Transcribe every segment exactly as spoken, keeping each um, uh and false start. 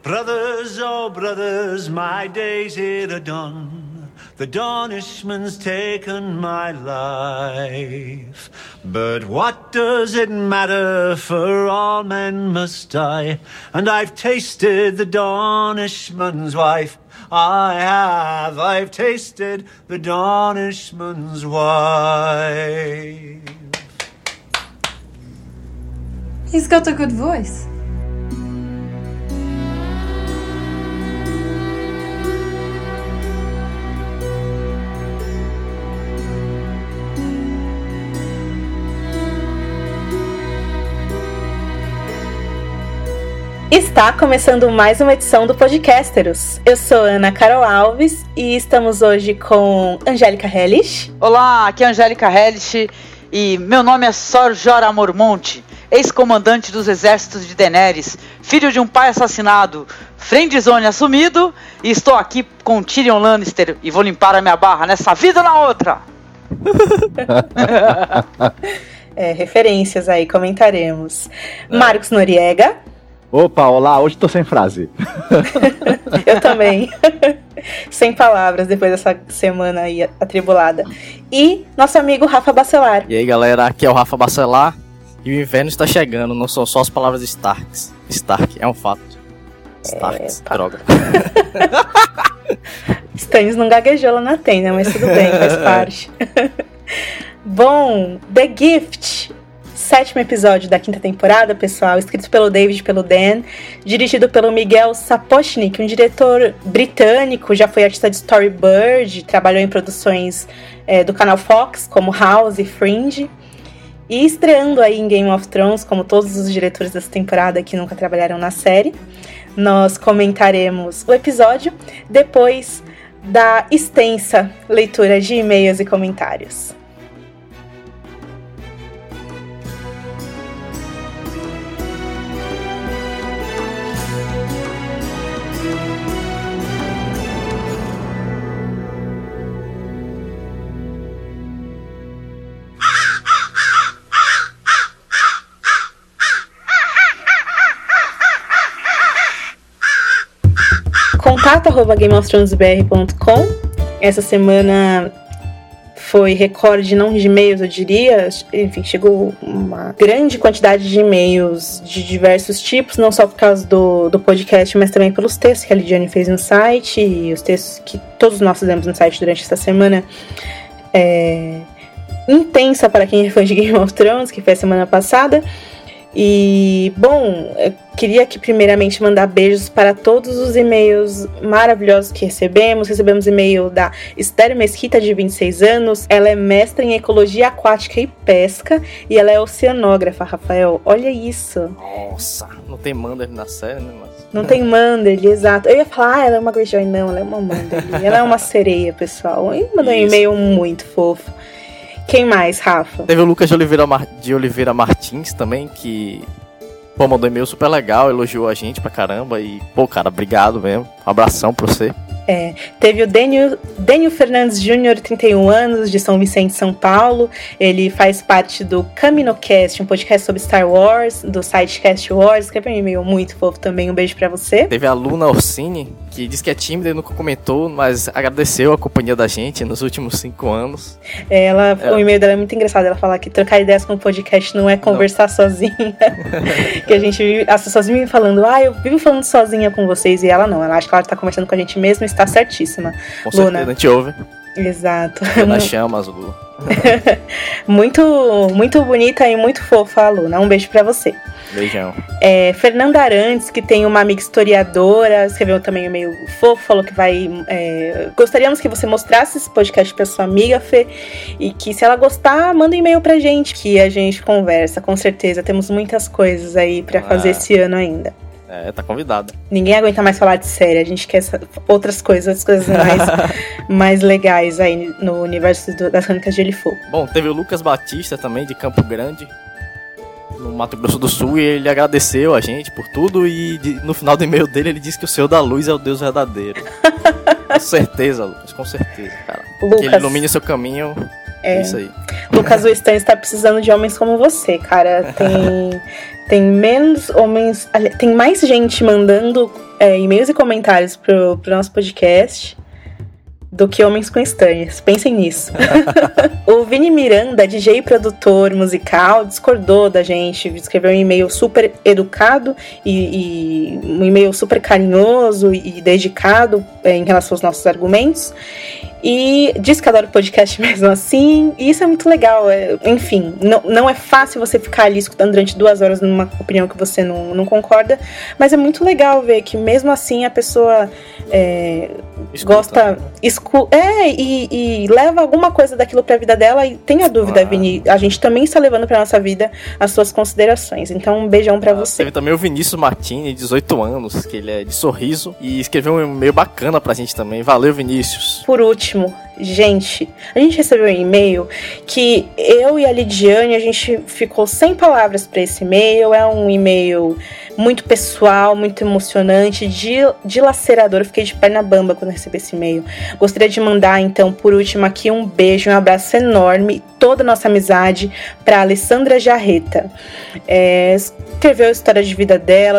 Brothers, oh brothers, my days here are done. The Danishman's taken my life. But what does it matter, for all men must die. And I've tasted the Danishman's wife. I have, I've tasted the Danishman's wife. He's got a good voice. Está começando mais uma edição do Podcasteros. Eu sou Ana Carol Alves e estamos hoje com Angélica Hellish. Olá, aqui é Angélica Hellish e meu nome é Sor Jorah Mormont, ex-comandante dos exércitos de Daenerys, filho de um pai assassinado, friendzone assumido, e estou aqui com Tyrion Lannister e vou limpar a minha barra nessa vida ou na outra. É, referências aí, comentaremos. É. Marcos Noriega. Opa, olá, hoje tô sem frase. Eu também. Sem palavras depois dessa semana aí atribulada. E nosso amigo Rafa Bacelar. E aí galera, aqui é o Rafa Bacelar. E o inverno está chegando, não são só as palavras Starks. Stark, é um fato. Starks, é, droga. Stannis não gaguejou lá na tenda, mas tudo bem, faz parte. Bom, The Gift, sétimo episódio da quinta temporada, pessoal, escrito pelo David e pelo Dan, dirigido pelo Miguel Sapochnik, um diretor britânico, já foi artista de storyboard, trabalhou em produções é, do canal Fox, como House e Fringe, e estreando aí em Game of Thrones, como todos os diretores dessa temporada que nunca trabalharam na série. Nós comentaremos o episódio depois da extensa leitura de e-mails e comentários. contato arroba game of thrones b r ponto com. Essa semana foi recorde, não de e-mails, eu diria. Enfim, chegou uma grande quantidade de e-mails de diversos tipos, não só por causa do, do podcast, mas também pelos textos que a Lidiane fez no site, e os textos que todos nós fizemos no site durante essa semana. É intensa para quem é fã de Game of Thrones, que foi a semana passada. E, bom, eu queria aqui primeiramente mandar beijos para todos os e-mails maravilhosos que recebemos. Recebemos e-mail da Esther Mesquita, de vinte e seis anos. Ela é mestra em Ecologia Aquática e Pesca e ela é oceanógrafa, Rafael. Olha isso. Nossa, não tem Manderly na série, né? Mas... Não tem Manderly, exato. Eu ia falar, ah, ela é uma Greyjoy. Não, ela é uma Manderly. Ela é uma sereia, pessoal. E mandou um e-mail muito fofo. Quem mais, Rafa? Teve o Lucas de Oliveira, Mar... de Oliveira Martins também, que pô, mandou um e-mail super legal, elogiou a gente pra caramba. E, pô, cara, obrigado mesmo. Um abração pra você. É, teve o Daniel, Daniel Fernandes Júnior, trinta e um anos, de São Vicente, São Paulo. Ele faz parte do CaminoCast, um podcast sobre Star Wars, do site Cast Wars. Escreveu um e-mail muito fofo também, um beijo pra você. Teve a Luna Orsini, que diz que é tímida e nunca comentou, mas agradeceu a companhia da gente nos últimos cinco anos. Ela, é. O e-mail dela é muito engraçado, ela fala que trocar ideias com o podcast não é conversar não. sozinha. Que a gente vive, as pessoas vivem falando, ah, eu vivo falando sozinha com vocês, e ela não, ela acha que ela tá conversando com a gente mesmo e está certíssima. Com Luna. certeza, a gente ouve. Exato. Nas chamas, Lu. muito, muito bonita e muito fofa a Luna. Um beijo pra você. Beijão. É, Fernanda Arantes, que tem uma amiga historiadora, escreveu também um e-mail fofo, falou que vai... É, gostaríamos que você mostrasse esse podcast pra sua amiga, Fê, e que se ela gostar, manda um e-mail pra gente, que a gente conversa, com certeza. Temos muitas coisas aí pra fazer ah. esse ano ainda. É, tá convidada. Ninguém aguenta mais falar de série, a gente quer outras coisas, coisas mais, mais legais aí no universo do, das Crônicas de Gelo e Fogo. Bom, teve o Lucas Batista também, de Campo Grande, no Mato Grosso do Sul, e ele agradeceu a gente por tudo, e de, no final do e-mail dele ele disse que o Senhor da Luz é o Deus verdadeiro. Com certeza, Lucas, com certeza, cara. Lucas, que ele ilumine seu caminho. É, é isso aí. Lucas, o Stan está precisando de homens como você, cara. Tem, Tem menos homens... Tem mais gente mandando é, e-mails e comentários pro, pro nosso podcast do que homens com estranhas. Pensem nisso. O Vini Miranda, D J e produtor musical, discordou da gente, escreveu um e-mail super educado e, e um e-mail super carinhoso e dedicado é, em relação aos nossos argumentos. E diz que adora o podcast mesmo assim. E isso é muito legal. É, enfim, não, não é fácil você ficar ali escutando durante duas horas numa opinião que você não, não concorda. Mas é muito legal ver que mesmo assim a pessoa é, gosta... Escu- é, e, e leva alguma coisa daquilo pra vida dela. E tenha dúvida, ah. Vini, a gente também está levando pra nossa vida as suas considerações. Então um beijão pra ah, você. Teve também o Vinícius Martini, dezoito anos, que ele é de Sorriso. E escreveu um e-mail bacana pra gente também. Valeu, Vinícius. Por último, gente, a gente recebeu um e-mail que eu e a Lidiane, a gente ficou sem palavras para esse e-mail. É um e-mail muito pessoal, muito emocionante, dilacerador. Eu fiquei de perna bamba quando recebi esse e-mail. Gostaria de mandar, então, por último aqui um beijo, um abraço enorme, toda a nossa amizade para Alessandra Jarreta. É, escreveu a história de vida dela,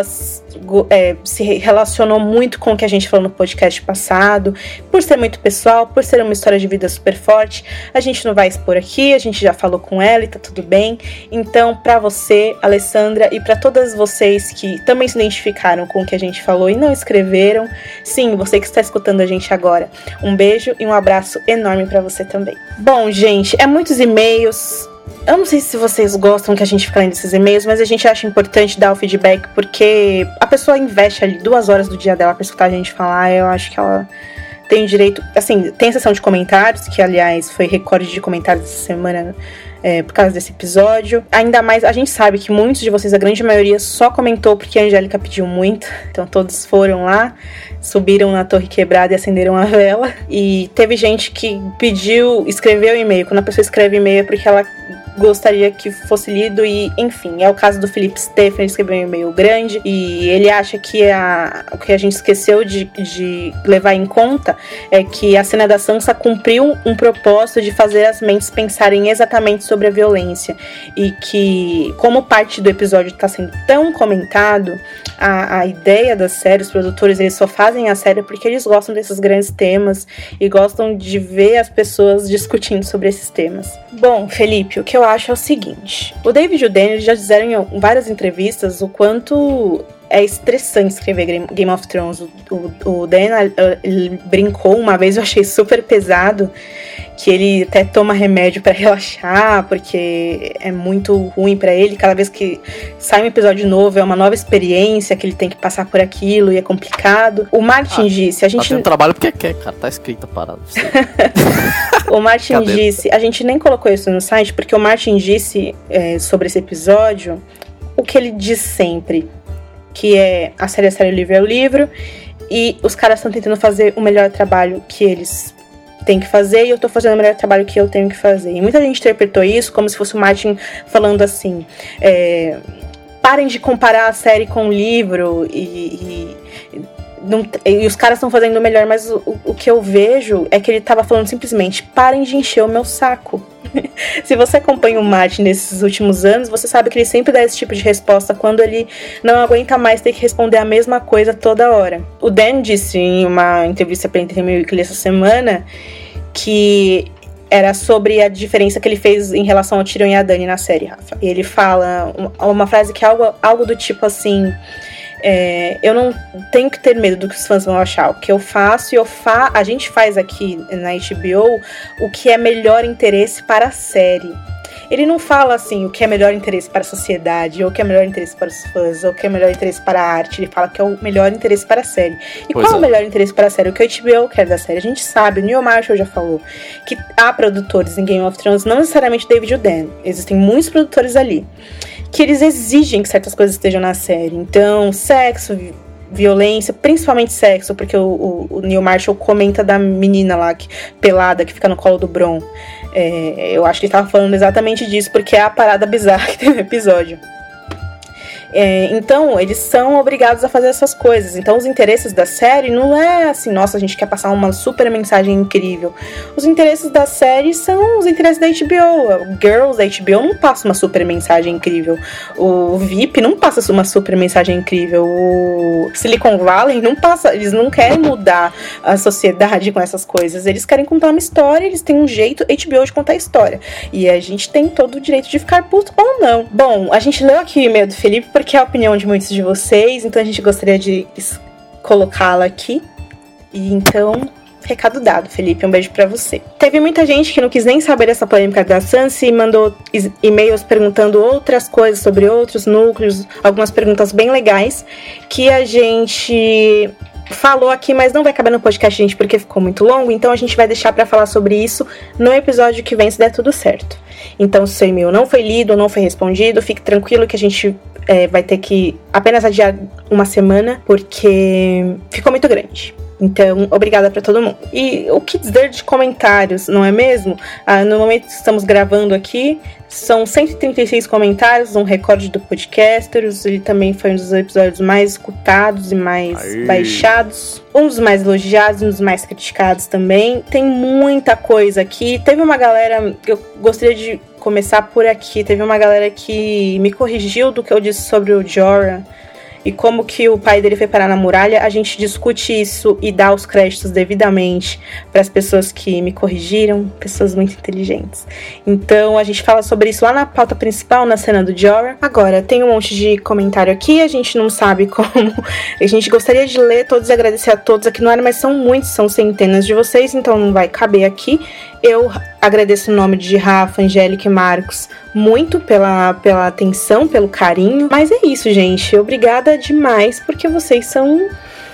É, se relacionou muito com o que a gente falou no podcast passado, por ser muito pessoal, por ser uma história de vida super forte. A gente não vai expor aqui, a gente já falou com ela e tá tudo bem. Então, pra você, Alessandra, e pra todas vocês que também se identificaram com o que a gente falou e não escreveram, sim, você que está escutando a gente agora, um beijo e um abraço enorme pra você também. Bom, gente, é muitos e-mails. Eu não sei se vocês gostam que a gente fique lendo esses e-mails, mas a gente acha importante dar o feedback, porque a pessoa investe ali duas horas do dia dela pra escutar a gente falar. Eu acho que ela tem direito... Assim, tem a sessão de comentários, que aliás foi recorde de comentários essa semana é, por causa desse episódio. Ainda mais, a gente sabe que muitos de vocês, a grande maioria, só comentou porque a Angélica pediu muito. Então todos foram lá, subiram na Torre Quebrada e acenderam a vela. E teve gente que pediu, escreveu e-mail. Quando a pessoa escreve e-mail é porque ela gostaria que fosse lido e, enfim, é o caso do Felipe Steffen, ele escreveu um e-mail grande e ele acha que a, o que a gente esqueceu de, de levar em conta é que a cena da Sansa cumpriu um propósito de fazer as mentes pensarem exatamente sobre a violência e que, como parte do episódio está sendo tão comentado, a, a ideia da série, os produtores, eles só fazem a série porque eles gostam desses grandes temas e gostam de ver as pessoas discutindo sobre esses temas. Bom, Felipe, o que eu acho é o seguinte: o David e o Dan já disseram em várias entrevistas o quanto é estressante escrever Game of Thrones. O, o, o Dan ele brincou uma vez, eu achei super pesado, que ele até toma remédio pra relaxar, porque é muito ruim pra ele. Cada vez que sai um episódio novo, é uma nova experiência, que ele tem que passar por aquilo e é complicado. O Martin ah, disse... A gente tá tendo trabalho porque quer, cara. Tá escrita a parada. O Martin Cadê? disse... A gente nem colocou isso no site, porque o Martin disse é, sobre esse episódio o que ele diz sempre, que é a série é a série, o livro é o livro, e os caras estão tentando fazer o melhor trabalho que eles têm que fazer, e eu tô fazendo o melhor trabalho que eu tenho que fazer. E muita gente interpretou isso como se fosse o Martin falando assim, é, parem de comparar a série com o livro, e, e, não, e os caras estão fazendo o melhor, mas o, o que eu vejo é que ele tava falando simplesmente, parem de encher o meu saco. Se você acompanha o Martin nesses últimos anos, você sabe que ele sempre dá esse tipo de resposta quando ele não aguenta mais ter que responder a mesma coisa toda hora. O Dan disse em uma entrevista para Entertainment Weekly essa semana que era sobre a diferença que ele fez em relação ao Tyrion e a Dany na série, Rafa. E ele fala uma, uma frase que é algo, algo do tipo assim... É, eu não tenho que ter medo do que os fãs vão achar. O que eu faço e eu fa- a gente faz aqui na H B O o que é melhor interesse para a série. Ele não fala assim o que é melhor interesse para a sociedade, ou o que é melhor interesse para os fãs, ou o que é melhor interesse para a arte. Ele fala que é o melhor interesse para a série. E pois qual é o melhor interesse para a série? O que a H B O quer da série? A gente sabe, o Neil Marshall já falou que há produtores em Game of Thrones, não necessariamente David e Dan. Existem muitos produtores ali que eles exigem que certas coisas estejam na série. Então, sexo, violência, principalmente sexo, porque o, o, o Neil Marshall comenta da menina lá, que, pelada, que fica no colo do Bron. É, eu acho que ele estava falando exatamente disso, porque é a parada bizarra que tem no episódio. É, então, eles são obrigados a fazer essas coisas. Então, os interesses da série não é assim, nossa, a gente quer passar uma super mensagem incrível. Os interesses da série são os interesses da H B O. Girls da H B O não passa uma super mensagem incrível. O V I P não passa uma super mensagem incrível. O Silicon Valley não passa. Eles não querem mudar a sociedade com essas coisas. Eles querem contar uma história, eles têm um jeito H B O de contar a história. E a gente tem todo o direito de ficar puto ou não. Bom, a gente leu aqui o e-mail do Felipe porque é a opinião de muitos de vocês, então a gente gostaria de colocá-la aqui. E então, recado dado, Felipe, um beijo pra você. Teve muita gente que não quis nem saber dessa polêmica da Sansa e mandou e-mails perguntando outras coisas sobre outros núcleos, algumas perguntas bem legais, que a gente falou aqui, mas não vai caber no podcast, gente, porque ficou muito longo, então a gente vai deixar pra falar sobre isso no episódio que vem, se der tudo certo. Então, se o seu e-mail não foi lido ou não foi respondido, fique tranquilo que a gente é, vai ter que apenas adiar uma semana, porque ficou muito grande. Então, obrigada pra todo mundo. E o que dizer de comentários, não é mesmo? Ah, no momento que estamos gravando aqui, são cento e trinta e seis comentários, um recorde do Podcasters. Ele também foi um dos episódios mais escutados e mais Aê. baixados. Um dos mais elogiados, um dos mais criticados também. Tem muita coisa aqui. Teve uma galera, eu gostaria de começar por aqui. Teve uma galera que me corrigiu do que eu disse sobre o Jorah e como que o pai dele foi parar na muralha. A gente discute isso e dá os créditos devidamente para as pessoas que me corrigiram, pessoas muito inteligentes. Então a gente fala sobre isso lá na pauta principal, na cena do Jorah. Agora, tem um monte de comentário aqui, a gente não sabe como. A gente gostaria de ler todos e agradecer a todos aqui no ar, mas são muitos, são centenas de vocês, então não vai caber aqui. Eu agradeço o nome de Rafa, Angélica e Marcos muito pela, pela atenção, pelo carinho. Mas é isso, gente. Obrigada demais, porque vocês são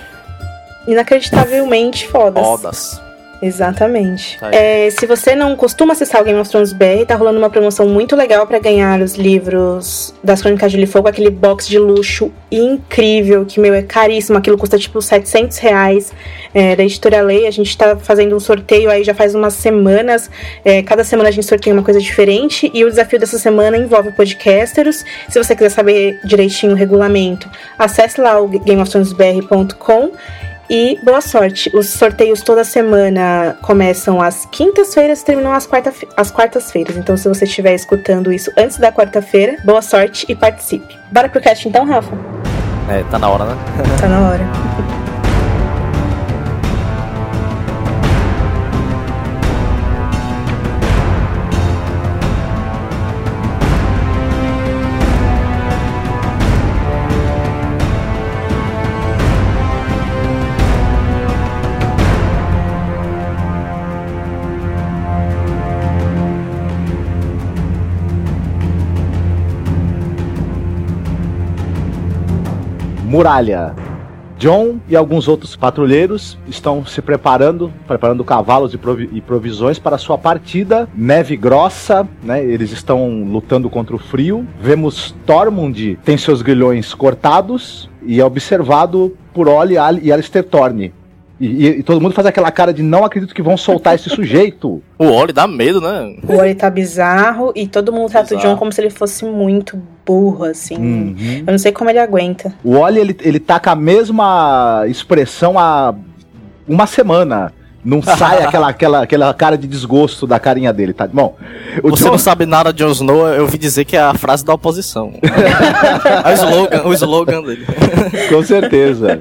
inacreditavelmente fodas. Fodas. Exatamente. É, se você não costuma acessar o Game of Thrones B R, tá rolando uma promoção muito legal pra ganhar os livros das Crônicas de Gelo e Fogo, aquele box de luxo incrível, que, meu, é caríssimo. Aquilo custa, tipo, setecentos reais, é, da Editora Lei. A gente tá fazendo um sorteio aí já faz umas semanas. É, cada semana a gente sorteia uma coisa diferente, e o desafio dessa semana envolve Podcasters. Se você quiser saber direitinho o regulamento, acesse lá o game of thrones b r ponto com. E boa sorte. Os sorteios toda semana começam às quintas-feiras e terminam às, quarta às quartas-feiras. Então, se você estiver escutando isso antes da quarta-feira, boa sorte e participe. Bora pro cast então, Rafa? É, tá na hora, né? Tá na hora. Muralha. Jon e alguns outros patrulheiros estão se preparando, preparando cavalos e, provi- e provisões para a sua partida. Neve grossa, né? Eles estão lutando contra o frio. Vemos Tormund tem seus grilhões cortados e é observado por Olly e Alistair Thorne. E, e, e todo mundo faz aquela cara de não acredito que vão soltar esse sujeito. O Olly dá medo, né? O Olly tá bizarro e todo mundo trata o Jon como se ele fosse muito burro, assim. Uhum. Eu não sei como ele aguenta. O Olly, ele, ele tá com a mesma expressão há uma semana. Não sai aquela, aquela, aquela cara de desgosto da carinha dele, tá? Bom, o Você Jon... não sabe nada de Jon Snow, eu ouvi dizer que é a frase da oposição. o, slogan, o slogan dele. Com certeza.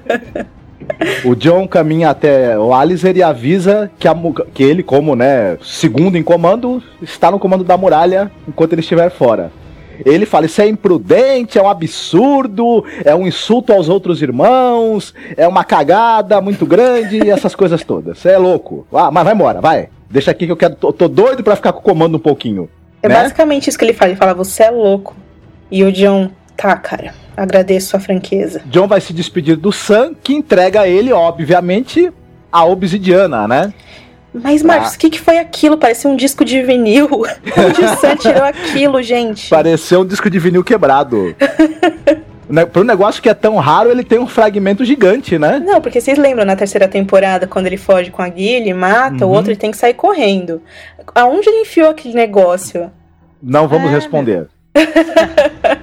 O Jon caminha até o Alistair e avisa que, a, que ele, como, né, segundo em comando, está no comando da muralha enquanto ele estiver fora. Ele fala, isso é imprudente, é um absurdo, é um insulto aos outros irmãos, é uma cagada muito grande e essas coisas todas. Você é louco. Ah, mas vai embora, vai. Deixa aqui que eu quero, tô, tô doido pra ficar com o comando um pouquinho. É, né? Basicamente isso que ele fala. Ele fala, você é louco. E o Jon, tá, cara, agradeço sua franqueza. Jon vai se despedir do Sam, que entrega a ele, obviamente, a obsidiana, né? Mas, Marcos, o ah. que, que foi aquilo? Parecia um disco de vinil. Onde o Sam tirou aquilo, gente? Pareceu um disco de vinil quebrado. Para um negócio que é tão raro, ele tem um fragmento gigante, né? Não, porque vocês lembram na terceira temporada, quando ele foge com a Gilly, mata, uhum. o outro ele tem que sair correndo. Aonde ele enfiou aquele negócio? Não vamos ah. responder.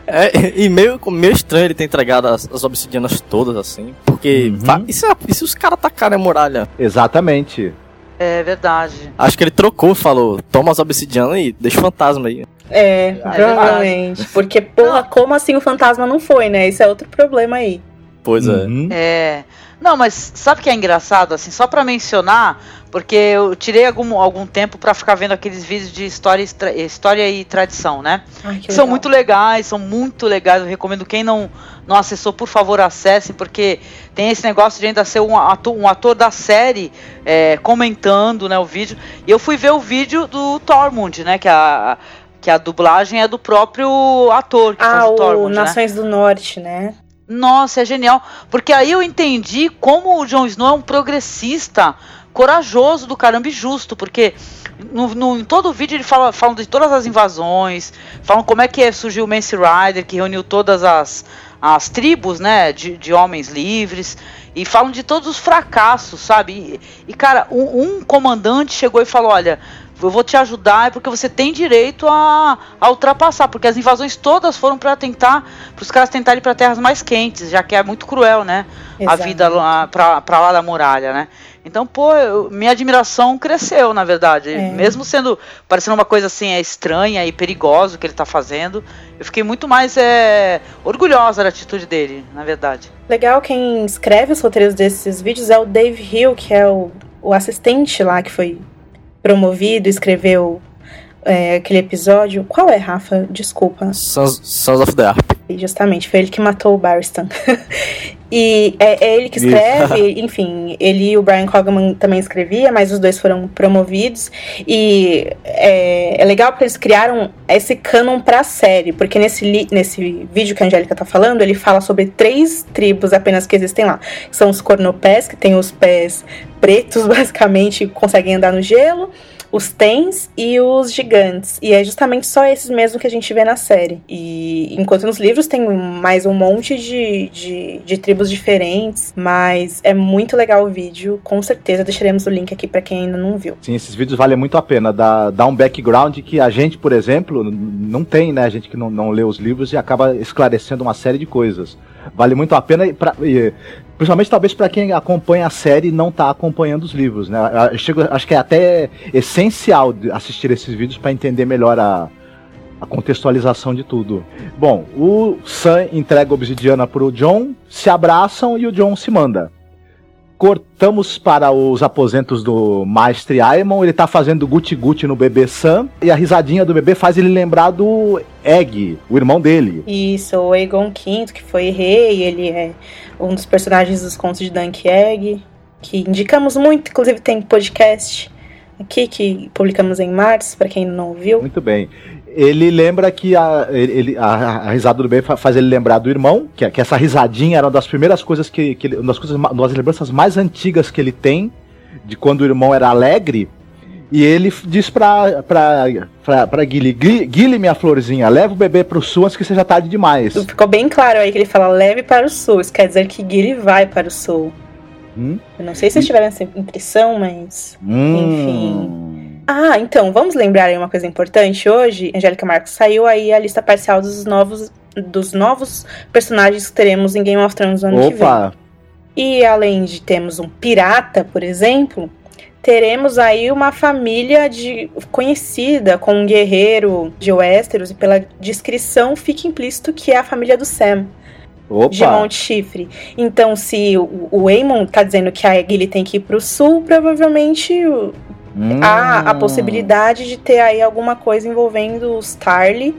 É, e meio, meio estranho ele ter entregado as, as obsidianas todas, assim. Porque, Uhum. fa- e, se, e se os caras atacarem a muralha? Exatamente. É verdade. Acho que ele trocou, falou, toma as obsidianas e deixa o fantasma aí. É, provavelmente. Porque, porra, como assim o fantasma não foi, né? Esse é outro problema aí. Pois é. Uhum. É. Não, mas sabe o que é engraçado, assim, só pra mencionar, porque eu tirei algum, algum tempo pra ficar vendo aqueles vídeos de história, e tra- história e tradição, né? Ai, que São legal. muito legais, são muito legais. Eu recomendo quem não, não acessou, por favor, acessem, porque tem esse negócio de ainda ser um ator, um ator da série é, comentando, né, o vídeo. E eu fui ver o vídeo do Tormund, né, que a, que a dublagem é do próprio ator que Ah, faz o o Tormund, né? Nações do Norte, né? Nossa, é genial. Porque aí eu entendi como o Jon Snow é um progressista corajoso do caramba e justo. Porque no, no, em todo o vídeo ele fala, fala de todas as invasões, falam como é que surgiu o Mance Rider, que reuniu todas as, as tribos, né, de, de homens livres. E falam de todos os fracassos, sabe? E, e cara, um, um comandante chegou e falou, olha, eu vou te ajudar porque você tem direito a, a ultrapassar, porque as invasões todas foram para tentar, para os caras tentarem ir para terras mais quentes, já que é muito cruel, né? Exato. A vida lá, pra, pra lá da muralha, né? Então, pô, eu, minha admiração cresceu, na verdade. É. Mesmo sendo, parecendo uma coisa assim, é estranha e perigosa o que ele tá fazendo, eu fiquei muito mais é, orgulhosa da atitude dele, na verdade. Legal, quem escreve os roteiros desses vídeos é o Dave Hill, que é o, o assistente lá que foi promovido, escreveu é, aquele episódio. Qual é, Rafa? Desculpa. Sons, Sons of the Harp. Justamente, foi ele que matou o Barristan. E é, é ele que escreve, enfim, ele e o Brian Cogman também escrevia, mas os dois foram promovidos. E é, é legal porque eles criaram esse canon pra série, porque nesse, li, nesse vídeo que a Angélica tá falando, ele fala sobre três tribos apenas que existem lá. São os cornopés, que tem os pés pretos, basicamente, conseguem andar no gelo. Os Tens e os Gigantes. E é justamente só esses mesmo que a gente vê na série. E enquanto nos livros tem mais um monte de, de, de tribos diferentes. Mas é muito legal o vídeo. Com certeza deixaremos o link aqui pra quem ainda não viu. Sim, esses vídeos valem muito a pena. Dá, dá um background que a gente, por exemplo, não tem, né? A gente que não, não lê os livros e acaba esclarecendo uma série de coisas. Vale muito a pena, e pra, e, principalmente talvez para quem acompanha a série e não está acompanhando os livros, né? Eu chego, acho que é até essencial assistir esses vídeos para entender melhor a, a contextualização de tudo. Bom, o Sam entrega a obsidiana pro Jon, se abraçam e o Jon se manda. Cortamos para os aposentos do Maestre Aemon, ele tá fazendo guti-guti no bebê Sam, e a risadinha do bebê faz ele lembrar do Egg, o irmão dele. Isso, o Aegon quinto, que foi rei, ele é um dos personagens dos contos de Dunk Egg, que indicamos muito, inclusive tem podcast aqui que publicamos em março, para quem não ouviu. Muito bem. Ele lembra que a, ele, a, a risada do bebê faz ele lembrar do irmão, que, que essa risadinha era uma das primeiras coisas que, que ele, uma das coisas, uma das lembranças mais antigas que ele tem de quando o irmão era alegre. E ele diz pra, pra, pra, pra Gilly, Gilly, minha florzinha, leva o bebê pro sul antes que seja tarde demais. Ficou bem claro aí que ele fala leve para o sul, isso quer dizer que Gilly vai para o sul. Hum? Eu não sei se vocês tiveram essa impressão, mas Hum. enfim. Ah, então, vamos lembrar aí uma coisa importante. Hoje, Angélica Marcos, saiu aí a lista parcial dos novos, dos novos personagens que teremos em Game of Thrones no ano que vem. Opa! E além de termos um pirata, por exemplo, teremos aí uma família de, conhecida com um guerreiro de Westeros, e pela descrição fica implícito que é a família do Sam. De Opa! Monte Chifre. Então, se o, o Aemon tá dizendo que a Gilly tem que ir pro sul, provavelmente o- Hum. há a possibilidade de ter aí alguma coisa envolvendo os Tarly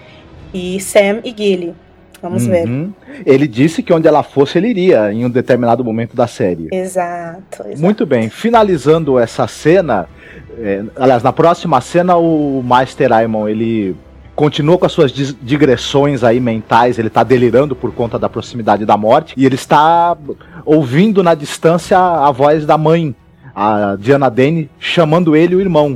e Sam e Gilly. Vamos ver. Uhum. Ele disse que onde ela fosse ele iria em um determinado momento da série. Exato, exato. Muito bem, finalizando essa cena, é, aliás, na próxima cena o Maester Aemon, ele continua com as suas dis- digressões aí mentais, ele tá delirando por conta da proximidade da morte, e ele está ouvindo na distância a voz da mãe, a Diana Dane, chamando ele o irmão.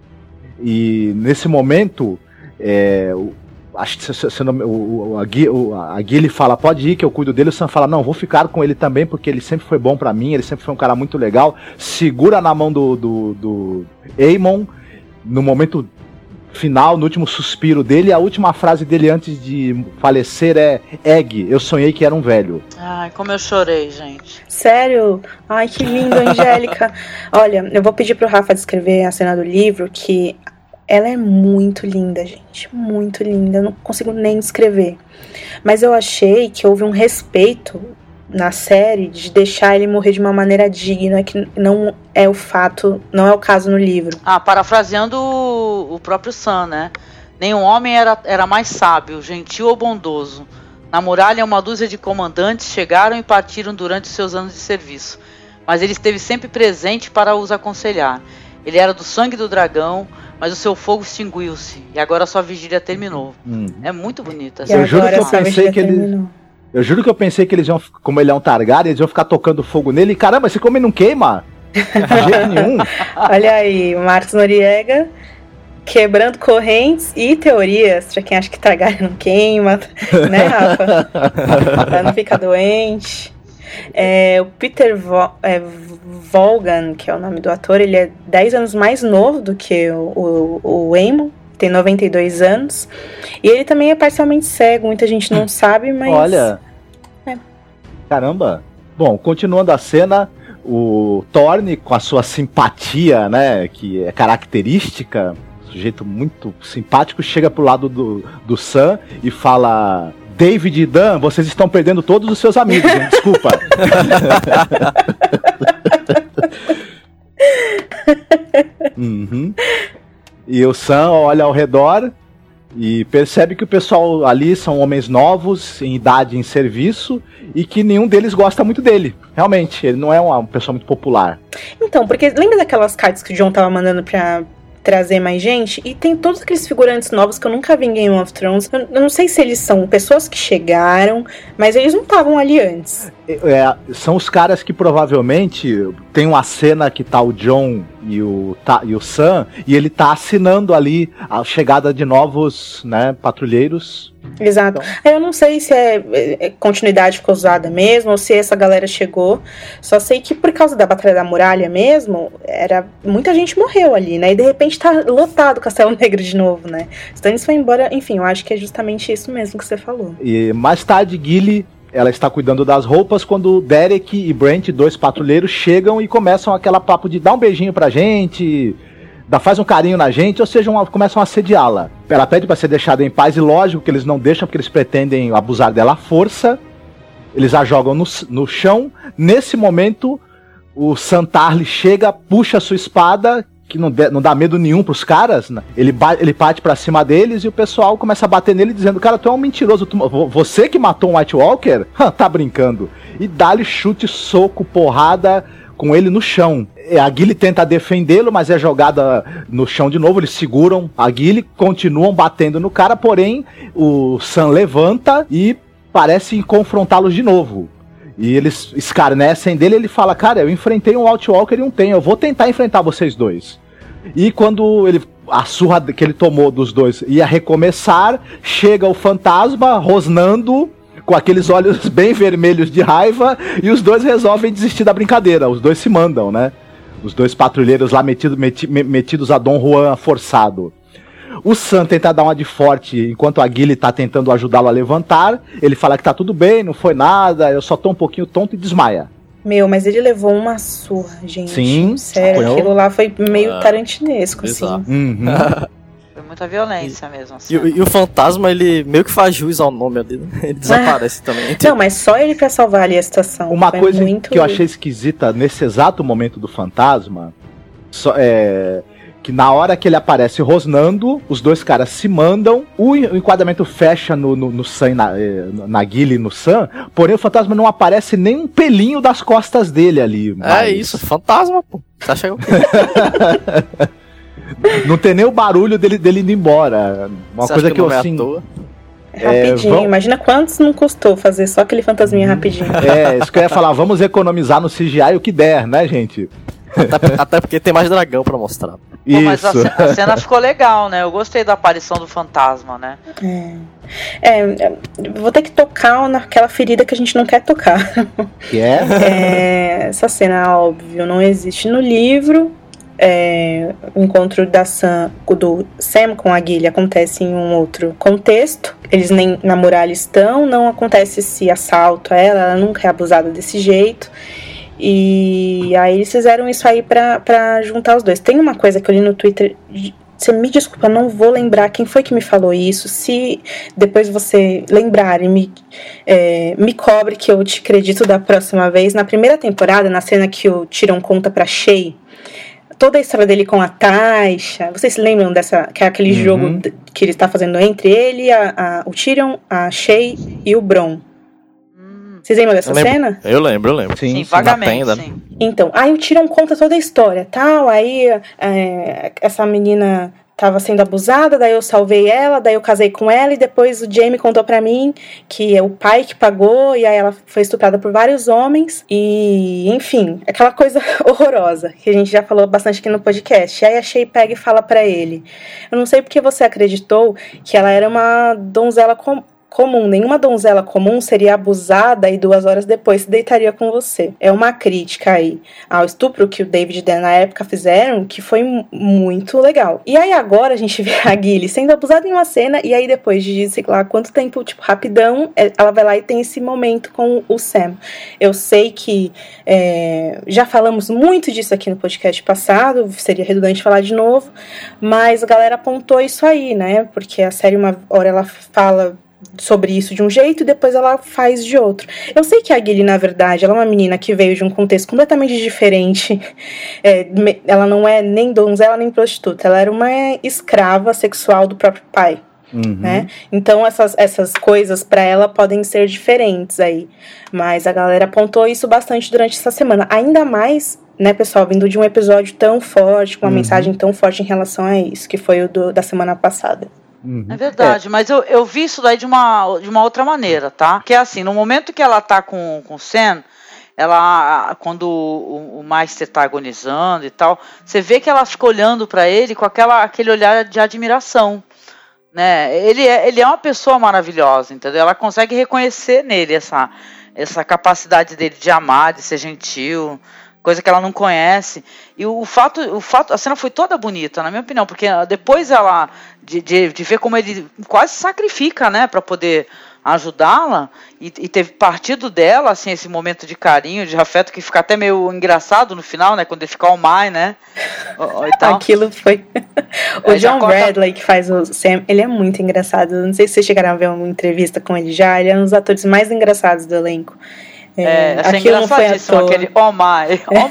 E nesse momento, é, o- acho que se, se, se não, o, o, a, Gui, o, a Gilly fala, pode ir que eu cuido dele. O Sam fala, não, vou ficar com ele também, porque ele sempre foi bom pra mim, ele sempre foi um cara muito legal. Segura na mão do, do, do Aemon, no momento final, no último suspiro dele, a última frase dele antes de falecer é: Egg, eu sonhei que era um velho. Ai, como eu chorei, gente. Sério? Ai, que lindo, Angélica. Olha, eu vou pedir pro Rafa descrever a cena do livro, que ela é muito linda, gente. Muito linda. Eu não consigo nem descrever. Mas eu achei que houve um respeito na série de deixar ele morrer de uma maneira digna, que não é o fato, não é o caso no livro. Ah, parafraseando o, o próprio Sam, né? Nenhum homem era, era mais sábio, gentil ou bondoso. Na muralha, uma dúzia de comandantes chegaram e partiram durante seus anos de serviço, mas ele esteve sempre presente para os aconselhar. Ele era do sangue do dragão, mas o seu fogo extinguiu-se, e agora sua vigília terminou. Hum. É muito bonita. Eu juro que eu pensei que ele... Eu juro que eu pensei que eles iam, como ele é um Targaryen, eles iam ficar tocando fogo nele. E caramba, esse come não queima? De jeito nenhum. Olha aí, Marcos Noriega quebrando correntes e teorias pra quem acha que Targaryen não queima, né, Rafa? Pra não ficar doente. É, o Peter Vo- é, Vaughan, que é o nome do ator, ele é dez anos mais novo do que o, o, o Aemon. Tem noventa e dois anos. E ele também é parcialmente cego. Muita gente não sabe, mas... Olha. É. Caramba. Bom, continuando a cena, o Thorne, com a sua simpatia, né, que é característica, sujeito muito simpático, chega pro lado do, do Sam e fala: David e Dan, vocês estão perdendo todos os seus amigos, hein? Desculpa. uhum. E o Sam olha ao redor e percebe que o pessoal ali são homens novos, em idade em serviço, e que nenhum deles gosta muito dele. Realmente, ele não é uma pessoa muito popular. Então, porque lembra daquelas cartas que o Jon tava mandando pra trazer mais gente? E tem todos aqueles figurantes novos que eu nunca vi em Game of Thrones. Eu, eu não sei se eles são pessoas que chegaram, mas eles não estavam ali antes. É, são os caras que provavelmente tem uma cena que tá o Jon e o, tá, e o Sam, e ele tá assinando ali a chegada de novos, né, patrulheiros. Exato. Então, eu não sei se é, é continuidade ficou usada mesmo, ou se essa galera chegou. Só sei que por causa da Batalha da Muralha mesmo, era, muita gente morreu ali, né? E de repente tá lotado o Castelo Negro de novo, né? Stannis foi embora, enfim, eu acho que é justamente isso mesmo que você falou. E mais tarde, Gilly, ela está cuidando das roupas quando Derek e Brent, dois patrulheiros, chegam e começam aquela papo de dar um beijinho pra gente, dá, faz um carinho na gente, ou seja, uma, começam a assediá-la. Ela pede para ser deixada em paz e lógico que eles não deixam porque eles pretendem abusar dela à força. Eles a jogam no, no chão. Nesse momento, o Sam Tarly chega, puxa a sua espada, que não, de, não dá medo nenhum pros caras, né? Ele, ele parte pra cima deles e o pessoal começa a bater nele dizendo: cara, tu é um mentiroso, tu, você que matou um White Walker? Tá brincando. E dá-lhe chute, soco, porrada com ele no chão. A Gilly tenta defendê-lo, mas é jogada no chão de novo, eles seguram a Gilly, continuam batendo no cara, porém o Sam levanta e parece confrontá-los de novo. E eles escarnecem dele, ele fala: cara, eu enfrentei um White Walker e um Ten, eu vou tentar enfrentar vocês dois. E quando ele, a surra que ele tomou dos dois ia recomeçar, chega o fantasma rosnando, com aqueles olhos bem vermelhos de raiva, e os dois resolvem desistir da brincadeira, os dois se mandam, né? Os dois patrulheiros lá metido, meti, metidos a Dom Juan forçado. O Sam tenta dar uma de forte, enquanto a Gilly tá tentando ajudá-lo a levantar. Ele fala que tá tudo bem, não foi nada, eu só tô um pouquinho tonto e desmaia. Meu, mas ele levou uma surra, gente. Sim. Sério, apanhou. Aquilo lá foi meio Ah, tarantinesco, assim. Uhum. Foi muita violência mesmo. Assim. E, e o fantasma, ele meio que faz jus ao nome ali, né? Ele desaparece também. Não, mas só ele pra salvar ali a situação. Uma Foi coisa muito... que eu achei esquisita nesse exato momento do fantasma, só, é, que na hora que ele aparece rosnando, os dois caras se mandam, o enquadramento fecha no, no, no Sam, na, na Gilly e no Sam, porém o fantasma não aparece nem um pelinho das costas dele ali. Mas... É isso, fantasma, pô. Você acha que... Não tem nem o barulho dele, dele indo embora. Uma Você coisa acha que, que eu não é à assim. toa? Rapidinho, É, vão- imagina quantos não custou fazer só aquele fantasminha rapidinho. É, isso que eu ia falar, vamos economizar no C G I o que der, né, gente? Até, até porque tem mais dragão pra mostrar. Pô, mas a, Isso. ce- a cena ficou legal, né? Eu gostei da aparição do fantasma, né? É, é, vou ter que tocar naquela ferida que a gente não quer tocar. Que é? É, essa cena, óbvio, não existe no livro. é, o encontro da Sam, do Sam com a Gilly acontece em um outro contexto. Eles nem na muralha estão, não acontece esse assalto a ela, ela nunca é abusada desse jeito. E aí eles fizeram isso aí pra, pra juntar os dois. Tem uma coisa que eu li no Twitter, você me desculpa, não vou lembrar quem foi que me falou isso. Se depois você lembrar e me, é, me cobre que eu te acredito da próxima vez. Na primeira temporada, na cena que o Tyrion conta pra Shae toda a história dele com a Taisha, vocês se lembram dessa, que é aquele uhum. jogo que ele está fazendo entre ele, a, a, o Tyrion, a Shae e o Bronn? Vocês lembram dessa eu lembro, cena? Eu lembro, eu lembro. Sim, sim vagamente, sim. Então, aí o Tyrion conta toda a história, tal, aí é, essa menina tava sendo abusada, daí eu salvei ela, daí eu casei com ela, e depois o Jaime contou pra mim que é o pai que pagou, e aí ela foi estuprada por vários homens, e enfim, aquela coisa horrorosa, que a gente já falou bastante aqui no podcast. Aí a Shae pega e fala pra ele: eu não sei porque você acreditou que ela era uma donzela comum, comum, nenhuma donzela comum seria abusada e duas horas depois se deitaria com você. É uma crítica aí ao estupro que o David e Dan na época fizeram, que foi muito legal. E aí agora a gente vê a Gilly sendo abusada em uma cena, e aí depois de, sei lá, quanto tempo, tipo, rapidão, ela vai lá e tem esse momento com o Sam. Eu sei que é, já falamos muito disso aqui no podcast passado, seria redundante falar de novo, mas a galera apontou isso aí, né, porque a série uma hora ela fala sobre isso de um jeito e depois ela faz de outro. Eu sei que a Gilly, na verdade, ela é uma menina que veio de um contexto completamente diferente. É, ela não é nem donzela nem prostituta, ela era uma escrava sexual do próprio pai. Uhum. Né? Então essas, essas coisas pra ela podem ser diferentes aí, mas a galera apontou isso bastante durante essa semana, ainda mais, né, pessoal, vindo de um episódio tão forte, com uma uhum. mensagem tão forte em relação a isso, que foi o do, da semana passada. Uhum. É verdade, é. mas eu, eu vi isso daí de uma, de uma outra maneira, tá? Que é assim, no momento que ela tá com, com o Sam, ela, quando o, o Maester tá agonizando e tal, você vê que ela fica olhando pra ele com aquela, aquele olhar de admiração, né? Ele é, ele é uma pessoa maravilhosa, entendeu? Ela consegue reconhecer nele essa, essa capacidade dele de amar, de ser gentil, coisa que ela não conhece. E o fato, o fato, a cena foi toda bonita, na minha opinião, porque depois ela, de, de, de ver como ele quase sacrifica, né, para poder ajudá-la, e, e teve partido dela, assim, esse momento de carinho, de afeto, que fica até meio engraçado no final, né, quando ele fica all my, né, e tal. Aquilo foi... o é, John corta... Bradley, que faz o Sam, ele é muito engraçado. Não sei se vocês chegaram a ver uma entrevista com ele já, ele é um dos atores mais engraçados do elenco. É, é achei engraçadíssimo aquele oh my, oh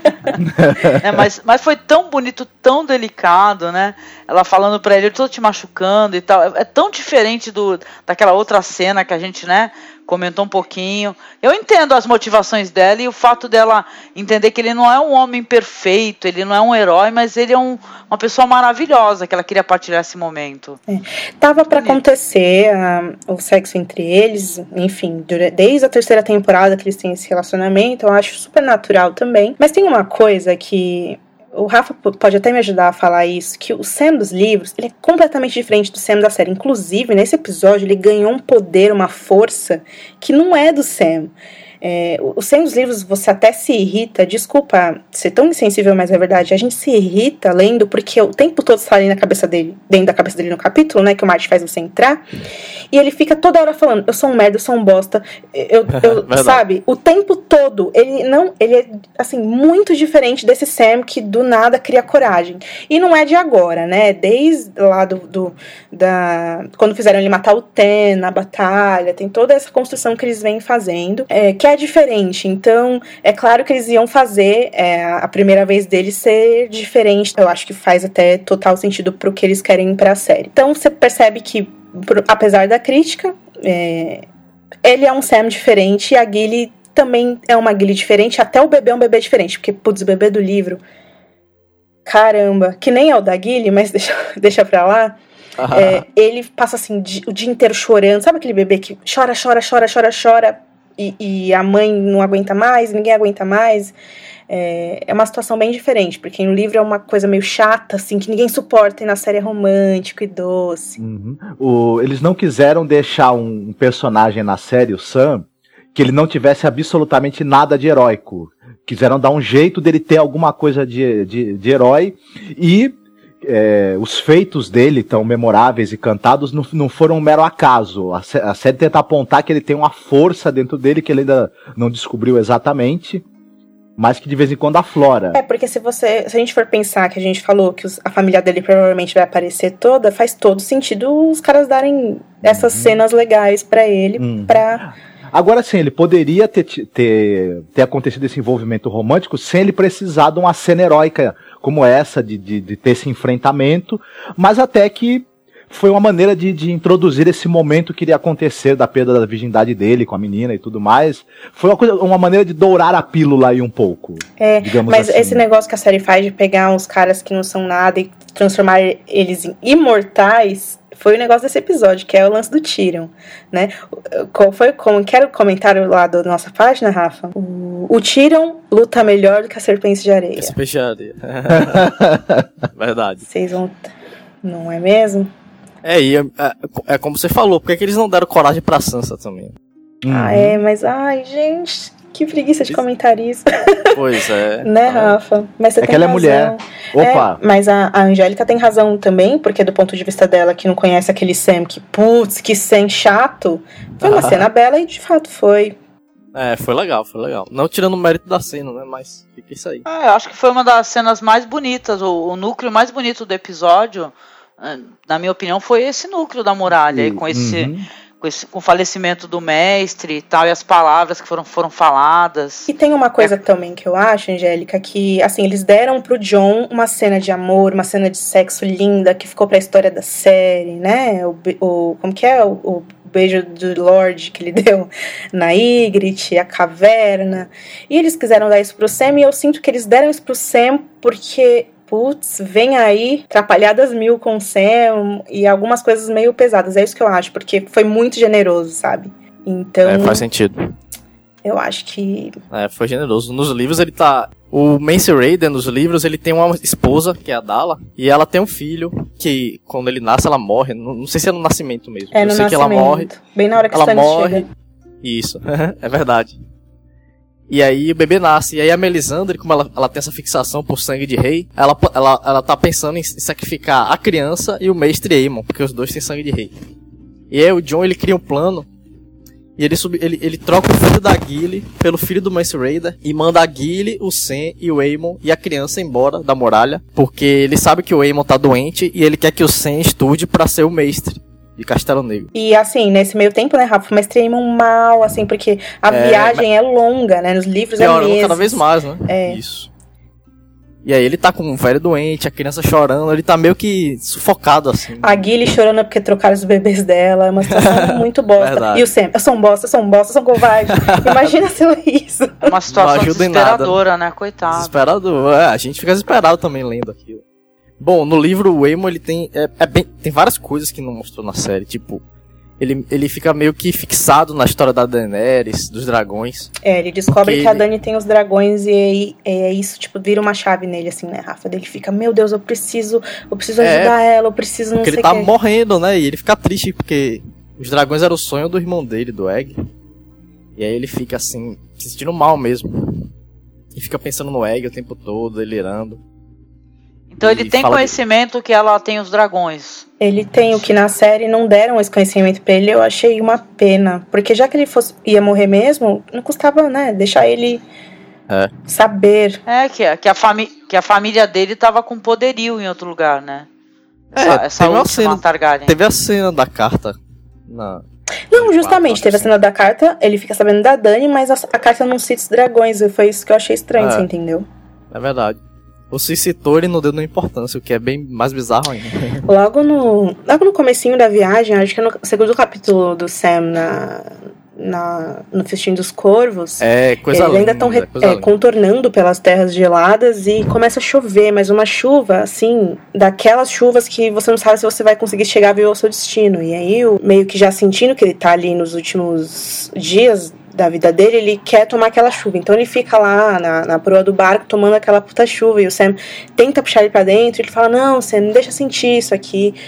my. é, mas, mas foi tão bonito, tão delicado, né? Ela falando pra ele, eu tô te machucando e tal. É, é tão diferente do, daquela outra cena que a gente, né, comentou um pouquinho. Eu entendo as motivações dela e o fato dela entender que ele não é um homem perfeito, ele não é um herói, mas ele é um, uma pessoa maravilhosa, que ela queria partilhar esse momento. É. Tava pra acontecer uh, o sexo entre eles, enfim, desde a terceira temporada que eles têm esse relacionamento, eu acho super natural também. Mas tem uma coisa que... o Rafa pode até me ajudar a falar isso, que o Sam dos livros, ele é completamente diferente do Sam da série. Inclusive, nesse episódio, ele ganhou um poder, uma força, que não é do Sam. É, o Sam dos livros, você até se irrita, desculpa ser tão insensível, mas é verdade, a gente se irrita lendo, porque o tempo todo está ali na cabeça dele, dentro da cabeça dele no capítulo, né, que o Martin faz você entrar, e ele fica toda hora falando, eu sou um merda, eu sou um bosta, eu, eu sabe, o tempo todo, ele não, ele é, assim, muito diferente desse Sam que do nada cria coragem, e não é de agora, né, desde lá do, do da, quando fizeram ele matar o Ten na batalha, tem toda essa construção que eles vêm fazendo, é, que é diferente. Então, é claro que eles iam fazer é, a primeira vez dele ser diferente. Eu acho que faz até total sentido pro que eles querem pra série. Então, você percebe que, por, apesar da crítica, é, ele é um Sam diferente e a Gilly também é uma Gilly diferente. Até o bebê é um bebê diferente, porque, putz, o bebê do livro, caramba, que nem é o da Gilly, mas deixa, deixa pra lá. Uhum. É, ele passa assim o dia inteiro chorando. Sabe aquele bebê que chora, chora, chora, chora, chora E, e a mãe não aguenta mais, ninguém aguenta mais? É, é uma situação bem diferente, porque no livro é uma coisa meio chata, assim, que ninguém suporta, e na série é romântico e doce. Uhum. O, eles não quiseram deixar um personagem na série, o Sam, que ele não tivesse absolutamente nada de heróico. quiseram dar um jeito dele ter alguma coisa de, de, de herói, e é, os feitos dele, tão memoráveis e cantados, não, não foram um mero acaso. A, a série tenta apontar que ele tem uma força dentro dele que ele ainda não descobriu exatamente, mas que de vez em quando aflora. É, porque se você, se a gente for pensar que a gente falou que os, a família dele provavelmente vai aparecer toda, faz todo sentido os caras darem essas uhum. cenas legais pra ele, uhum. pra... Agora sim, ele poderia ter, ter, ter acontecido esse envolvimento romântico sem ele precisar de uma cena heróica como essa, de, de, de ter esse enfrentamento, mas até que foi uma maneira de, de introduzir esse momento que iria acontecer da perda da virgindade dele com a menina e tudo mais. Foi uma, coisa, uma maneira de dourar a pílula aí um pouco. É, mas assim. Esse negócio que a série faz de pegar uns caras que não são nada e transformar eles em imortais... Foi o negócio desse episódio, que é o lance do Tyrion, né? Qual foi, como, quero comentário lá da nossa página, Rafa? O, o Tyrion luta melhor do que a serpente de areia. A serpente de areia. Verdade. Vocês vão... Não é mesmo? É, e é, é, é como você falou, por que eles não deram coragem pra Sansa também? Ah, uhum. é, mas... Ai, gente... Que preguiça de comentarista. Pois é. Né, Rafa? Mas você é tem que ela razão. é mulher. Opa! É, mas a, a Angélica tem razão também, porque do ponto de vista dela, que não conhece aquele Sam, que putz, que Sam chato, foi uma ah. cena bela e de fato foi. É, foi legal, foi legal. Não tirando o mérito da cena, né, mas fica isso aí. É, eu acho que foi uma das cenas mais bonitas, o, o núcleo mais bonito do episódio, na minha opinião, foi esse núcleo da muralha, e, com esse... Uhum. Com, esse, com o falecimento do mestre e tal, e as palavras que foram, foram faladas. E tem uma coisa é. também que eu acho, Angélica, que, assim, eles deram pro Jon uma cena de amor, uma cena de sexo linda, que ficou pra história da série, né? O, o, como que é? O, o beijo do Lorde que ele deu na Ygritte, a caverna. E eles quiseram dar isso pro Sam, e eu sinto que eles deram isso pro Sam porque... Putz, vem aí, atrapalhadas mil com o Sam e algumas coisas meio pesadas. É isso que eu acho, porque foi muito generoso, sabe? Então... É, faz sentido. Eu acho que... É, foi generoso. Nos livros ele tá... O Mance Rayder, nos livros, ele tem uma esposa, que é a Dalla, e ela tem um filho, que quando ele nasce, ela morre. Não, não sei se é no nascimento mesmo. É, no eu sei nascimento. Que ela morre. Bem na hora que ela Stannis morre. chega. Isso, é verdade. E aí o bebê nasce, e aí a Melisandre, como ela, ela tem essa fixação por sangue de rei, ela, ela, ela tá pensando em sacrificar a criança e o mestre Aemon, porque os dois têm sangue de rei. E aí o Jon, ele cria um plano, e ele, sub, ele, ele troca o filho da Gilly pelo filho do Mance Rayder, e manda a Gilly, o Sam e o Aemon e a criança embora da muralha, porque ele sabe que o Aemon tá doente, e ele quer que o Sam estude pra ser o mestre de Castelo Negro. E assim, nesse meio tempo, né, Rafa, mas Aemon mal, assim, porque a é, viagem mas... é longa, né, nos livros é meses. Cada vez mais, né? É. Isso. E aí ele tá com um velho doente, a criança chorando, ele tá meio que sufocado, assim. A Gilly chorando porque trocaram os bebês dela, é uma situação muito bosta. Verdade. E o Sam, eu sou um bosta, eu sou um bosta, eu sou um covarde. Imagina se eu isso. É uma situação desesperadora, né, coitado. Desesperador, é, a gente fica desesperado também lendo aquilo. Bom, no livro o Aemon, ele tem é, é bem, tem várias coisas que não mostrou na série, tipo, ele, ele fica meio que fixado na história da Daenerys, dos dragões. É, ele descobre que, que a ele... Dany tem os dragões e aí é isso, tipo, vira uma chave nele, assim, né, Rafa? Ele fica, meu Deus, eu preciso, eu preciso é, ajudar ela, eu preciso não sei o que. Porque ele tá morrendo, né, e ele fica triste porque os dragões eram o sonho do irmão dele, do Egg. E aí ele fica, assim, se sentindo mal mesmo. E fica pensando no Egg o tempo todo, delirando. Então ele tem conhecimento de... que ela tem os dragões. Ele tem, o que na série não deram esse conhecimento pra ele, eu achei uma pena. Porque já que ele fosse, ia morrer mesmo, não custava, né, deixar ele é. saber. É, que, que, a fami- que a família dele tava com poderio em outro lugar, né? Essa, é, essa teve, última a cena, Targaryen. teve a cena da carta na... Não, justamente, teve a cena da carta, ele fica sabendo da Dany, mas a, a carta não cita os dragões, e foi isso que eu achei estranho, é. Você entendeu? É verdade. O se citou, ele não deu nenhuma importância, o que é bem mais bizarro ainda. Logo no, logo no comecinho da viagem, acho que é no segundo capítulo do Sam na, na, no Festim dos Corvos, é, coisa eles ainda estão é, é, contornando pelas terras geladas e começa a chover, mas uma chuva, assim, daquelas chuvas que você não sabe se você vai conseguir chegar a ver o seu destino. E aí, meio que já sentindo que ele tá ali nos últimos dias da vida dele, ele quer tomar aquela chuva. Então ele fica lá na, na proa do barco tomando aquela puta chuva. E o Sam tenta puxar ele pra dentro. E ele fala, não, Sam, não deixa sentir isso aqui.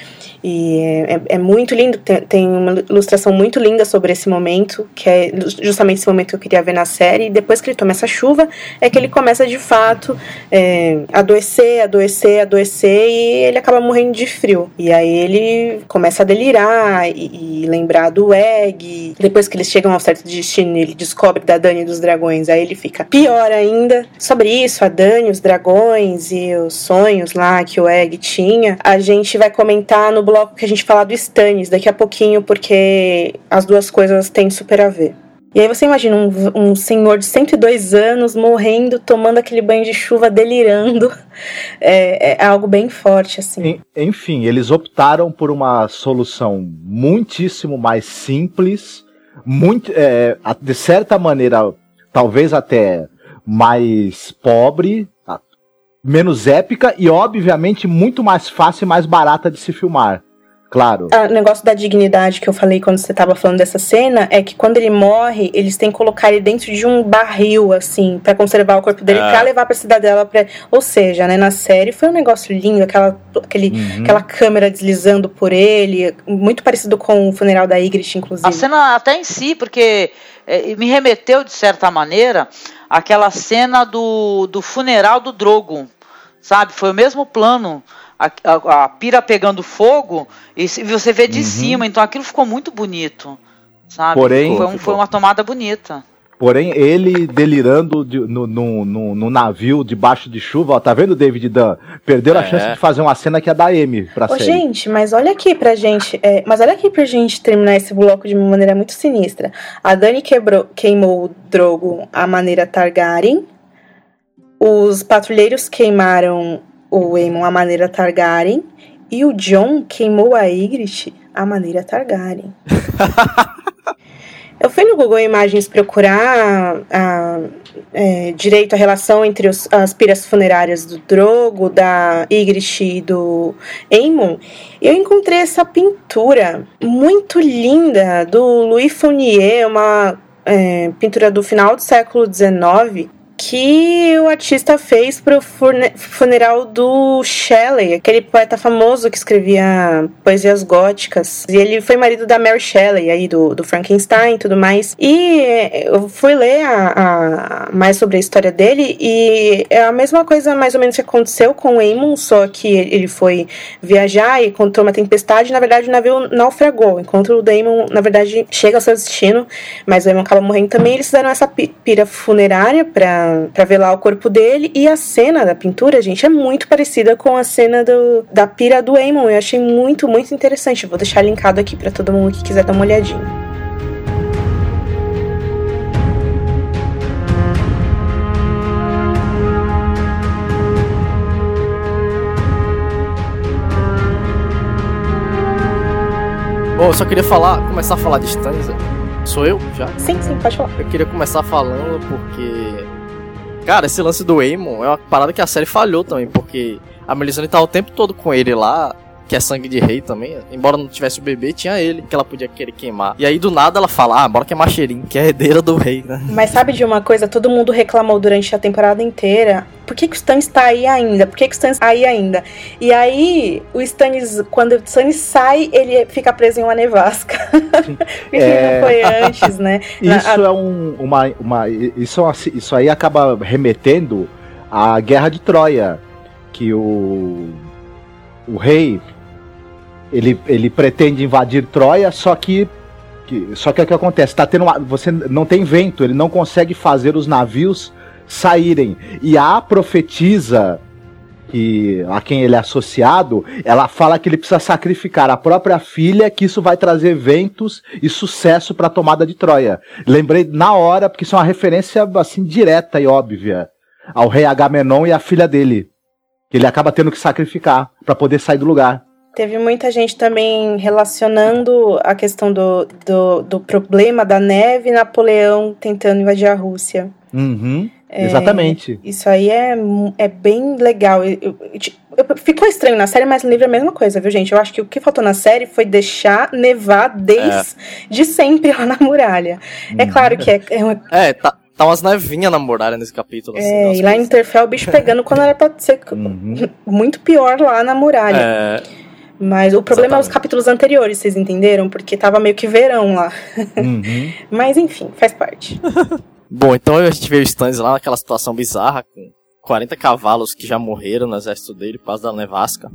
E é, é muito lindo, tem, tem uma ilustração muito linda sobre esse momento, que é justamente esse momento que eu queria ver na série. E depois que ele toma essa chuva, é que ele começa de fato é, adoecer, adoecer, adoecer, e ele acaba morrendo de frio. E aí ele começa a delirar e, e lembrar do Egg. Depois que eles chegam ao certo destino, ele descobre da Dany dos dragões, aí ele fica pior ainda. Sobre isso, a Dany, os dragões e os sonhos lá que o Egg tinha, a gente vai comentar no bloco que a gente falar do Stannis daqui a pouquinho, porque as duas coisas têm super a ver. E aí você imagina um, um senhor de cento e dois anos morrendo, tomando aquele banho de chuva, delirando. É, é algo bem forte, assim. Enfim, eles optaram por uma solução muitíssimo mais simples, muito, é, de certa maneira, talvez até mais pobre, menos épica e, obviamente, muito mais fácil e mais barata de se filmar. Claro. O negócio da dignidade que eu falei quando você tava falando dessa cena é que quando ele morre, eles têm que colocar ele dentro de um barril, assim, pra conservar o corpo dele, ah. pra levar pra cidadela. Pra... Ou seja, né, na série foi um negócio lindo, aquela, aquele, uhum. aquela câmera deslizando por ele, muito parecido com o funeral da Ygritte, inclusive. A cena até em si, porque é, me remeteu, de certa maneira, àquela cena do, do funeral do Drogon. Sabe, foi o mesmo plano, a, a, a pira pegando fogo e você vê de uhum. cima, então aquilo ficou muito bonito, sabe? Porém, foi, um, foi uma tomada bonita. Porém, ele delirando de, no, no, no, no navio debaixo de chuva, ó, tá vendo, David Dunn? Perderam é. a chance de fazer uma cena que ia dar M pra Ô, série. Gente, mas olha aqui pra gente, é, mas olha aqui pra gente terminar esse bloco de uma maneira muito sinistra. A Dany quebrou, queimou o Drogon à maneira Targaryen. Os patrulheiros queimaram o Aemon à maneira Targaryen e o Jon queimou a Ygritte à maneira Targaryen. Eu fui no Google Imagens procurar a, é, direito à relação entre os, as piras funerárias do Drogo, da Ygritte e do Aemon, e eu encontrei essa pintura muito linda do Louis Fournier, uma é, pintura do final do século dezenove, que o artista fez para o funeral do Shelley, aquele poeta famoso que escrevia poesias góticas. E ele foi marido da Mary Shelley, aí do, do Frankenstein e tudo mais. E eu fui ler a, a, mais sobre a história dele, e é a mesma coisa mais ou menos que aconteceu com o Aemon, só que ele foi viajar e encontrou uma tempestade, e na verdade o navio naufragou, enquanto o Daemon, na verdade, chega ao seu destino, mas o Aemon acaba morrendo também. Eles fizeram essa pira funerária para pra velar o corpo dele, e a cena da pintura, gente, é muito parecida com a cena do, da pira do Aemon. Eu achei muito, muito interessante. Eu vou deixar linkado aqui pra todo mundo que quiser dar uma olhadinha. Bom, eu só queria falar, começar a falar de Stannis. Sou eu já? Sim, sim, pode falar. Eu queria começar falando porque... Cara, esse lance do Aemon é uma parada que a série falhou também, porque a Melisandre tá o tempo todo com ele lá, que é sangue de rei também. Embora não tivesse o bebê, tinha ele, que ela podia querer queimar. E aí, do nada, ela fala, ah, bora queimar Cheirinho, que é a herdeira do rei, né? Mas sabe de uma coisa? Todo mundo reclamou durante a temporada inteira. Por que que o Stannis tá aí ainda? Por que que o Stannis tá aí ainda? E aí, o Stannis, quando o Stannis sai, ele fica preso em uma nevasca. Porque é... não foi antes, né? Isso a... é um, uma... uma isso, isso aí acaba remetendo à Guerra de Troia, que o... o rei... Ele, ele pretende invadir Troia, só que, que só que o que acontece? Tá tendo uma, você não tem vento, ele não consegue fazer os navios saírem. E a profetisa, que, a quem ele é associado, ela fala que ele precisa sacrificar a própria filha, que isso vai trazer ventos e sucesso para a tomada de Troia. Lembrei na hora, porque isso é uma referência assim direta e óbvia ao rei Agamenon e à filha dele, que ele acaba tendo que sacrificar para poder sair do lugar. Teve muita gente também relacionando a questão do, do, do problema da neve e Napoleão tentando invadir a Rússia. Uhum, é, exatamente. Isso aí é, é bem legal. Eu, eu, eu, ficou estranho na série, mas no livro é a mesma coisa, viu, gente? Eu acho que o que faltou na série foi deixar nevar desde é. de sempre lá na muralha. Uhum. É claro que é... É, uma... é tá... Tá umas nevinhas na muralha nesse capítulo. Assim, é, e lá em Interfell o bicho pegando quando era pra ser uhum. muito pior lá na muralha. É... Mas o problema Exatamente. é os capítulos anteriores, vocês entenderam? Porque tava meio que verão lá. Uhum. Mas enfim, faz parte. Bom, então a gente vê o Stannis lá naquela situação bizarra, com quarenta cavalos que já morreram no exército dele por causa da nevasca.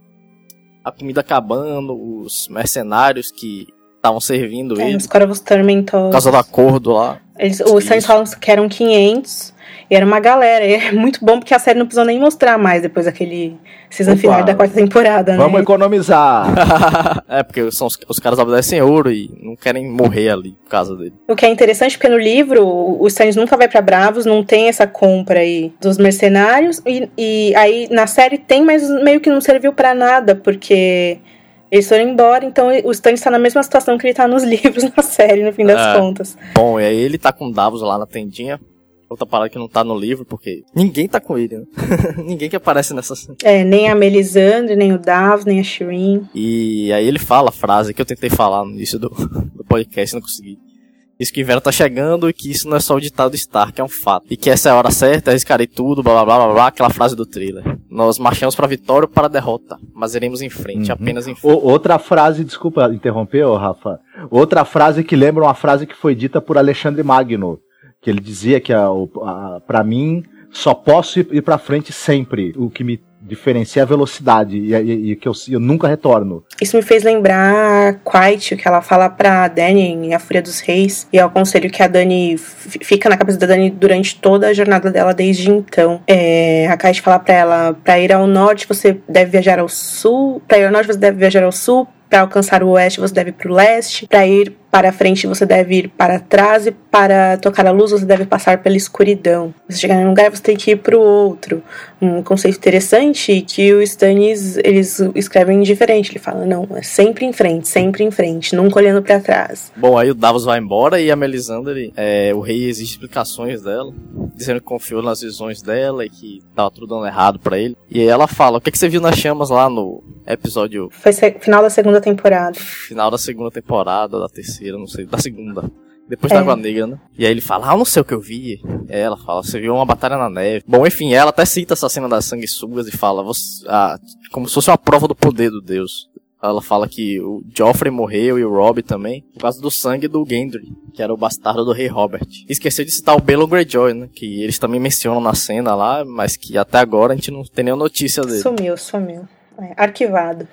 A comida acabando, os mercenários que estavam servindo É, ele, os Corvos Tormentosos. por causa do acordo lá. Eles, o Stannis Isso. falam que eram quinhentos, e era uma galera. E é muito bom porque a série não precisou nem mostrar mais depois daquele season Opa. final da quarta temporada, Vamos né? economizar. É, porque são os, os caras obedecem ouro e não querem morrer ali por causa dele. O que é interessante porque no livro o Stannis nunca vai pra Bravos, não tem essa compra aí dos mercenários, e, e aí na série tem, mas meio que não serviu pra nada, porque eles foram embora, então o Stannis tá na mesma situação que ele tá nos livros na série, no fim das É. contas. Bom, e aí ele tá com Davos lá na tendinha. Outra parada que não tá no livro, porque ninguém tá com ele, né? Ninguém que aparece nessa cena. É, nem a Melisandre, nem o Davos, nem a Shireen. E aí ele fala a frase que eu tentei falar no início do, do podcast, não consegui. Diz que o inverno tá chegando e que isso não é só o ditado Stark, é um fato. E que essa é a hora certa, arriscarei tudo, blá blá blá blá blá, aquela frase do thriller. Nós marchamos pra vitória ou para a derrota, mas iremos em frente, Uhum. apenas em frente. O- outra frase, desculpa interromper, ô, Rafa. Outra frase que lembra uma frase que foi dita por Alexandre Magno, que ele dizia que a, o- a, pra mim só posso ir, ir pra frente sempre. O que me diferencia é a velocidade e, e- e que eu, eu nunca retorno. Isso me fez lembrar Quiet, que ela fala pra Dany em A Fúria dos Reis, e é o conselho que a Dany f- fica na cabeça da Dany durante toda a jornada dela desde então. É, a Quiet fala pra ela, pra ir ao norte você deve viajar ao sul, pra ir ao norte você deve viajar ao sul, pra alcançar o oeste você deve ir pro leste, pra ir para frente você deve ir para trás, e para tocar a luz você deve passar pela escuridão. Você chegar em um lugar você tem que ir pro outro. Um conceito interessante que o Stannis, eles escrevem diferente. Ele fala, não, é sempre em frente, sempre em frente, nunca olhando pra trás. Bom, aí o Davos vai embora e a Melisandre, é, o rei exige explicações dela, dizendo que confiou nas visões dela e que tava tudo dando errado pra ele. E aí ela fala, o que, que você viu nas chamas lá no episódio Foi se- final da segunda temporada. final da segunda temporada, da terceira, não sei, da segunda. Depois É. da Água Negra, né? E aí ele fala, ah, eu não sei o que eu vi. E aí ela fala, você viu uma batalha na neve. Bom, enfim, ela até cita essa cena das sanguessugas e fala, você, ah, como se fosse uma prova do poder do Deus. Ela fala que o Joffrey morreu e o Robb também, por causa do sangue do Gendry, que era o bastardo do rei Robert. Esqueceu de citar o Balon Greyjoy, né? Que eles também mencionam na cena lá, mas que até agora a gente não tem nenhuma notícia dele. Sumiu, sumiu. É, arquivado.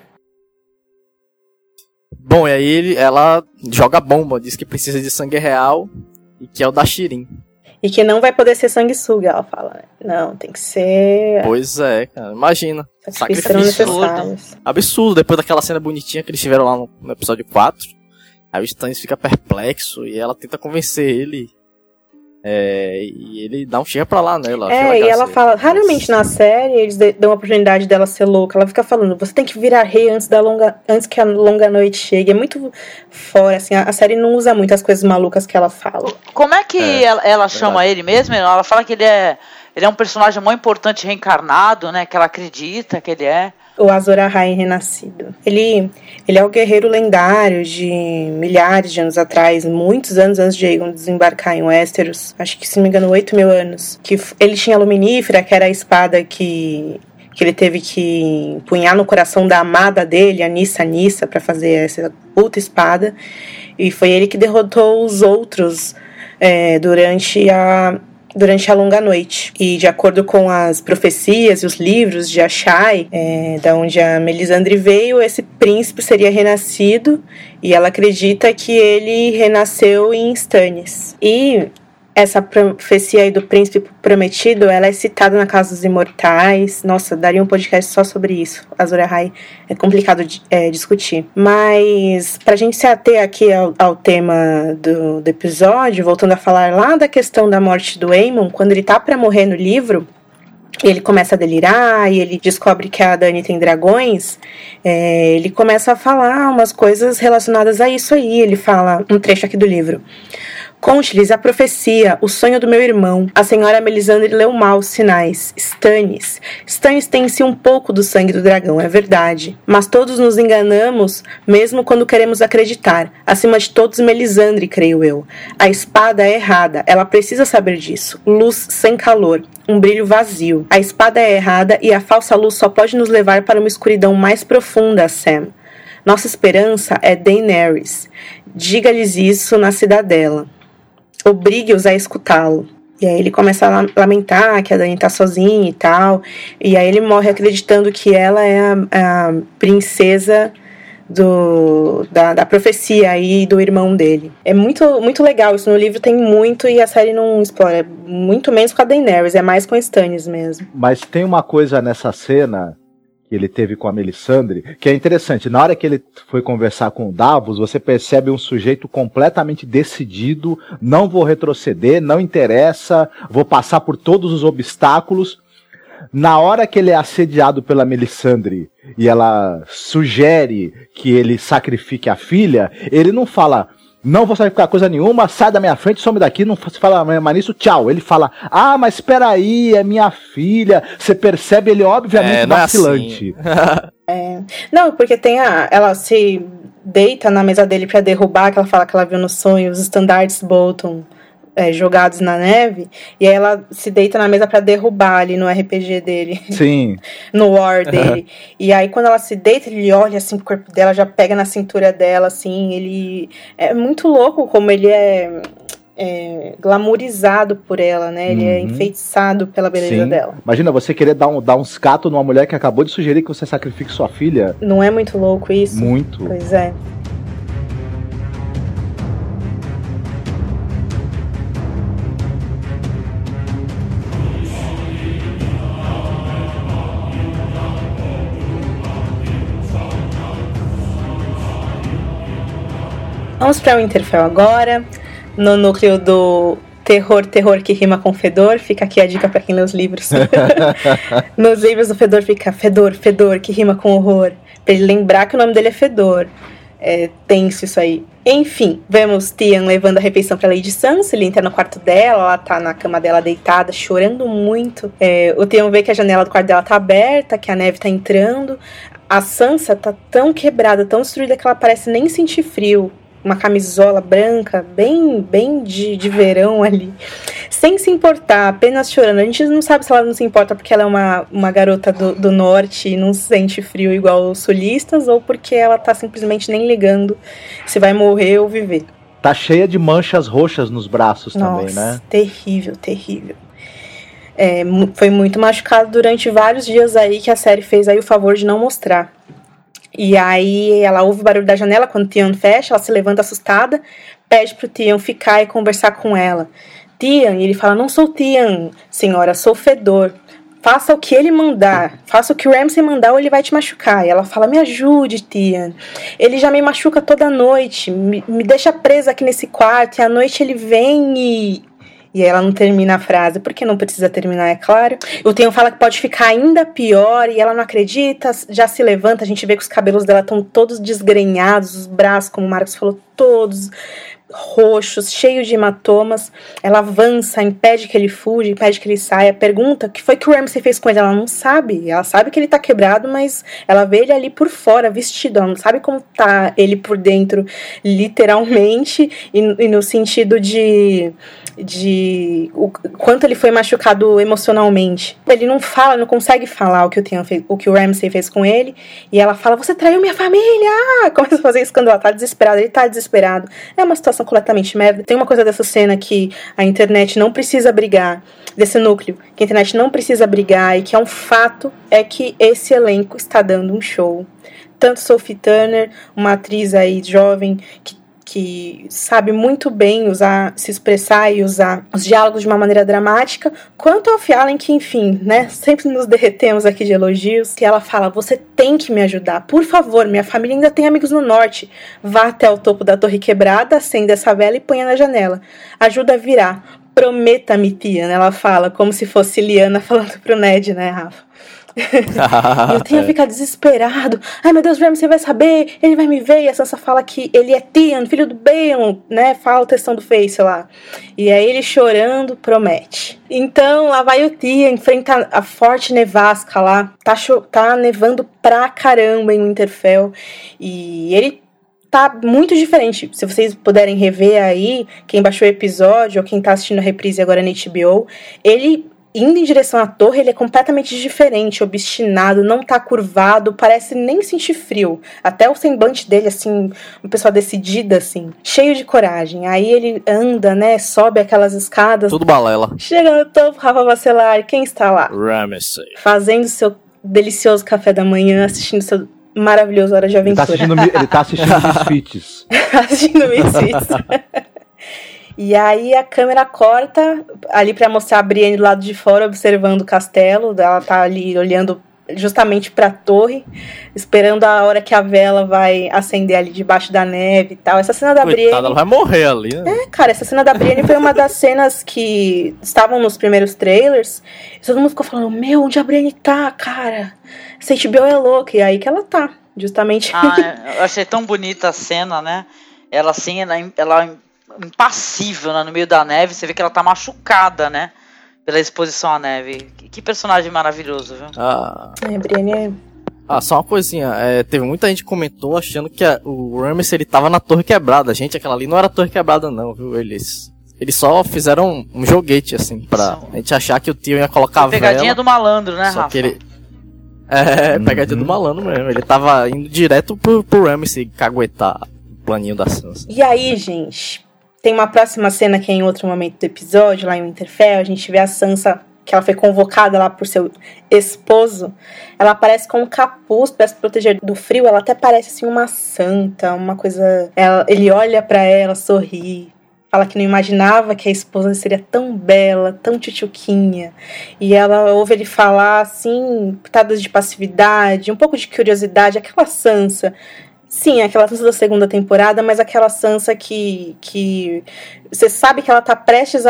Bom, e aí ele, ela joga bomba, diz que precisa de sangue real e que é o da Shireen. E que não vai poder ser sanguessuga, ela fala. Não, tem que ser... Pois é, cara, imagina. Sacrifícios serão Sacrifício. necessários. Absurdo, depois daquela cena bonitinha que eles tiveram lá no, no episódio quatro. Aí o Stannis fica perplexo e ela tenta convencer ele. É, e ele dá um chega pra lá nela. É, e ela fala, raramente na série eles de- dão a oportunidade dela ser louca. Ela fica falando, você tem que virar rei antes, da longa, antes que a longa noite chegue. É muito fora, assim, a, a série não usa muito as coisas malucas que ela fala. Como é que É, ela, ela chama ele mesmo? Ela fala que ele é, ele é um personagem muito importante reencarnado, né? Que ela acredita que ele é. O Azor Ahai renascido. Ele, ele é o guerreiro lendário de milhares de anos atrás, muitos anos antes de Aegon desembarcar em Westeros. Acho que, se não me engano, oito mil anos. Que f- ele tinha a Luminífera, que era a espada que, que ele teve que punhar no coração da amada dele, a Nissa Nissa, para fazer essa puta espada. E foi ele que derrotou os outros é, durante a... durante a longa noite. E de acordo com as profecias e os livros de Ashai, é, da onde a Melisandre veio, esse príncipe seria renascido, e ela acredita que ele renasceu em Stannis. E essa profecia aí do príncipe prometido, ela é citada na Casa dos Imortais. Nossa, daria um podcast só sobre isso. Azor Ahai é complicado de é, discutir. Mas, pra gente se ater aqui ao, ao tema do, do episódio, voltando a falar lá da questão da morte do Aemon, quando ele tá pra morrer no livro, ele começa a delirar e ele descobre que a Dany tem dragões, é, ele começa a falar umas coisas relacionadas a isso aí. Ele fala um trecho aqui do livro. Conte-lhes a profecia, o sonho do meu irmão. A senhora Melisandre leu mal os sinais. Stannis. Stannis tem em si um pouco do sangue do dragão, é verdade. Mas todos nos enganamos, mesmo quando queremos acreditar. Acima de todos, Melisandre, creio eu. A espada é errada, ela precisa saber disso. Luz sem calor. Um brilho vazio. A espada é errada e a falsa luz só pode nos levar para uma escuridão mais profunda, Sam. Nossa esperança é Daenerys. Diga-lhes isso na cidadela. Obrigue-os a escutá-lo. E aí ele começa a lamentar que a Dany tá sozinha e tal. E aí ele morre acreditando que ela é a, a princesa do, da, da profecia aí do irmão dele. É muito, muito legal isso. No livro tem muito e a série não explora. Muito menos com a Daenerys, é mais com a Stannis mesmo. Mas tem uma coisa nessa cena que ele teve com a Melisandre, que é interessante. Na hora que ele foi conversar com o Davos, você percebe um sujeito completamente decidido, não vou retroceder, não interessa, vou passar por todos os obstáculos. Na hora que ele é assediado pela Melisandre e ela sugere que ele sacrifique a filha, ele não fala... Não vou sacrificar coisa nenhuma, sai da minha frente, some daqui, não se fala mais nisso, tchau. Ele fala, ah, mas espera aí, é minha filha. Você percebe ele, obviamente, é, vacilante. Não, é assim. é. Não, porque tem a... Ela se deita na mesa dele pra derrubar, que ela fala que ela viu no sonho, os estandartes Bolton é, jogados na neve, e aí ela se deita na mesa pra derrubar ali no R P G dele. Sim. No War dele. E aí quando ela se deita, ele olha assim pro corpo dela, já pega na cintura dela, assim, ele... É muito louco como ele é... É, glamourizado por ela, né? Ele uhum. é enfeitiçado pela beleza Sim. dela. Imagina você querer dar, um, dar uns catos numa mulher que acabou de sugerir que você sacrifique sua filha. Não é muito louco isso? Muito. Pois é. Vamos para o Winterfell agora, no núcleo do terror, terror que rima com fedor. Fica aqui a dica para quem lê os livros. Nos livros do Fedor fica fedor, fedor, que rima com horror. Para ele lembrar que o nome dele é Fedor. É tenso isso aí. Enfim, vemos Theon levando a refeição para Lady Sansa. Ele entra no quarto dela, ela tá na cama dela deitada, chorando muito. É, o Theon vê que a janela do quarto dela tá aberta, que a neve tá entrando. A Sansa tá tão quebrada, tão destruída que ela parece nem sentir frio. Uma camisola branca, bem, bem de, de verão ali, sem se importar, apenas chorando. A gente não sabe se ela não se importa porque ela é uma, uma garota do, do norte e não sente frio igual os sulistas, ou porque ela tá simplesmente nem ligando se vai morrer ou viver. Tá cheia de manchas roxas nos braços. Nossa, também, né? Terrível, terrível. É, foi muito machucado durante vários dias aí que a série fez aí o favor de não mostrar. E aí ela ouve o barulho da janela quando o Theon fecha, ela se levanta assustada, pede pro Theon ficar e conversar com ela. Theon, e ele fala, não sou Theon, senhora, sou Fedor. Faça o que ele mandar, faça o que o Ramsay mandar ou ele vai te machucar. E ela fala, me ajude, Theon. Ele já me machuca toda noite, me, me deixa presa aqui nesse quarto e à noite ele vem e... E aí ela não termina a frase, porque não precisa terminar, é claro. O Theon fala que pode ficar ainda pior, e ela não acredita, já se levanta, a gente vê que os cabelos dela estão todos desgrenhados, os braços, como o Marcos falou, todos roxos, cheios de hematomas. Ela avança, impede que ele fuja, impede que ele saia, pergunta o que foi que o Ramsay fez com ele. Ela não sabe, ela sabe que ele tá quebrado, mas ela vê ele ali por fora, vestido, ela não sabe como tá ele por dentro, literalmente, e, e no sentido de... de o quanto ele foi machucado emocionalmente. Ele não fala, não consegue falar o que o Theon fez, o que o Ramsay fez com ele, e ela fala, você traiu minha família! Começa a fazer escândalo, ela tá desesperada, ele tá desesperado. É uma situação completamente merda. Tem uma coisa dessa cena que a internet não precisa brigar, desse núcleo, que a internet não precisa brigar, e que é um fato, é que esse elenco está dando um show. Tanto Sophie Turner, uma atriz aí jovem, que que sabe muito bem usar, se expressar e usar os diálogos de uma maneira dramática, quanto ao Alfie Allen, que, enfim, né, sempre nos derretemos aqui de elogios, que ela fala, você tem que me ajudar, por favor, minha família ainda tem amigos no norte, vá até o topo da torre quebrada, acenda essa vela e ponha na janela, ajuda a virar, prometa-me, Theon, ela fala, como se fosse Lyanna falando pro Ned, né, Rafa? E o Theon fica desesperado. Ai, meu Deus, Ramsay vai saber, ele vai me ver. E a Sansa fala que ele é Theon, filho do Baelon, né? Fala o textão do Face lá. E aí ele chorando promete. Então lá vai o Theon, enfrenta a forte nevasca lá. Tá, cho- tá nevando pra caramba em Winterfell. E ele tá muito diferente. Se vocês puderem rever aí, quem baixou o episódio ou quem tá assistindo a reprise agora na H B O, ele indo em direção à torre, ele é completamente diferente, obstinado, não tá curvado, parece nem sentir frio. Até o semblante dele, assim, uma pessoa decidida, assim, cheio de coragem. Aí ele anda, né, sobe aquelas escadas. Tudo balela. Chega no topo, Rafa Bacelar, quem está lá? Ramsay. Fazendo seu delicioso café da manhã, assistindo seu maravilhoso Hora de Ele tá Aventura. assistindo, mi- ele tá assistindo Misfits. assistindo Misfits. E aí a câmera corta ali pra mostrar a Brienne do lado de fora, observando o castelo. Ela tá ali olhando justamente pra torre, esperando a hora que a vela vai acender ali debaixo da neve e tal. Essa cena da Coitada, Brienne... ela vai morrer ali, né? É, cara, essa cena da Brienne foi uma das cenas que estavam nos primeiros trailers. E todo mundo ficou falando, meu, onde a Brienne tá, cara? Essa H B O é louca. E aí que ela tá, justamente. Ah, eu achei tão bonita a cena, né? Ela assim, ela, ela impassível, né? No meio da neve. Você vê que ela tá machucada, né? Pela exposição à neve. Que, que personagem maravilhoso, viu? Ah, É, a Brienne é... ah, só uma coisinha. É, teve muita gente que comentou achando que a- o Ramsay ele tava na torre quebrada. Gente, aquela ali não era torre quebrada não, viu? Eles, eles só fizeram um joguete, assim, pra Isso. a gente achar que o tio ia colocar a vela. Pegadinha do malandro, né, Só Rafa? que ele... É, Uhum. pegadinha do malandro mesmo. Ele tava indo direto pro, pro Ramsay caguetar o planinho da Sansa. E aí, gente, tem uma próxima cena que é em outro momento do episódio, lá em Winterfell, a gente vê a Sansa, que ela foi convocada lá por seu esposo. Ela aparece com um capuz pra se proteger do frio, ela até parece assim uma santa, uma coisa... Ela, ele olha pra ela, sorri, fala que não imaginava que a esposa seria tão bela, tão tchutchuquinha. E ela ouve ele falar assim, pitadas de passividade, um pouco de curiosidade, aquela Sansa... Sim, aquela Sansa da segunda temporada, mas aquela Sansa que, que você sabe que ela tá prestes a,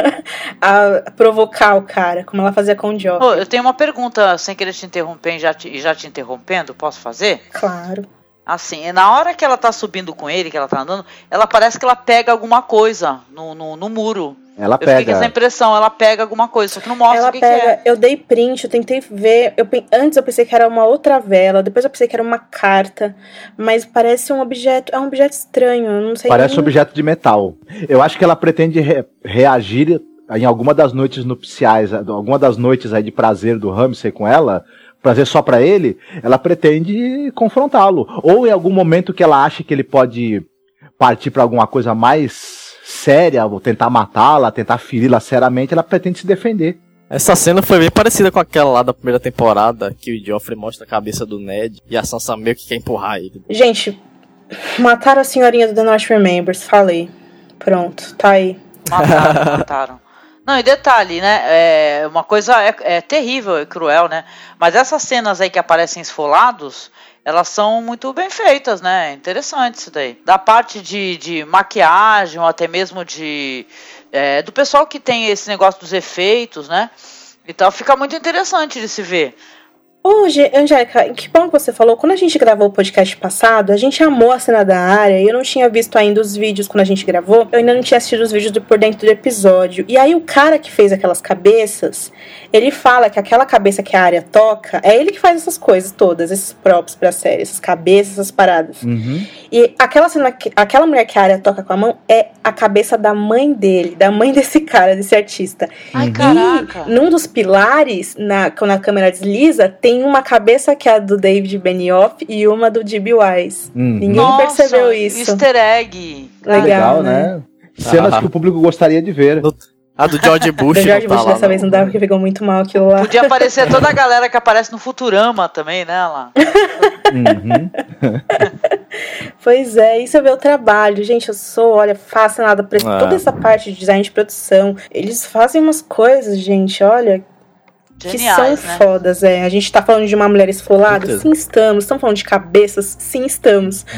a provocar o cara, como ela fazia com o Joffrey. Ô, eu tenho uma pergunta, sem querer te interromper e já te, e já te interrompendo, posso fazer? Claro. Assim, na hora que ela tá subindo com ele, que ela tá andando, ela parece que ela pega alguma coisa no, no, no muro. Ela Eu fiquei com essa pega. impressão, ela pega alguma coisa, só que não mostra Ela o que, pega, que é. eu dei print, eu tentei ver, eu, pe- antes eu pensei que era uma outra vela, depois eu pensei que era uma carta, mas parece um objeto, é um objeto estranho, eu não sei Parece um nem... objeto de metal. Eu acho que ela pretende re- reagir em alguma das noites nupciais, alguma das noites aí de prazer do Ramsay com ela, prazer só pra ele, ela pretende confrontá-lo. Ou em algum momento que ela acha que ele pode partir pra alguma coisa mais séria, ou tentar matá-la, tentar feri-la seriamente, ela pretende se defender. Essa cena foi bem parecida com aquela lá da primeira temporada, que o Joffrey mostra a cabeça do Ned e a Sansa meio que quer empurrar ele. Gente, mataram a senhorinha do The North Remembers, falei. Pronto, tá aí. Mataram, mataram. Não, e detalhe, né? É, uma coisa é, é terrível, é cruel, né? Mas essas cenas aí que aparecem esfolados, elas são muito bem feitas, né? Interessante isso daí. Da parte de, de maquiagem, ou até mesmo de é, do pessoal que tem esse negócio dos efeitos, né? Então fica muito interessante de se ver. Ô, Ge- Angélica, que bom que você falou. Quando a gente gravou o podcast passado, a gente amou a cena da área. E eu não tinha visto ainda os vídeos quando a gente gravou. Eu ainda não tinha assistido os vídeos do por dentro do episódio. E aí o cara que fez aquelas cabeças, ele fala que aquela cabeça que a área toca, é ele que faz essas coisas todas, esses props pra série, essas cabeças, essas paradas. Uhum. E aquela cena, que- aquela mulher que a área toca com a mão é a cabeça da mãe dele, da mãe desse cara, desse artista. Ai, caraca. E num dos pilares, na, quando a câmera desliza, tem uma cabeça que é a do David Benioff e uma do D B. Wise. Uhum. Ninguém Nossa, percebeu isso. Easter egg. Legal, Legal, né? né? Cenas Ah. que o público gostaria de ver. No- A do George Bush Do George não tá Bush lá, dessa vez não dava, porque pegou muito mal aquilo lá. Podia aparecer toda a galera que aparece no Futurama também, né, lá. Uhum. Pois é, isso é ver o trabalho. Gente, eu sou, olha, fascinada por esse- É. toda essa parte de design de produção. Eles fazem umas coisas, gente, olha, que Geniais, são né? fodas, é. A gente tá falando de uma mulher esfolada? Certeza. Sim, estamos. Estamos falando de cabeças? Sim, estamos.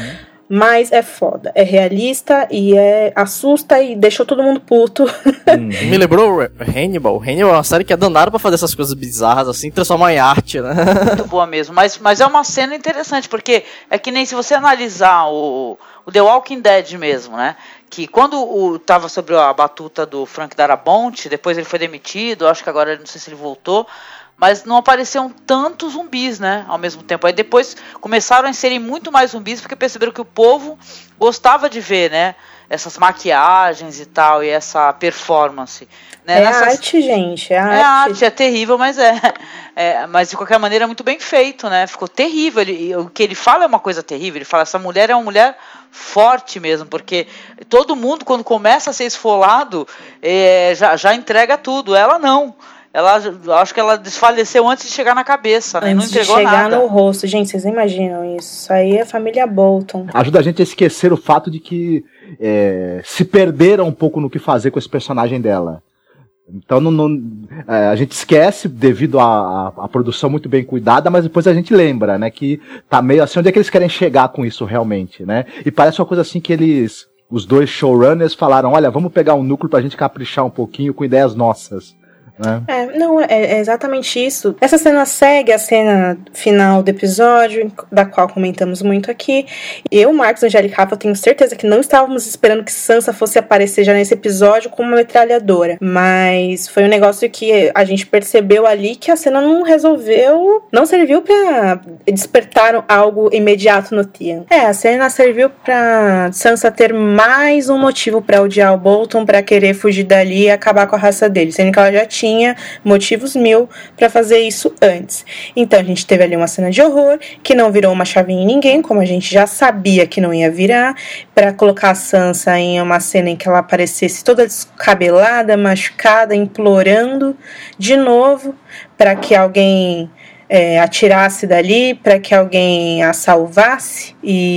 mas é foda. É realista e é assusta e deixou todo mundo puto. Hum. Me lembrou Hannibal. Hannibal é uma série que é danada pra fazer essas coisas bizarras assim, transformar em arte, né? Muito boa mesmo, mas, mas é uma cena interessante, porque é que nem se você analisar o, o The Walking Dead mesmo, né? Que quando o, tava sobre a batuta do Frank Darabont, depois ele foi demitido, acho que agora não sei se ele voltou, mas não apareceram tantos zumbis, né, ao mesmo tempo. Aí depois começaram a inserir muito mais zumbis, porque perceberam que o povo gostava de ver, né, essas maquiagens e tal, e essa performance. Né? É Nessas... arte, gente, é arte. É arte, é terrível, mas é, é. Mas de qualquer maneira é muito bem feito, né, ficou terrível. Ele, o que ele fala é uma coisa terrível, ele fala, essa mulher é uma mulher forte mesmo, porque todo mundo, quando começa a ser esfolado, é, já, já entrega tudo, ela não. Ela, acho que ela desfaleceu antes de chegar na cabeça, né? Antes Não entregou de chegar nada. no rosto. Gente, vocês imaginam isso? Isso aí é a família Bolton. Ajuda a gente a esquecer o fato de que é, se perderam um pouco no que fazer com esse personagem dela. Então não, não, é, a gente esquece devido à produção muito bem cuidada, mas depois a gente lembra, né? Que tá meio assim, onde é que eles querem chegar com isso realmente, né? E parece uma coisa assim que eles, os dois showrunners falaram, olha, vamos pegar um núcleo pra gente caprichar um pouquinho com ideias nossas. É, não, é, é exatamente isso. Essa cena segue a cena final do episódio, da qual comentamos muito aqui. Eu, Marcos, Angélica e Rafa, tenho certeza que não estávamos esperando que Sansa fosse aparecer já nesse episódio como uma metralhadora. Mas foi um negócio que a gente percebeu ali que a cena não resolveu, não serviu pra despertar algo imediato no Theon. É, a cena serviu pra Sansa ter mais um motivo pra odiar o Bolton, pra querer fugir dali e acabar com a raça dele, sendo que ela já tinha tinha motivos mil pra fazer isso antes. Então a gente teve ali uma cena de horror que não virou uma chavinha em ninguém, como a gente já sabia que não ia virar, pra colocar a Sansa em uma cena em que ela aparecesse toda descabelada, machucada, implorando de novo pra que alguém É, atirasse dali, para que alguém a salvasse.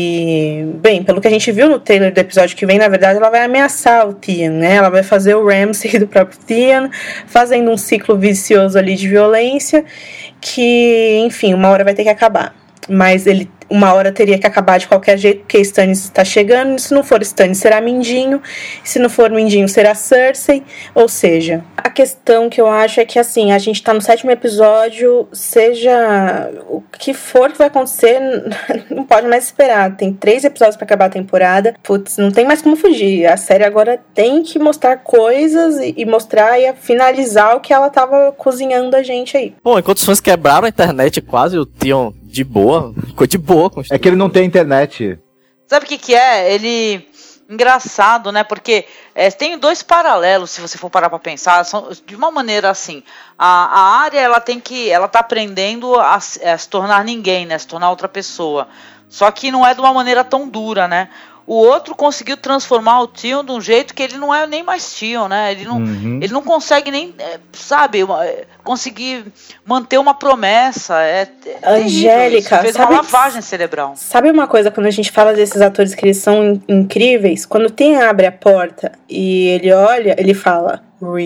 E, bem, pelo que a gente viu no trailer do episódio que vem, na verdade ela vai ameaçar o Theon, né? Ela vai fazer o Ramsay do próprio Theon, fazendo um ciclo vicioso ali de violência que, enfim, uma hora vai ter que acabar. Mas ele, uma hora teria que acabar de qualquer jeito, porque Stannis está chegando, e se não for Stannis será Mindinho, e se não for Mindinho será Cersei, ou seja, a questão que eu acho é que assim, a gente tá no sétimo episódio, seja o que for que vai acontecer, não pode mais esperar, tem três episódios para acabar a temporada, putz, não tem mais como fugir, a série agora tem que mostrar coisas e, e mostrar e finalizar o que ela tava cozinhando a gente aí. Bom, enquanto os fãs quebraram a internet quase, o Theon de boa, ficou de boa. É que ele não tem internet. Sabe o que que é? Ele... Engraçado, né? Porque é, tem dois paralelos, se você for parar pra pensar. São, de uma maneira assim, a, a área, ela tem que... Ela tá aprendendo a, a se tornar ninguém, né? Se tornar outra pessoa. Só que não é de uma maneira tão dura, né? O outro conseguiu transformar o Theon de um jeito que ele não é nem mais Theon, né? Ele não, uhum. ele não consegue nem, é, sabe, é, conseguir manter uma promessa. É, é Angélica, fez sabe, uma lavagem cerebral. Sabe uma coisa, quando a gente fala desses atores que eles são incríveis, quando o Theon abre a porta e ele olha, ele fala,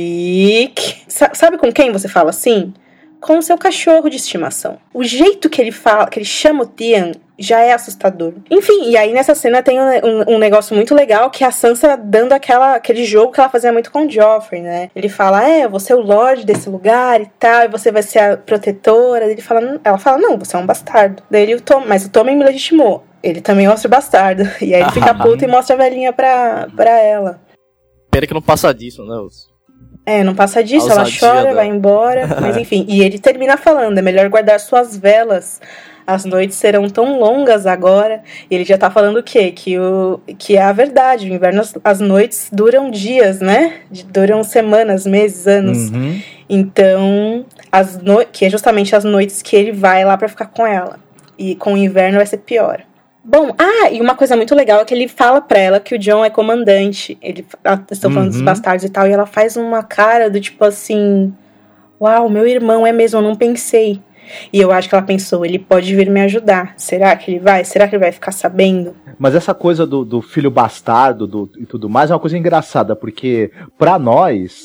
Rick. Sabe com quem você fala assim? Com o seu cachorro de estimação. O jeito que ele fala, que ele chama o Theon, já é assustador. Enfim, e aí nessa cena tem um, um, um negócio muito legal, que é a Sansa dando aquela, aquele jogo que ela fazia muito com o Joffrey, né? Ele fala, é, você é o Lorde desse lugar e tal, e você vai ser a protetora. Ele fala, ela fala, não, você é um bastardo. Daí ele, o Tom, mas o Tommen me legitimou. Ele também mostra o bastardo. E aí ele fica puto e mostra a velhinha pra, pra ela. Pena que não passa disso, né? Os... É, não passa disso, ela chora, vai embora, mas enfim. E ele termina falando, é melhor guardar suas velas, as noites serão tão longas agora. E ele já tá falando o quê? Que, o, que é a verdade, o inverno, as, as noites duram dias, né? Duram semanas, meses, anos. Uhum. Então, as no... que é justamente as noites que ele vai lá pra ficar com ela. E com o inverno vai ser pior. Bom, ah, e uma coisa muito legal é que ele fala pra ela que o Jon é comandante. Ele, estão falando uhum. dos bastardos e tal, e ela faz uma cara do tipo assim, uau, meu irmão é mesmo, eu não pensei. E eu acho que ela pensou, ele pode vir me ajudar. Será que ele vai? Será que ele vai ficar sabendo? Mas essa coisa do, do filho bastardo do, e tudo mais é uma coisa engraçada, porque pra nós,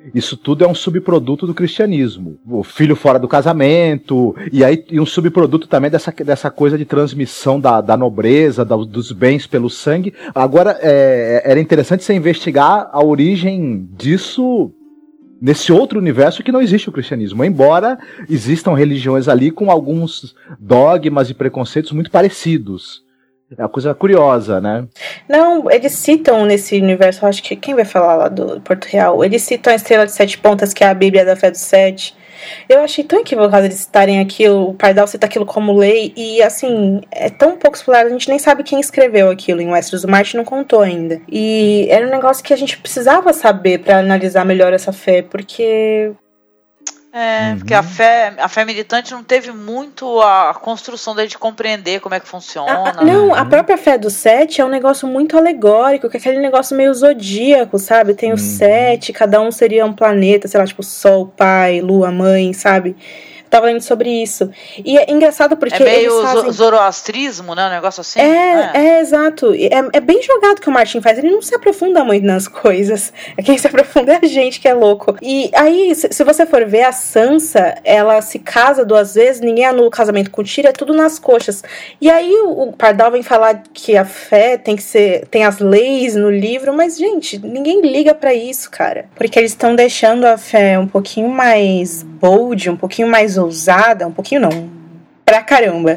isso tudo é um subproduto do cristianismo. O filho fora do casamento, e aí e um subproduto também dessa, dessa coisa de transmissão da, da nobreza, da, dos bens pelo sangue. Agora, é, era interessante você investigar a origem disso nesse outro universo que não existe o cristianismo, embora existam religiões ali com alguns dogmas e preconceitos muito parecidos. É uma coisa curiosa, né? Não, eles citam nesse universo, acho que quem vai falar lá do Porto Real, eles citam a estrela de sete pontas, que é a Bíblia da Fé dos Sete. Eu achei tão equivocado eles citarem aquilo, o Pardal cita aquilo como lei, e assim, é tão pouco explorado, a gente nem sabe quem escreveu aquilo em Westeros, o Martin não contou ainda. E era um negócio que a gente precisava saber pra analisar melhor essa fé, porque... É, Uhum. porque a fé, a fé militante não teve muito a, a construção da gente compreender como é que funciona. A, a, não, a própria fé do sete é um negócio muito alegórico, que é aquele negócio meio zodíaco, sabe? Tem os Uhum. sete, cada um seria um planeta, sei lá, tipo Sol, Pai, Lua, Mãe, sabe? Eu tava lendo sobre isso. E é engraçado porque É meio eles fazem... zo- zoroastrismo, né? Um negócio assim. É, né? é, exato. É, é bem jogado que o Martin faz. Ele não se aprofunda muito nas coisas. É quem se aprofunda é a gente que é louco. E aí, se, se você for ver, a Sansa, ela se casa duas vezes, ninguém anula o casamento com o Tyrion, é tudo nas coxas. E aí o, o Pardal vem falar que a fé tem que ser... Tem as leis no livro, mas, gente, ninguém liga pra isso, cara. Porque eles estão deixando a fé um pouquinho mais bold, um pouquinho mais ousada, um pouquinho não, pra caramba.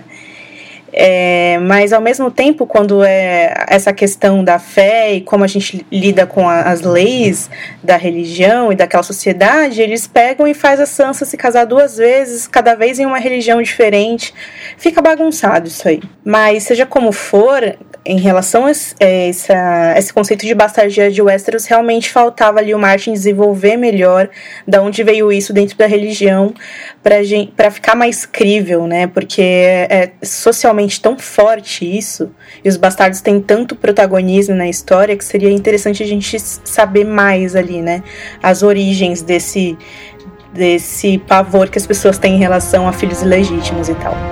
É, mas ao mesmo tempo, quando é essa questão da fé e como a gente lida com a, as leis da religião e daquela sociedade, eles pegam e faz a Sansa se casar duas vezes, cada vez em uma religião diferente. Fica bagunçado isso aí. Mas seja como for, em relação a esse, a esse conceito de bastardia de Westeros, realmente faltava ali o Martin desenvolver melhor da onde veio isso dentro da religião para ficar mais crível, né? Porque é socialmente tão forte isso, e os bastardos têm tanto protagonismo na história, que seria interessante a gente saber mais ali, né? As origens desse, desse pavor que as pessoas têm em relação a filhos ilegítimos e tal.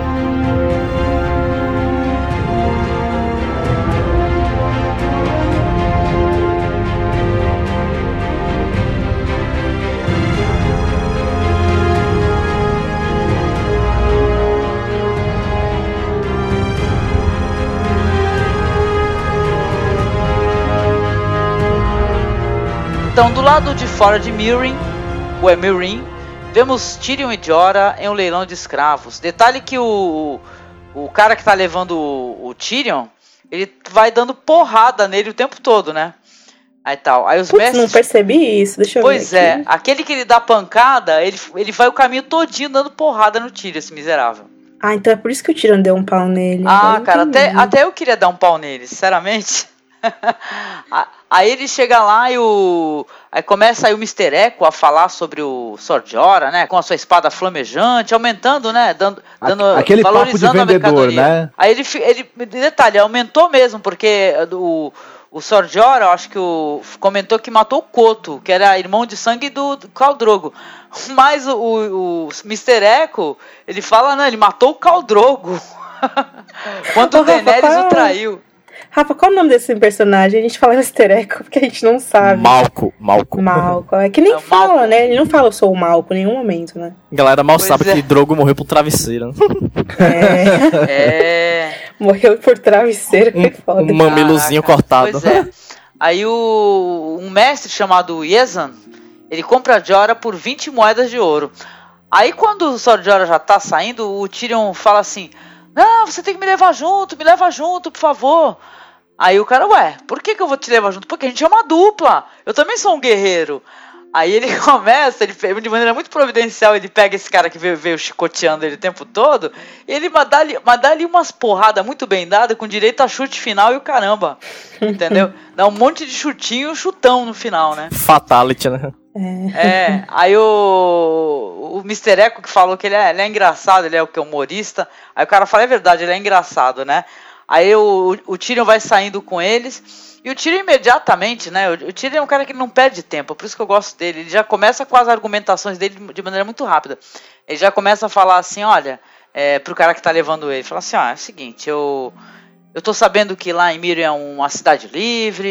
Então, do lado de fora de Meereen, ou é Meereen, vemos Tyrion e Jorah em um leilão de escravos. Detalhe que o, o cara que tá levando o, o Tyrion, ele vai dando porrada nele o tempo todo, né? Aí tal. Aí os Putz, mestres... não percebi isso, deixa eu pois ver é, aqui. aquele que ele dá pancada, ele, ele vai o caminho todinho dando porrada no Tyrion, esse miserável. Ah, então é por isso que o Tyrion deu um pau nele. Ah, Eu cara, até, entendi. até eu queria dar um pau nele, sinceramente. Aí ele chega lá e o... Aí começa aí o mister Echo a falar sobre o Sor Jorah, né? Com a sua espada flamejante, aumentando, né? Dando, dando, Aquele papo de vendedor, né? Aí ele, ele... Detalhe, aumentou mesmo, porque o... O Sor Jorah, eu acho que o, comentou que matou o Coto, que era irmão de sangue do, do Khal Drogo. Mas o, o, o mister Echo, ele fala, não, ele matou o Khal Drogo. Quando o Daenerys o traiu. Rafa, qual é o nome desse personagem? A gente fala mister Echo porque a gente não sabe. Malco, Malco. Malco. É que nem É, fala, Malco. né? Ele não fala eu sou o Malco em nenhum momento, né? Galera mal Pois sabe é. que Drogo morreu pro travesseiro, né? É. É... Morreu por travesseiro, que foda. Um mamilozinho Caraca, cortado. Pois é. Aí o, um mestre chamado Yezan, ele compra a Jorah por vinte moedas de ouro. Aí quando o Sor Jorah já tá saindo, o Tyrion fala assim, não, você tem que me levar junto, me leva junto, por favor. Aí o cara, ué, por que que eu vou te levar junto? Porque a gente é uma dupla, eu também sou um guerreiro. Aí ele começa, ele, de maneira muito providencial, ele pega esse cara que veio, veio chicoteando ele o tempo todo, e ele dá ali, dá ali umas porradas muito bem dadas, com direito a chute final e o caramba, entendeu? Dá um monte de chutinho e um chutão no final, né? Fatality, né? É, aí o, o mister Echo que falou que ele é, ele é engraçado, ele é o que, humorista, aí o cara fala, é verdade, ele é engraçado, né? Aí o, o Tyrion vai saindo com eles... E o Tyrion imediatamente, né, o Tyrion é um cara que não perde tempo, por isso que eu gosto dele, ele já começa com as argumentações dele de maneira muito rápida. Ele já começa a falar assim, olha, é, pro cara que tá levando ele, fala assim, ó, é o seguinte, eu, eu tô sabendo que lá em Meereen é uma cidade livre,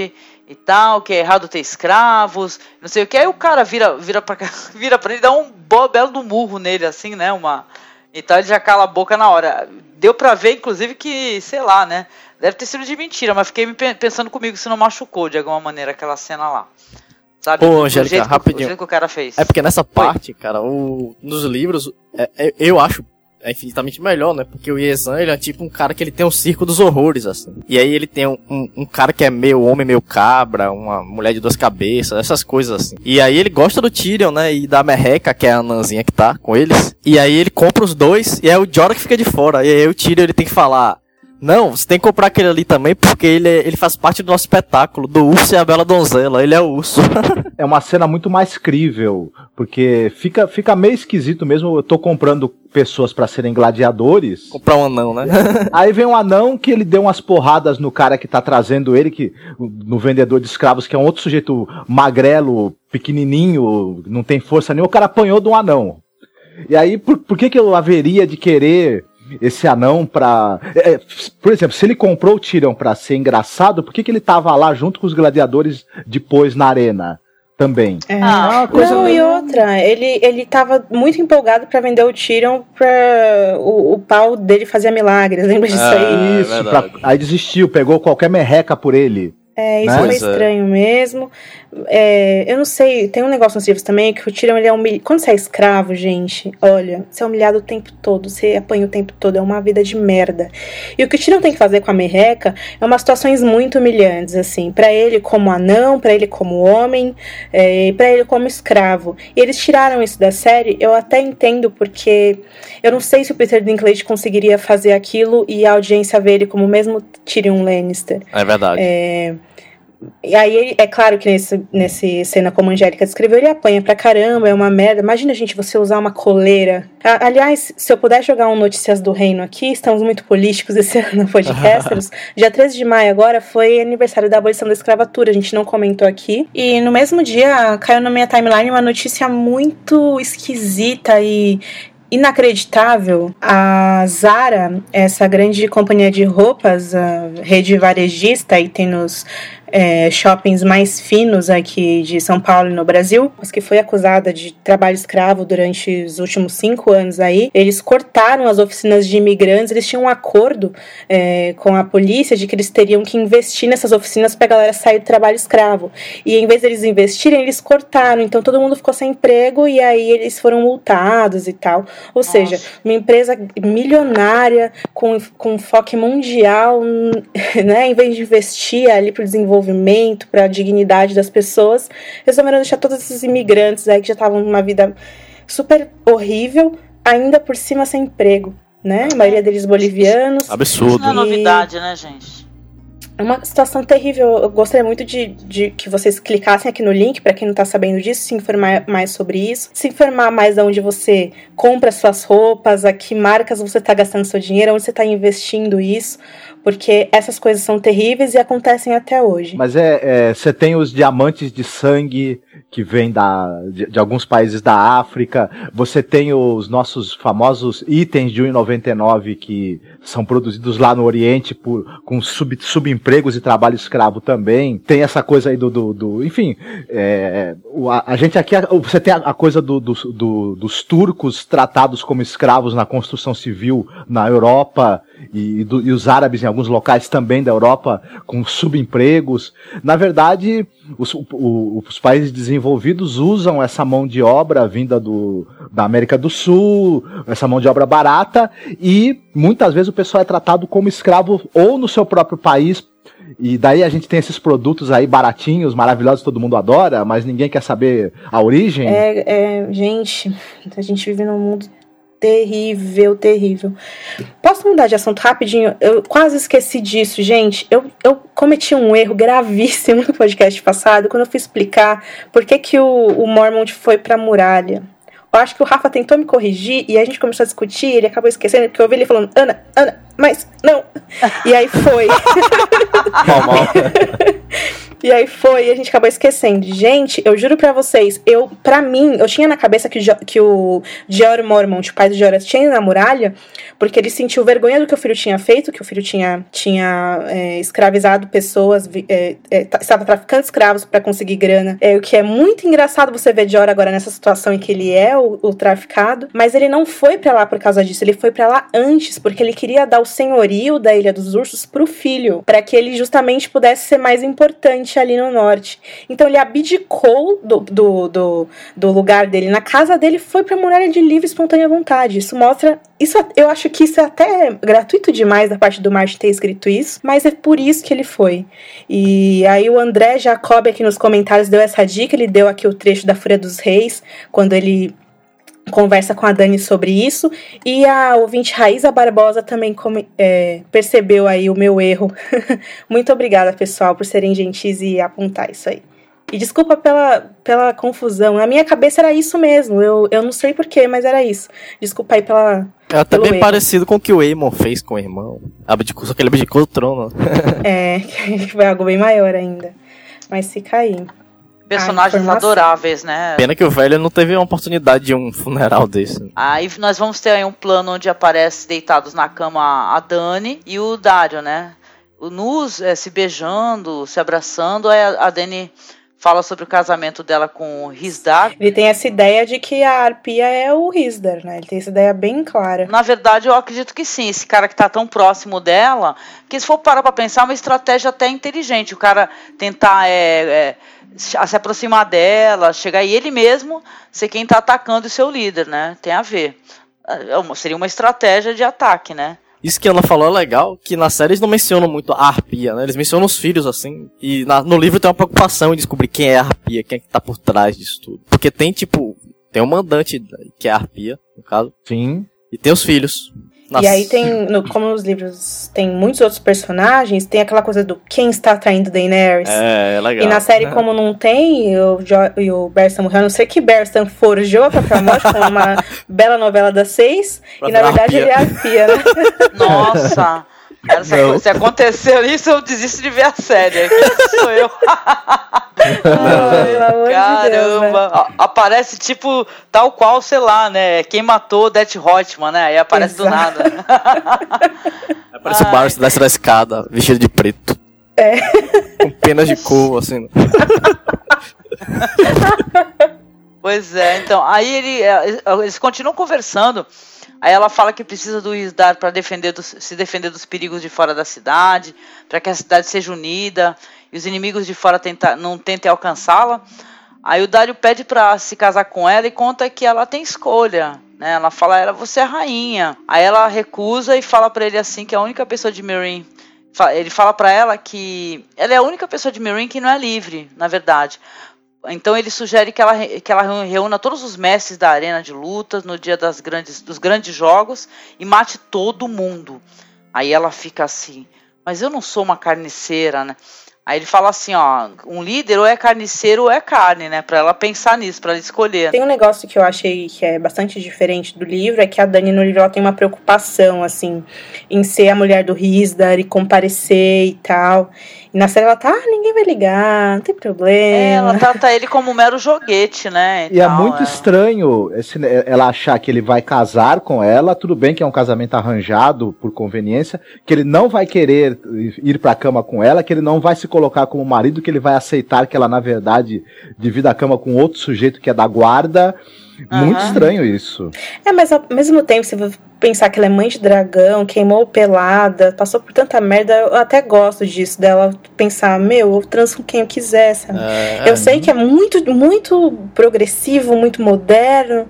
e tal, que é errado ter escravos, não sei o que. Aí o cara vira, vira, pra, vira pra ele e dá um belo do murro nele, assim, né? Uma... Então ele já cala a boca na hora. Deu pra ver, inclusive, que, sei lá, né? Deve ter sido de mentira, mas fiquei pensando comigo se não machucou de alguma maneira aquela cena lá. Sabe? Ô, Angélica, rapidinho. O jeito que o cara fez. É porque nessa parte, cara, o, nos livros, é, é, eu acho é infinitamente melhor, né? Porque o Yezan, ele é tipo um cara que ele tem um circo dos horrores, assim. E aí ele tem um, um, um cara que é meio homem, meio cabra, uma mulher de duas cabeças, essas coisas assim. E aí ele gosta do Tyrion, né? E da Merreca, que é a anãzinha que tá com eles. E aí ele compra os dois, e aí o Jorah que fica de fora. E aí o Tyrion, ele tem que falar... Não, você tem que comprar aquele ali também, porque ele, é, ele faz parte do nosso espetáculo, do Urso e a Bela Donzela, ele é o urso. É uma cena muito mais crível, porque fica, fica meio esquisito mesmo, eu tô comprando pessoas pra serem gladiadores. Comprar um anão, né? Aí vem um anão que ele deu umas porradas no cara que tá trazendo ele, que, no vendedor de escravos, que é um outro sujeito magrelo, pequenininho, não tem força nenhuma, o cara apanhou de um anão. E aí, por, por que que eu haveria de querer... esse anão pra... É, por exemplo, se ele comprou o Tyrion pra ser engraçado, por que que ele tava lá junto com os gladiadores depois na arena também? É. Ah, coisa não, e outra, ele, ele tava muito empolgado pra vender o Tyrion pra o, o pau dele fazer milagres, lembra disso Ah, aí? Isso, pra, aí desistiu, pegou qualquer merreca por ele. É, isso Né? foi Pois é. estranho mesmo. É, eu não sei, tem um negócio nos livros também que o Tyrion, ele é humilhado. Quando você é escravo, gente, olha, você é humilhado o tempo todo, você apanha o tempo todo, é uma vida de merda. E o que o Tyrion tem que fazer com a Merreca é umas situações muito humilhantes, assim, pra ele como anão, pra ele como homem, é, pra ele como escravo. E eles tiraram isso da série, eu até entendo, porque eu não sei se o Peter Dinklage conseguiria fazer aquilo e a audiência ver ele como o mesmo Tyrion Lannister. É verdade. É... E aí, ele, é claro que nesse, nesse cena, como a Angélica descreveu, ele apanha pra caramba, é uma merda. Imagina, gente, você usar uma coleira. A, aliás, se eu puder jogar um Notícias do Reino aqui, estamos muito políticos esse ano no Podcasters. Dia treze de maio agora foi aniversário da abolição da escravatura, a gente não comentou aqui. E no mesmo dia caiu na minha timeline uma notícia muito esquisita e inacreditável. A Zara, essa grande companhia de roupas, a rede varejista, aí tem nos é, shoppings mais finos aqui de São Paulo e no Brasil, mas que foi acusada de trabalho escravo durante os últimos cinco anos aí. Eles cortaram as oficinas de imigrantes, eles tinham um acordo é, com a polícia de que eles teriam que investir nessas oficinas pra galera sair do trabalho escravo. E em vez deles investirem, eles cortaram, então todo mundo ficou sem emprego e aí eles foram multados e tal. Ou Nossa. seja, uma empresa milionária com, com foco mundial, né, em vez de investir ali pro desenvolvimento, para a dignidade das pessoas, resolveram deixar todos esses imigrantes aí que já estavam numa vida super horrível, ainda por cima sem emprego, né? A maioria deles bolivianos. Absurdo. Isso não é novidade, né, gente? É uma situação terrível. Eu gostaria muito de, de que vocês clicassem aqui no link, para quem não tá sabendo disso, se informar mais sobre isso, se informar mais de onde você compra suas roupas, a que marcas você tá gastando seu dinheiro, onde você tá investindo isso, porque essas coisas são terríveis e acontecem até hoje. Mas é, você é, tem os diamantes de sangue que vêm da, de, de alguns países da África, você tem os nossos famosos itens de um real e noventa e nove que são produzidos lá no Oriente por, com sub, subempregos e trabalho escravo também. Tem essa coisa aí do... do, do enfim, é, a, a gente aqui... Você tem a, a coisa do, do, do, dos turcos tratados como escravos na construção civil na Europa e, do, e os árabes em alguns locais também da Europa com subempregos. Na verdade, os, o, os países desenvolvidos usam essa mão de obra vinda do, da América do Sul, essa mão de obra barata, e muitas vezes o pessoal é tratado como escravo ou no seu próprio país, e daí a gente tem esses produtos aí baratinhos, maravilhosos, todo mundo adora, mas ninguém quer saber a origem. É, é, gente, a gente vive num mundo terrível, terrível. Posso mudar de assunto rapidinho? Eu quase esqueci disso, gente. Eu, eu cometi um erro gravíssimo no podcast passado, quando eu fui explicar por que, que o, o Mormont foi pra muralha. Eu acho que o Rafa tentou me corrigir e a gente começou a discutir e ele acabou esquecendo, porque eu ouvi ele falando, Ana, Ana, mas não. E aí foi. E aí foi, e a gente acabou esquecendo. Gente, eu juro pra vocês, eu, pra mim, eu tinha na cabeça que o, jo, que o Jeor Mormont, o pai do Jorah, tinha ido na muralha, porque ele sentiu vergonha do que o filho tinha feito, que o filho tinha, tinha é, escravizado pessoas, é, é, estava traficando escravos pra conseguir grana. É, o que é muito engraçado você ver Jeor agora nessa situação em que ele é o, o traficado, mas ele não foi pra lá por causa disso, ele foi pra lá antes, porque ele queria dar o senhorio da Ilha dos Ursos pro filho, pra que ele justamente pudesse ser mais importante ali no norte. Então ele abdicou do, do, do, do lugar dele na casa dele e foi pra muralha de livre e espontânea vontade. Isso mostra... Isso, eu acho que isso é até gratuito demais da parte do Martin ter escrito isso, mas é por isso que ele foi. E aí o André Jacob aqui nos comentários deu essa dica, ele deu aqui o trecho da Fúria dos Reis, quando ele conversa com a Dany sobre isso, e a ouvinte Raíza Barbosa também come, é, percebeu aí o meu erro. Muito obrigada, pessoal, por serem gentis e apontar isso aí. E desculpa pela, pela confusão, na minha cabeça era isso mesmo, eu, eu não sei porquê, mas era isso. Desculpa aí pela... É até bem erro. Parecido com o que o Aemon fez com o irmão, abdicou, só que ele abdicou do trono. É, foi algo bem maior ainda, mas fica aí. Personagens adoráveis, né? Pena que o velho não teve uma oportunidade de um funeral desse. Aí nós vamos ter aí um plano onde aparece deitados na cama a Dany e o Daario, né? O nus é, se beijando, se abraçando, aí a, a Dany fala sobre o casamento dela com o Rhysdar. Ele tem essa ideia de que a Arpia é o Rhysdar, né? Ele tem essa ideia bem clara. Na verdade, eu acredito que sim. Esse cara que tá tão próximo dela, que se for parar pra pensar, é uma estratégia até inteligente. O cara tentar é, é, se aproximar dela, chegar e ele mesmo ser quem tá atacando o seu líder, né? Tem a ver. É uma, seria uma estratégia de ataque, né? Isso que ela falou é legal, que na série eles não mencionam muito a Arpia, né? Eles mencionam os filhos, assim. E na, no livro tem uma preocupação em descobrir quem é a Arpia, quem é que tá por trás disso tudo. Porque tem, tipo, tem um mandante, que é a Arpia, no caso. Sim. E tem os filhos. Nossa. E aí tem, no, como nos livros tem muitos outros personagens, tem aquela coisa do quem está traindo Daenerys. É, é legal. E na série, como não tem, o, e o Berstan morreu, a não ser que Berstan forjou a própria morte com uma bela novela das seis, pra e na verdade Arpia. Ele é a Arpia, né? Nossa! Cara, se, se aconteceu isso, eu desisto de ver a série. Aqui sou eu. Ai, caramba! de Deus, né? Aparece tipo, tal qual, sei lá, né? Quem matou Det Hotman, né? Aí aparece Exato. Do nada. Aparece Ai. O Barristan desce da escada, vestido de preto. É. Com penas de cor, assim. Pois é, então. Aí ele, eles continuam conversando. Aí ela fala que precisa do Rhysdar para defender dos, se defender dos perigos de fora da cidade, para que a cidade seja unida e os inimigos de fora tenta, não tentem alcançá-la. Aí o Daario pede para se casar com ela e conta que ela tem escolha, né? Ela fala, ela, você é rainha. Aí ela recusa e fala para ele assim que a única pessoa de Meereen, ele fala para ela que ela é a única pessoa de Meereen que não é livre, na verdade. Então ele sugere que ela, que ela reúna todos os mestres da arena de lutas no dia das grandes, dos grandes jogos e mate todo mundo. Aí ela fica assim, mas eu não sou uma carniceira, né? Aí ele fala assim, ó, um líder ou é carniceiro ou é carne, né? Pra ela pensar nisso, pra ela escolher. Tem um negócio que eu achei que é bastante diferente do livro, é que a Dany no livro ela tem uma preocupação, assim, em ser a mulher do Rhysdar e comparecer e tal. E na série ela tá, ah, ninguém vai ligar, não tem problema. É, ela trata ele como um mero joguete, né? E, e tal, é muito é. estranho esse, ela achar que ele vai casar com ela, tudo bem que é um casamento arranjado por conveniência, que ele não vai querer ir pra cama com ela, que ele não vai se colocar como marido, que ele vai aceitar que ela, na verdade, divida a cama com outro sujeito que é da guarda. Uhum. Muito estranho isso. É, mas ao mesmo tempo, se você pensar que ela é mãe de dragão, queimou pelada, passou por tanta merda, eu até gosto disso, dela pensar, meu, eu transo com quem eu quiser, sabe? É, eu sei que é muito, muito progressivo, muito moderno,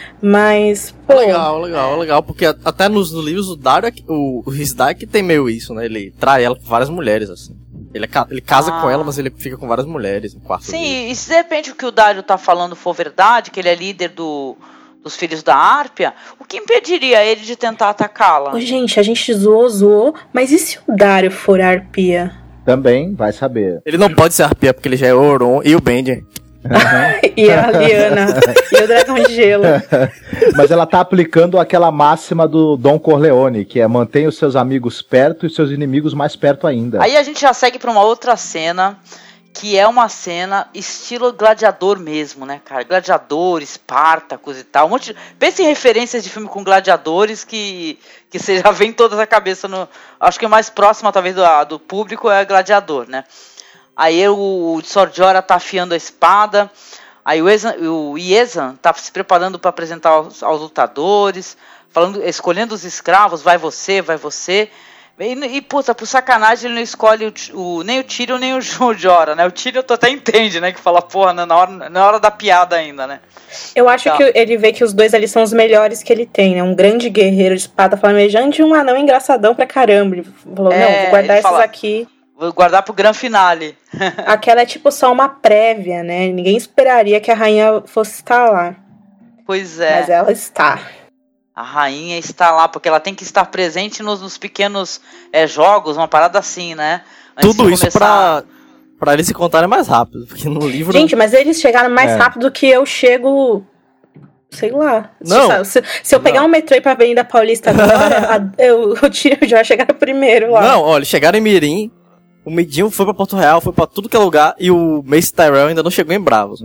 mas, pô... Legal, legal, legal, porque até nos, nos livros o Daario, o, o Rhysdar que tem meio isso, né? Ele trai ela com várias mulheres, assim. Ele, é, ele casa ah. com ela, mas ele fica com várias mulheres no quarto Sim, dele. E se de repente o que o Daario tá falando for verdade, que ele é líder do, dos filhos da Árpia, o que impediria ele de tentar atacá-la? Ô, gente, a gente zoou, zoou, mas e se o Daario for a Arpia? Também, vai saber. Ele não pode ser Arpia, porque ele já é o Euron e o Benjen. Uhum. E a Lyanna e o dragão de gelo. Mas ela tá aplicando aquela máxima do Don Corleone, que é mantenha os seus amigos perto e os seus inimigos mais perto ainda. Aí a gente já segue pra uma outra cena, que é uma cena estilo gladiador mesmo, né, cara? Gladiador, Espartacus e tal. Um monte de... Pensa em referências de filme com gladiadores que, que você já vem todas a cabeça no... Acho que o mais próximo, talvez, do, do público é Gladiador, né? Aí o Sor Jorah tá afiando a espada. Aí o, Ezan, o Iezan tá se preparando para apresentar aos, aos lutadores, falando, escolhendo os escravos, vai você, vai você. E, e puta, por sacanagem ele não escolhe o, o, nem o Tyrion nem o Jorah, né? O Tyrion tu até entende, né? Que fala, porra, na hora, na hora da piada ainda, né? Eu acho então. que ele vê que os dois ali são os melhores que ele tem, né? Um grande guerreiro de espada flamejante e um anão engraçadão pra caramba. Ele falou, é, não, vou guardar esses fala, aqui. Vou guardar pro grande finale. Aquela é tipo só uma prévia, né? Ninguém esperaria que a rainha fosse estar lá. Pois é. Mas ela está. A rainha está lá, porque ela tem que estar presente nos, nos pequenos é, jogos, uma parada assim, né? Antes Tudo isso pra, pra eles se contarem mais rápido, porque no livro... Gente, mas eles chegaram mais é. rápido que eu chego... Sei lá. Não. Se, se eu pegar não. um metrô pra Avenida Paulista agora, a, eu, eu tiro, já chegar primeiro lá. Não, olha, chegaram em Mirim, o Midinho foi pra Porto Real, foi pra tudo que é lugar, e o Mace Tyrell ainda não chegou em Bravos.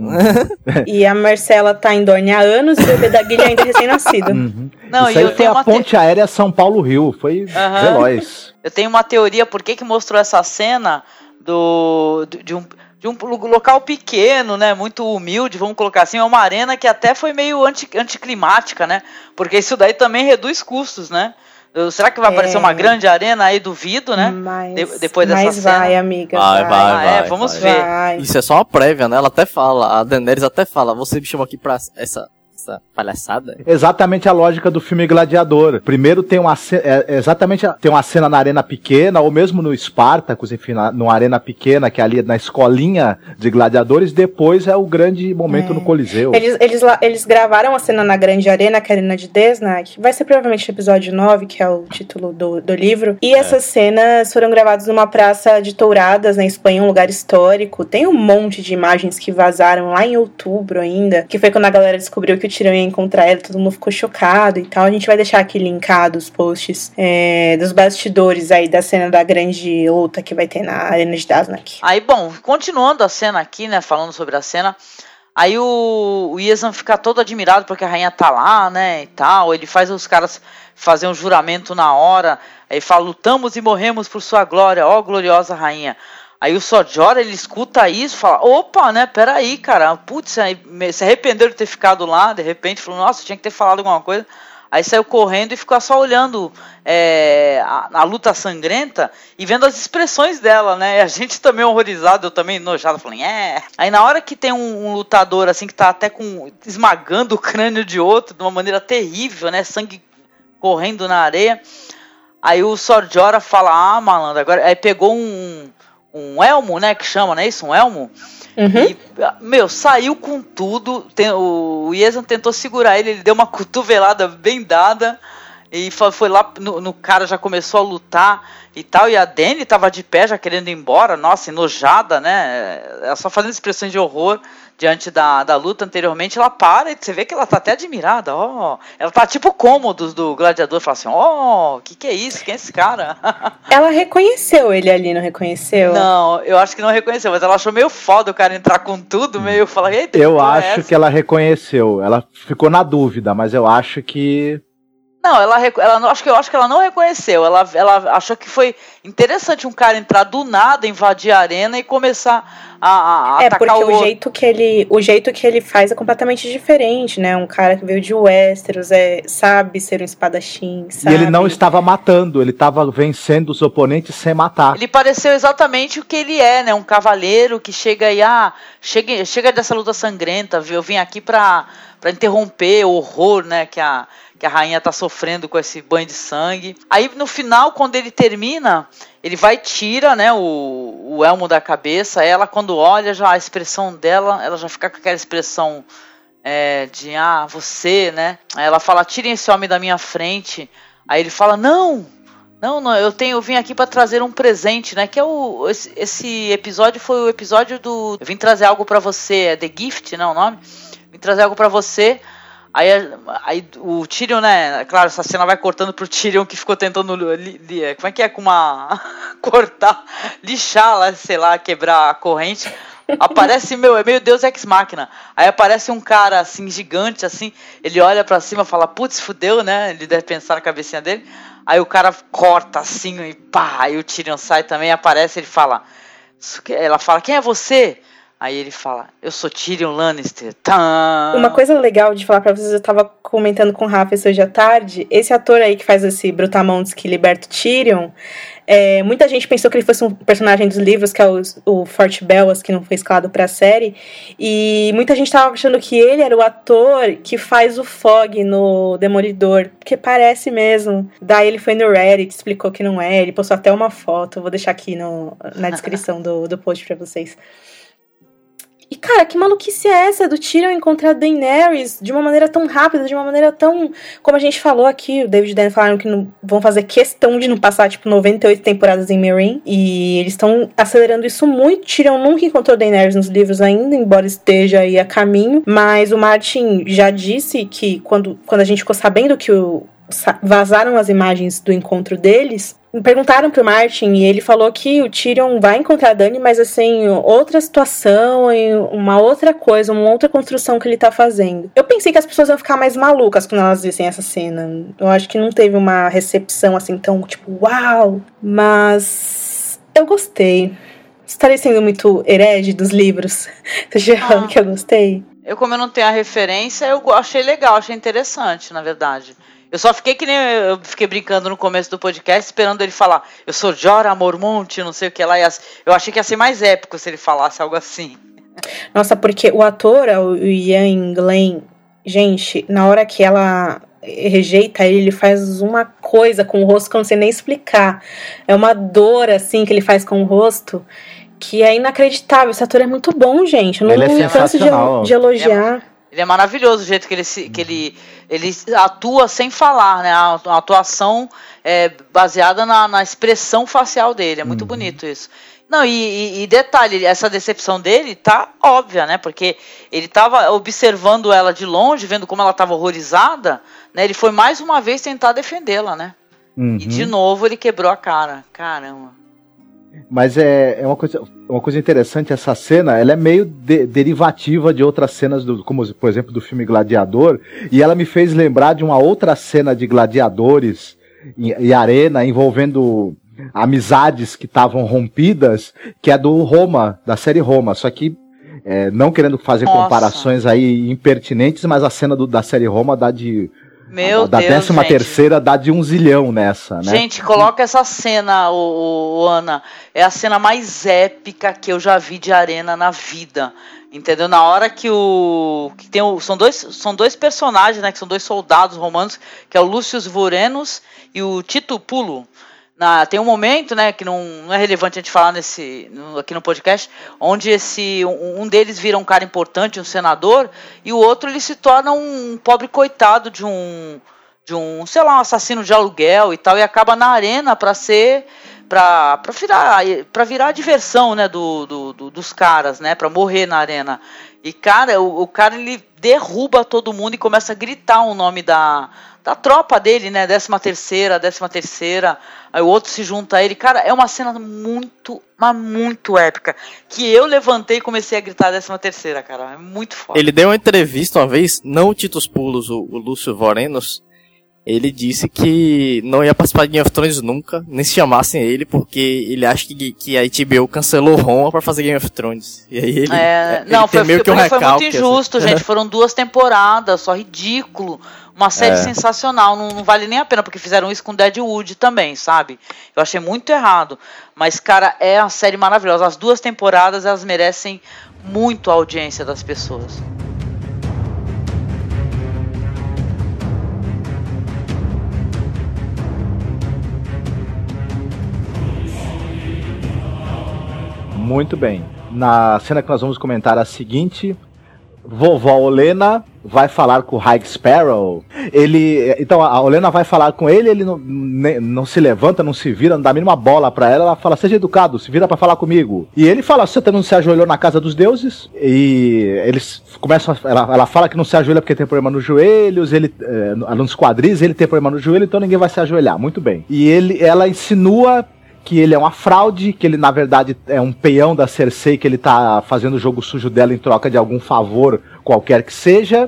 E a Marcela tá em Dorne há anos e o bebê da Guilherme ainda é recém-nascido. Uhum. Não, Isso e aí eu foi a ponte te... aérea São Paulo-Rio, foi uhum. veloz. Eu tenho uma teoria por que que mostrou essa cena do, de, um, de um local pequeno, né, muito humilde, vamos colocar assim, é uma arena que até foi meio anti, anticlimática, né, porque isso daí também reduz custos, né. Será que vai é. aparecer uma grande arena aí? Duvido, né? Mas, de, depois dessa mas cena. vai, amiga. Vai, vai, vai. Ah, é, vai vamos vai. ver. Vai. Isso é só uma prévia, né? Ela até fala, a Daenerys até fala, você me chamou aqui pra essa, essa palhaçada? Exatamente a lógica do filme Gladiador. Primeiro tem uma cena, é, exatamente, tem uma cena na arena pequena, ou mesmo no Espartacus, enfim, na, numa arena pequena, que é ali na escolinha de gladiadores, depois é o grande momento é. no Coliseu. Eles, eles, eles gravaram a cena na grande arena, que é a arena de Desna, que vai ser provavelmente o episódio nove, que é o título do, do livro, e é. essas cenas foram gravadas numa praça de touradas na Espanha, um lugar histórico. Tem um monte de imagens que vazaram lá em outubro ainda, que foi quando a galera descobriu que o Tyrion ia encontrar ela, todo mundo ficou chocado e tal. A gente vai deixar aqui linkado os posts é, dos bastidores aí da cena da grande luta que vai ter na Arena de Daznak. Aí, bom, continuando a cena aqui, né, falando sobre a cena, aí o, o Iezan fica todo admirado porque a rainha tá lá, né, e tal. Ele faz os caras fazer um juramento na hora, aí fala, lutamos e morremos por sua glória, ó gloriosa rainha. Aí o Sor Jorah, ele escuta isso e fala, opa, né, peraí, cara, putz, se arrependeu de ter ficado lá, de repente, falou, nossa, tinha que ter falado alguma coisa. Aí saiu correndo e ficou só olhando é, a, a luta sangrenta e vendo as expressões dela, né, e a gente também horrorizado, eu também enojado, falando, é. Aí na hora que tem um, um lutador, assim, que tá até com, esmagando o crânio de outro, de uma maneira terrível, né, sangue correndo na areia, aí o Sor Jorah fala, ah, malandro, agora, aí pegou um... um elmo, né, que chama, não é isso? Um elmo? Uhum. E, meu, saiu com tudo, tem, o, o Iezan tentou segurar ele, ele deu uma cotovelada bem dada, e foi, foi lá, no, no cara já começou a lutar e tal, e a Dany tava de pé já querendo ir embora, nossa, enojada, né, ela só fazendo expressões de horror diante da, da luta anteriormente, ela para e você vê que ela tá até admirada, ó, oh, ela tá tipo cômodos do gladiador, fala assim, ó, oh, que que é isso, quem é esse cara? Ela reconheceu ele ali, não reconheceu? Não, eu acho que não reconheceu, mas ela achou meio foda o cara entrar com tudo, meio, falar, eita, eu acho é que ela reconheceu, ela ficou na dúvida, mas eu acho que... Não, ela, ela acho que eu acho que ela não reconheceu. Ela, ela achou que foi interessante um cara entrar do nada, invadir a arena e começar a, a é, atacar o É, porque o jeito que ele, o jeito que ele faz é completamente diferente, né? Um cara que veio de Westeros, é, sabe ser um espadachim, sabe? E ele não estava matando, ele estava vencendo os oponentes sem matar. Ele pareceu exatamente o que ele é, né? Um cavaleiro que chega aí, ah, chega, chega dessa luta sangrenta, viu? Eu vim aqui pra, pra interromper o horror, né? Que a que a rainha tá sofrendo com esse banho de sangue. Aí no final, quando ele termina, ele vai e tira, né, o, o elmo da cabeça. Ela, quando olha, já a expressão dela, ela já fica com aquela expressão é, de, ah, você, né. Aí ela fala, tirem esse homem da minha frente. Aí ele fala, não, não, não eu, tenho, eu vim aqui para trazer um presente, né, que é o, esse, esse episódio foi o episódio do, eu vim trazer algo para você, é The Gift, né, o nome? Vim trazer algo para você. Aí, aí o Tyrion, né, claro, essa cena vai cortando pro Tyrion que ficou tentando, li, li, como é que é, com uma, cortar, lixar lá, sei lá, quebrar a corrente, aparece, meu, é meio Deus Ex Machina, aí aparece um cara, assim, gigante, assim, ele olha pra cima e fala, putz, fudeu, né, ele deve pensar na cabecinha dele, aí o cara corta, assim, e pá, aí o Tyrion sai também, aparece, ele fala, ela fala, quem é você? Aí ele fala, eu sou Tyrion Lannister. Tã! Uma coisa legal de falar pra vocês, eu tava comentando com o Rafa esse hoje à tarde, esse ator aí que faz esse Brutamontes que liberta o Tyrion, é, muita gente pensou que ele fosse um personagem dos livros, que é o, o Fort Bellas, que não foi escalado pra série, e muita gente tava achando que ele era o ator que faz o Fog no Demolidor, porque parece mesmo. Daí ele foi no Reddit, explicou que não é, ele postou até uma foto, eu vou deixar aqui no, na descrição do, do post pra vocês. E, cara, que maluquice é essa do Tyrion encontrar Daenerys de uma maneira tão rápida, de uma maneira tão... Como a gente falou aqui, o David e o Dan falaram que não, vão fazer questão de não passar, tipo, noventa e oito temporadas em Meereen. E eles estão acelerando isso muito. Tyrion nunca encontrou Daenerys nos livros ainda, embora esteja aí a caminho. Mas o Martin já disse que quando, quando a gente ficou sabendo que o... vazaram as imagens do encontro deles, perguntaram pro Martin e ele falou que o Tyrion vai encontrar a Dany, mas assim, outra situação, uma outra coisa, uma outra construção que ele tá fazendo. Eu pensei que as pessoas iam ficar mais malucas quando elas vissem essa cena. Eu acho que não teve uma recepção assim tão tipo, uau! Mas eu gostei. Estarei sendo muito herege dos livros. Tô falando ah, que eu gostei. Eu, como eu não tenho a referência, eu achei legal, achei interessante, na verdade. Eu só fiquei que nem eu fiquei brincando no começo do podcast, esperando ele falar, eu sou Jorah Mormont, não sei o que lá. Eu achei que ia ser mais épico se ele falasse algo assim. Nossa, porque o ator, o Ian Glenn, gente, na hora que ela rejeita ele, ele faz uma coisa com o rosto que eu não sei nem explicar. É uma dor, assim, que ele faz com o rosto, que é inacreditável. Esse ator é muito bom, gente. Eu não ele me é canso de, de elogiar. É... Ele é maravilhoso o jeito que ele, se, que ele, ele atua sem falar, né? A, a atuação é baseada na, na expressão facial dele. É muito uhum. bonito isso. Não, e, e, e detalhe, essa decepção dele tá óbvia, né? Porque ele tava observando ela de longe, vendo como ela tava horrorizada, né? Ele foi mais uma vez tentar defendê-la, né? Uhum. E de novo ele quebrou a cara. Caramba. Mas é, é uma, coisa, uma coisa interessante, essa cena, ela é meio de, derivativa de outras cenas, do, como por exemplo do filme Gladiador, e ela me fez lembrar de uma outra cena de gladiadores e, e arena envolvendo amizades que estavam rompidas, que é do Roma, da série Roma, só que é, não querendo fazer Nossa. comparações aí impertinentes, mas a cena do, da série Roma dá de... Meu da Deus, décima terceira dá de um zilhão nessa, né? Gente, coloca essa cena, o, o, Ana. É a cena mais épica que eu já vi de arena na vida. Entendeu? Na hora que o... Que tem o são, dois, são dois personagens, né? Que são dois soldados romanos, que é o Lucius Vorenus e o Tito Pulo. Na, tem um momento, né, que não, não é relevante a gente falar nesse, no, aqui no podcast, onde esse, um, um deles vira um cara importante, um senador, e o outro ele se torna um pobre coitado de um, de um, sei lá, um assassino de aluguel e tal, e acaba na arena para ser, para para virar, para virar a diversão, né, do, do, do, dos caras, né, para morrer na arena. E cara, o, o cara ele derruba todo mundo e começa a gritar o nome da da tropa dele, né, décima terceira, décima terceira, aí o outro se junta a ele, cara, é uma cena muito, mas muito épica, que eu levantei e comecei a gritar décima terceira, cara, é muito foda. Ele deu uma entrevista uma vez, não o Titus Pulos, o, o Lúcio Vorenus, ele disse que não ia participar de Game of Thrones nunca, nem se chamassem ele, porque ele acha que, que a H B O cancelou Roma pra fazer Game of Thrones. E aí ele, é, ele não, tem foi, meio que um recalque. Foi muito injusto, assim. Gente, foram duas temporadas, só ridículo. Uma série é. sensacional, não, não vale nem a pena, porque fizeram isso com Deadwood também, sabe? Eu achei muito errado. Mas, cara, é uma série maravilhosa. As duas temporadas, elas merecem muito a audiência das pessoas. Muito bem. Na cena que nós vamos comentar a seguinte, vovó Olena vai falar com o High Sparrow, ele, então a Olenna vai falar com ele, ele não, ne, não se levanta, não se vira, não dá a mínima bola pra ela, ela fala, seja educado, se vira pra falar comigo. E ele fala, você não se ajoelhou na casa dos deuses? E eles começam, a, ela, ela fala que não se ajoelha porque tem problema nos joelhos, ele, é, nos quadris, ele tem problema no joelho, então ninguém vai se ajoelhar, muito bem. E ele, ela insinua que ele é uma fraude, que ele na verdade é um peão da Cersei, que ele tá fazendo o jogo sujo dela em troca de algum favor qualquer que seja.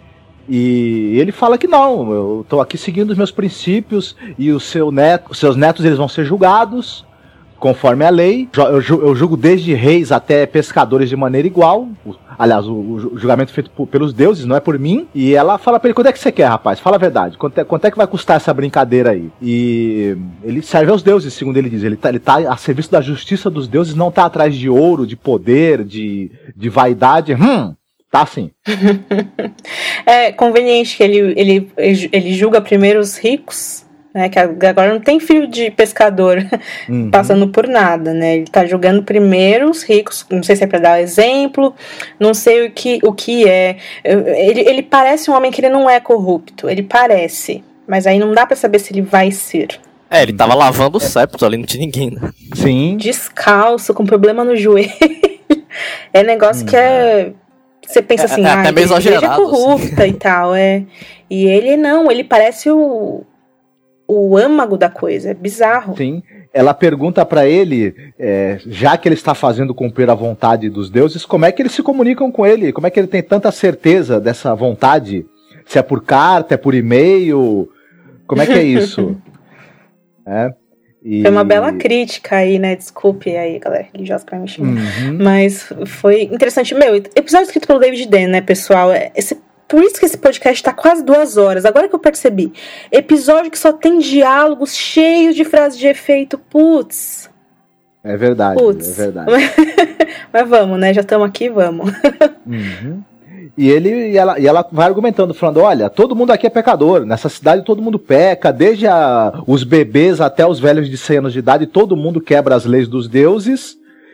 E ele fala que não, eu tô aqui seguindo os meus princípios e o seu neto, os seus netos eles vão ser julgados conforme a lei. Eu, eu julgo desde reis até pescadores de maneira igual. Aliás, o, o julgamento feito por, pelos deuses, não é por mim. E ela fala pra ele, quanto é que você quer, rapaz? Fala a verdade. Quanto é, quanto é que vai custar essa brincadeira aí? E ele serve aos deuses, segundo ele diz. Ele tá, ele tá a serviço da justiça dos deuses, não tá atrás de ouro, de poder, de, de vaidade. Hum, tá sim. É conveniente que ele, ele, ele julga primeiro os ricos, né, que agora não tem filho de pescador uhum. passando por nada, né? Ele tá julgando primeiro os ricos, não sei se é pra dar exemplo, não sei o que, o que é. Ele, ele parece um homem que ele não é corrupto, ele parece, mas aí não dá pra saber se ele vai ser. É, ele tava lavando os septos ali, não tinha ninguém, né? Sim. Descalço, com problema no joelho. É negócio hum, que é... Você pensa assim, é, é ah, até meio exagerado, é corrupta assim. E tal, é. E ele não, ele parece o... o âmago da coisa, é bizarro. Sim, ela pergunta pra ele, é, já que ele está fazendo cumprir a vontade dos deuses, como é que eles se comunicam com ele? Como é que ele tem tanta certeza dessa vontade? Se é por carta, é por e-mail? Como é que é isso? é, e... Foi uma bela crítica aí, né? Desculpe aí, galera religiosa pra me xingar. Uhum. Mas foi interessante. Meu, episódio escrito pelo David Den, né, pessoal? Esse Por isso que esse podcast tá quase duas horas. Agora que eu percebi. Episódio que só tem diálogos cheios de frases de efeito. Putz. É verdade, Putz. é verdade. Mas vamos, né? Já estamos aqui, vamos. Uhum. E, ele, e, ela, e ela vai argumentando, falando, olha, todo mundo aqui é pecador. Nessa cidade todo mundo peca. Desde a, os bebês até os velhos de cem anos de idade. Todo mundo quebra as leis dos deuses.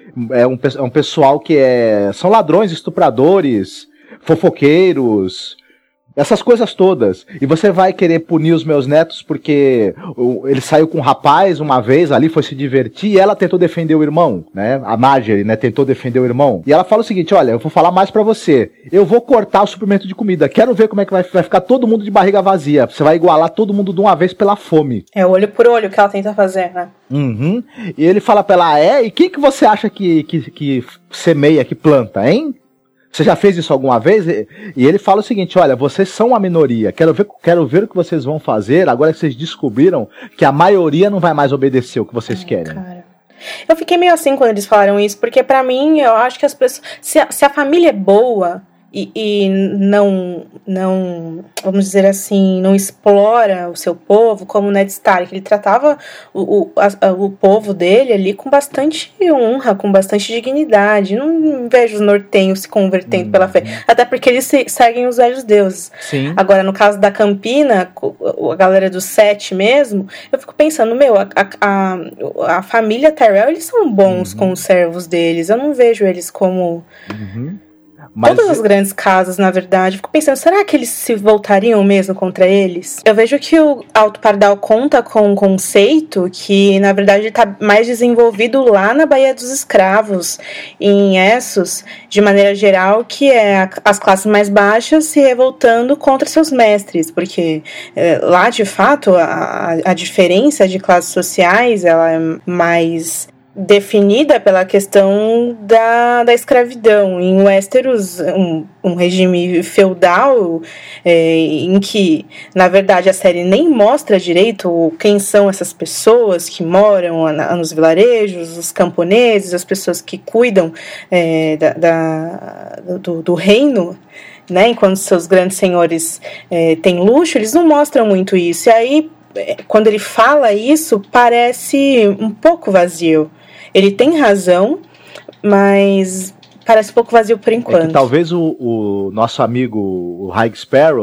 É um, é um pessoal que é, são ladrões, estupradores... fofoqueiros, essas coisas todas. E você vai querer punir os meus netos porque ele saiu com um rapaz uma vez ali, foi se divertir, e ela tentou defender o irmão, né? A Marjorie, né? Tentou defender o irmão. E ela fala o seguinte, olha, eu vou falar mais pra você. Eu vou cortar o suprimento de comida. Quero ver como é que vai, vai ficar todo mundo de barriga vazia. Você vai igualar todo mundo de uma vez pela fome. É olho por olho que ela tenta fazer, né? Uhum. E ele fala pra ela, é? E quem que você acha que, que, que semeia, que planta, hein? Você já fez isso alguma vez? E ele fala o seguinte, olha, vocês são uma minoria, quero ver, quero ver o que vocês vão fazer, agora que vocês descobriram que a maioria não vai mais obedecer o que vocês Ai, querem. Cara. Eu fiquei meio assim quando eles falaram isso, porque pra mim, eu acho que as pessoas... Se a, se a família é boa e, e não, não, vamos dizer assim, não explora o seu povo, como o Ned Stark, ele tratava o, o, a, o povo dele ali com bastante honra, com bastante dignidade. Não vejo os nortenhos se convertendo hum. pela fé, até porque eles se, seguem os velhos deuses. Sim. Agora, no caso da Campina, a galera do Sete mesmo, eu fico pensando, meu, a, a, a família Tyrell, eles são bons uhum. com os servos deles, eu não vejo eles como... Uhum. Mas... Todas as grandes casas, na verdade, fico pensando, será que eles se voltariam mesmo contra eles? Eu vejo que o Alto Pardal conta com um conceito que, na verdade, ele está mais desenvolvido lá na Baía dos Escravos, em Essos, de maneira geral, que é a, as classes mais baixas se revoltando contra seus mestres, porque é, lá, de fato, a, a diferença de classes sociais, ela é mais... definida pela questão da, da escravidão. Em Westeros, um, um regime feudal é, em que, na verdade, a série nem mostra direito quem são essas pessoas que moram na, nos vilarejos, os camponeses, as pessoas que cuidam é, da, da, do, do reino, né? Enquanto seus grandes senhores é, têm luxo, eles não mostram muito isso. E aí, quando ele fala isso, parece um pouco vazio. Ele tem razão, mas parece um pouco vazio por enquanto. É que talvez o, o nosso amigo, o High Sparrow,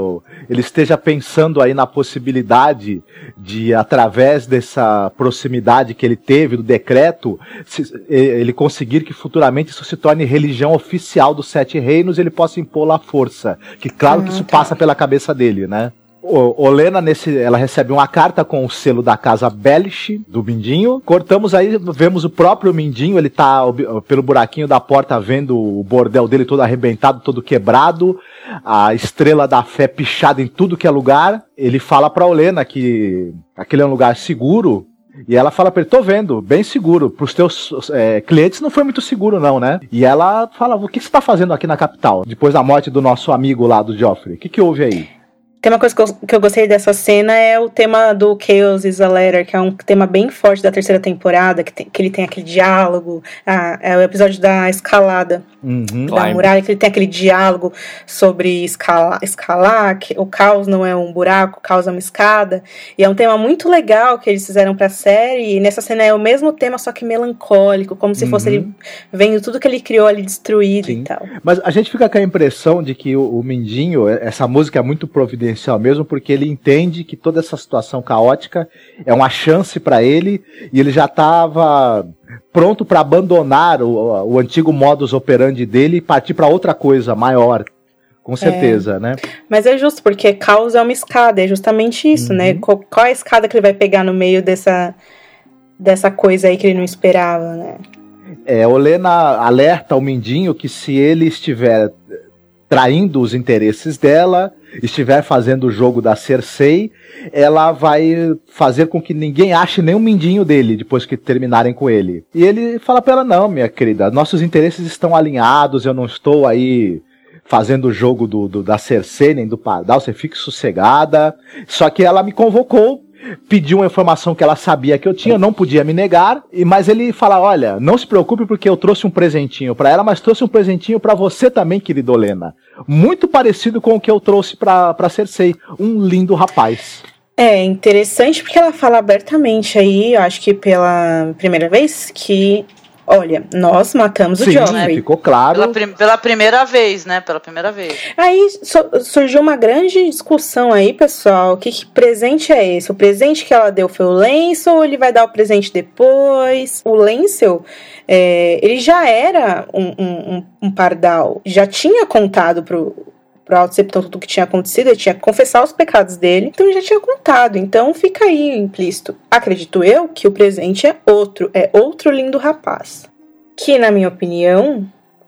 ele esteja pensando aí na possibilidade de, através dessa proximidade que ele teve do decreto, se, ele conseguir que futuramente isso se torne religião oficial dos Sete Reinos e ele possa impor lá a força. Que claro que isso passa pela cabeça dele, né? O, Olena, nesse, ela recebe uma carta com o selo da casa Bellish, do Mindinho. Cortamos aí, vemos o próprio Mindinho, ele tá pelo buraquinho da porta vendo o bordel dele todo arrebentado, todo quebrado, a estrela da fé pichada em tudo que é lugar. Ele fala pra Olena que aquele é um lugar seguro, e ela fala pra ele, tô vendo, bem seguro, pros teus é, clientes não foi muito seguro não, né? E ela fala, o que você tá fazendo aqui na capital, depois da morte do nosso amigo lá, do Joffrey? O que que houve aí? Tem uma coisa que eu, que eu gostei dessa cena é o tema do Chaos is a Letter, que é um tema bem forte da terceira temporada, que, tem, que ele tem aquele diálogo, a, é o episódio da escalada uhum, da Climb. Muralha, que ele tem aquele diálogo sobre escala, escalar, que o caos não é um buraco, o caos é uma escada, e é um tema muito legal que eles fizeram pra série, e nessa cena é o mesmo tema, só que melancólico, como se uhum. fosse ele vendo tudo que ele criou ali destruído. Sim. E tal. Mas a gente fica com a impressão de que o, o Mindinho, essa música é muito providencial mesmo, porque ele entende que toda essa situação caótica é uma chance para ele, e ele já estava pronto para abandonar o, o antigo modus operandi dele e partir para outra coisa maior, com certeza, é. né? Mas é justo, porque caos é uma escada, é justamente isso, uhum. né? Qual, qual é a escada que ele vai pegar no meio dessa, dessa coisa aí que ele não esperava, né? É, Olena alerta o Mindinho que se ele estiver traindo os interesses dela, estiver fazendo o jogo da Cersei, ela vai fazer com que ninguém ache nem um mindinho dele depois que terminarem com ele. E ele fala pra ela, não, minha querida, nossos interesses estão alinhados, eu não estou aí fazendo o jogo do, do, da Cersei, nem do Pardal, você fique sossegada. Só que ela me convocou, pediu uma informação que ela sabia que eu tinha, eu não podia me negar, e, mas ele fala, olha, não se preocupe porque eu trouxe um presentinho pra ela, mas trouxe um presentinho pra você também, querida Olena. Muito parecido com o que eu trouxe pra, pra Cersei, um lindo rapaz. É interessante porque ela fala abertamente aí, eu acho que pela primeira vez, que olha, nós matamos Sim, o Joffrey. Sim, ficou claro. Pela, prim- pela primeira vez, né? Pela primeira vez. Aí so- surgiu uma grande discussão aí, pessoal. Que, que presente é esse? O presente que ela deu foi o Lancel ou ele vai dar o presente depois? O Lancel, é, ele já era um, um, um pardal. Já tinha contado pro... pro Alto Septon tudo o que tinha acontecido, ele tinha que confessar os pecados dele, então ele já tinha contado, então fica aí implícito. Acredito eu que o presente é outro, é outro lindo rapaz, que na minha opinião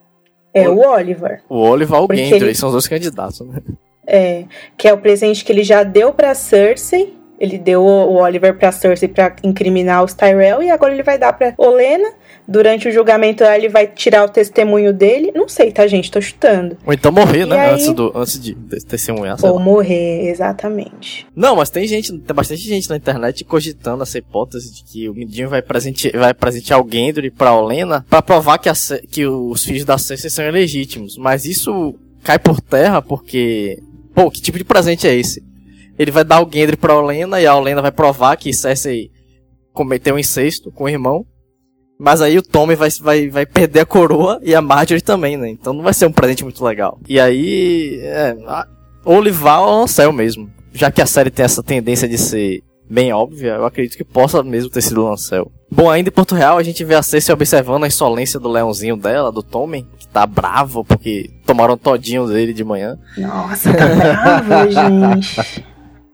é o, o Oliver. O Oliver ou o Gendry, ele... são os dois candidatos, né? É, que é o presente que ele já deu pra Cersei, ele deu o Oliver pra Cersei pra incriminar os Tyrell, e agora ele vai dar pra Olena. Durante o julgamento, ele vai tirar o testemunho dele. Não sei, tá, gente? Tô chutando. Ou então morrer, e né? Aí... Antes, do, antes de testemunhar. Ou morrer, exatamente. Não, mas tem gente, tem bastante gente na internet cogitando essa hipótese de que o Mindinho vai presentear, vai presentear o Gendry pra Olena pra provar que, a, que os filhos da Cersei são ilegítimos. Mas isso cai por terra porque... Pô, que tipo de presente é esse? Ele vai dar o Gendry pra Olena e a Olena vai provar que Cersei cometeu um incesto com o irmão. Mas aí o Tommy vai, vai, vai perder a coroa e a Marjorie também, né? Então não vai ser um presente muito legal. E aí, é, Oliver ou Lancel mesmo. Já que a série tem essa tendência de ser bem óbvia, eu acredito que possa mesmo ter sido Lancel. Bom, ainda em Porto Real a gente vê a Cersei observando a insolência do leãozinho dela, do Tommy, que tá bravo porque tomaram todinho dele de manhã. Nossa, tá bravo, gente.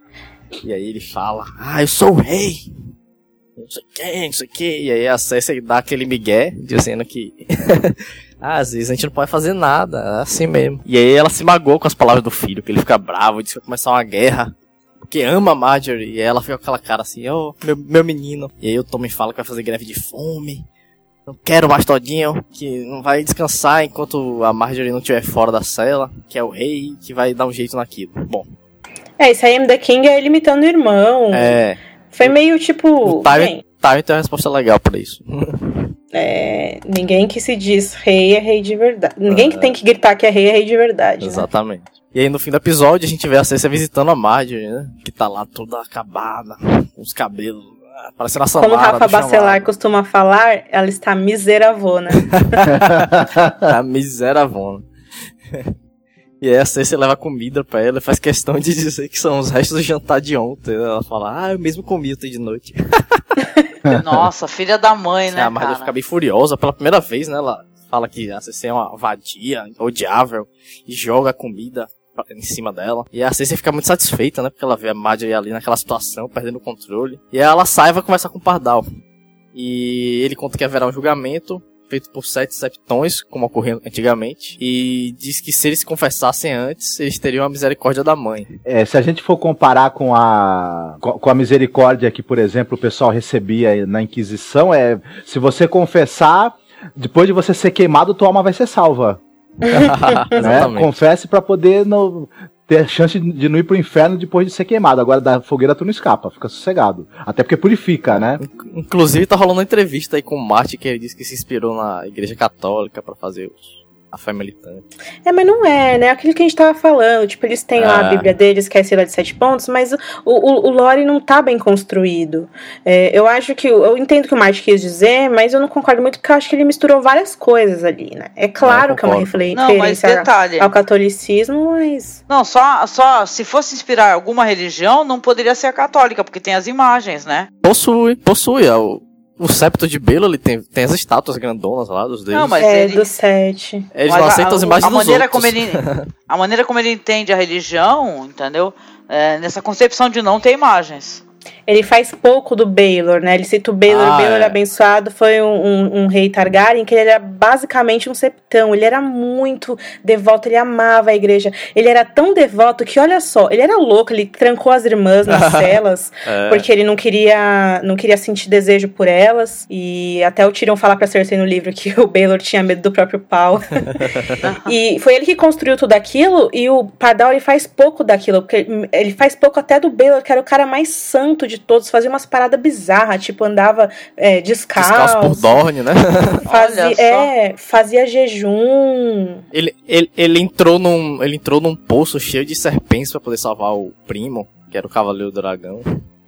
E aí ele fala, ah, eu sou o rei. Não sei quem, não sei o que. E aí a Cersei dá aquele migué, dizendo que ah, às vezes a gente não pode fazer nada, é assim mesmo. E aí ela se magoou com as palavras do filho, que ele fica bravo, diz que vai começar uma guerra, porque ama a Marjorie. E aí ela fica com aquela cara assim, oh, meu, meu menino. E aí o Tommy fala que vai fazer greve de fome, não quero mais todinho, que não vai descansar enquanto a Marjorie não estiver fora da cela, que é o rei, que vai dar um jeito naquilo. Bom. É, isso aí M. The King é limitando o irmão. É... Foi meio tipo... O Tywin tem uma resposta legal pra isso. É, ninguém que se diz rei é rei de verdade. Ninguém é. que tem que gritar que é rei é rei de verdade. Exatamente. Né? E aí no fim do episódio a gente vê a Cersei visitando a Marjorie, né? Que tá lá toda acabada, com os cabelos parecendo a Samara. Como o Rafa Bacelar costuma falar, ela está miseravona. A miseravona. E aí a Cersei leva comida pra ela e faz questão de dizer que são os restos do jantar de ontem. Ela fala, ah, eu mesmo comi ontem de noite. Nossa, filha da mãe, né, A Marjorie cara? fica bem furiosa pela primeira vez, né? Ela fala que a Cersei é uma vadia, odiável, e joga a comida em cima dela. E a Cersei fica muito satisfeita, né? Porque ela vê a Marjorie ali naquela situação, perdendo o controle. E aí ela sai e vai conversar com o Pardal. E ele conta que haverá um julgamento feito por sete septões, como ocorreu antigamente, e diz que se eles se confessassem antes, eles teriam a misericórdia da mãe. É, se a gente for comparar com a, com a misericórdia que, por exemplo, o pessoal recebia na Inquisição, é se você confessar, depois de você ser queimado, tua alma vai ser salva. Né? Confesse pra poder no, ter chance de não ir pro inferno depois de ser queimado. Agora da fogueira tu não escapa, fica sossegado. Até porque purifica, né? Inclusive tá rolando uma entrevista aí com o Martin, que ele disse que se inspirou na Igreja Católica pra fazer os... a fé militante. É, mas não é, né? Aquilo que a gente tava falando, tipo, eles têm é. lá a Bíblia deles, que é a Estrela de Sete Pontos, mas o, o, o lore não tá bem construído. É, eu acho que, eu entendo o que o Martin quis dizer, mas eu não concordo muito, porque eu acho que ele misturou várias coisas ali, né? É claro que é uma referência ao catolicismo, mas... Não, só, só se fosse inspirar alguma religião, não poderia ser a católica, porque tem as imagens, né? Possui, possui, é o... O septo de Baelor, ele tem, tem as estátuas grandonas lá dos deuses. Não, mas é, ele... do sete. Eles não aceitam as imagens a dos maneira outros. Como ele, a maneira como ele entende a religião, entendeu? É, nessa concepção de não ter imagens. Ele faz pouco do Baelor, né? Ele cita o Baelor, Ah, o Baelor é. abençoado foi um, um, um rei Targaryen, que ele era basicamente um septão, ele era muito devoto, ele amava a igreja, ele era tão devoto que, olha só, ele era louco, ele trancou as irmãs nas celas, É. porque ele não queria, não queria sentir desejo por elas, e até o Tyrion falar pra Cersei no livro que o Baelor tinha medo do próprio pau. E foi ele que construiu tudo aquilo, e o Pardal, ele faz pouco daquilo, porque ele faz pouco até do Baelor, que era o cara mais santo de todos, fazia umas paradas bizarras, tipo, andava é, descalço. Descalço por Dorne, né? Fazia, é, fazia jejum. Ele, ele, ele, entrou num, ele entrou num poço cheio de serpentes pra poder salvar o primo, que era o Cavaleiro do Dragão.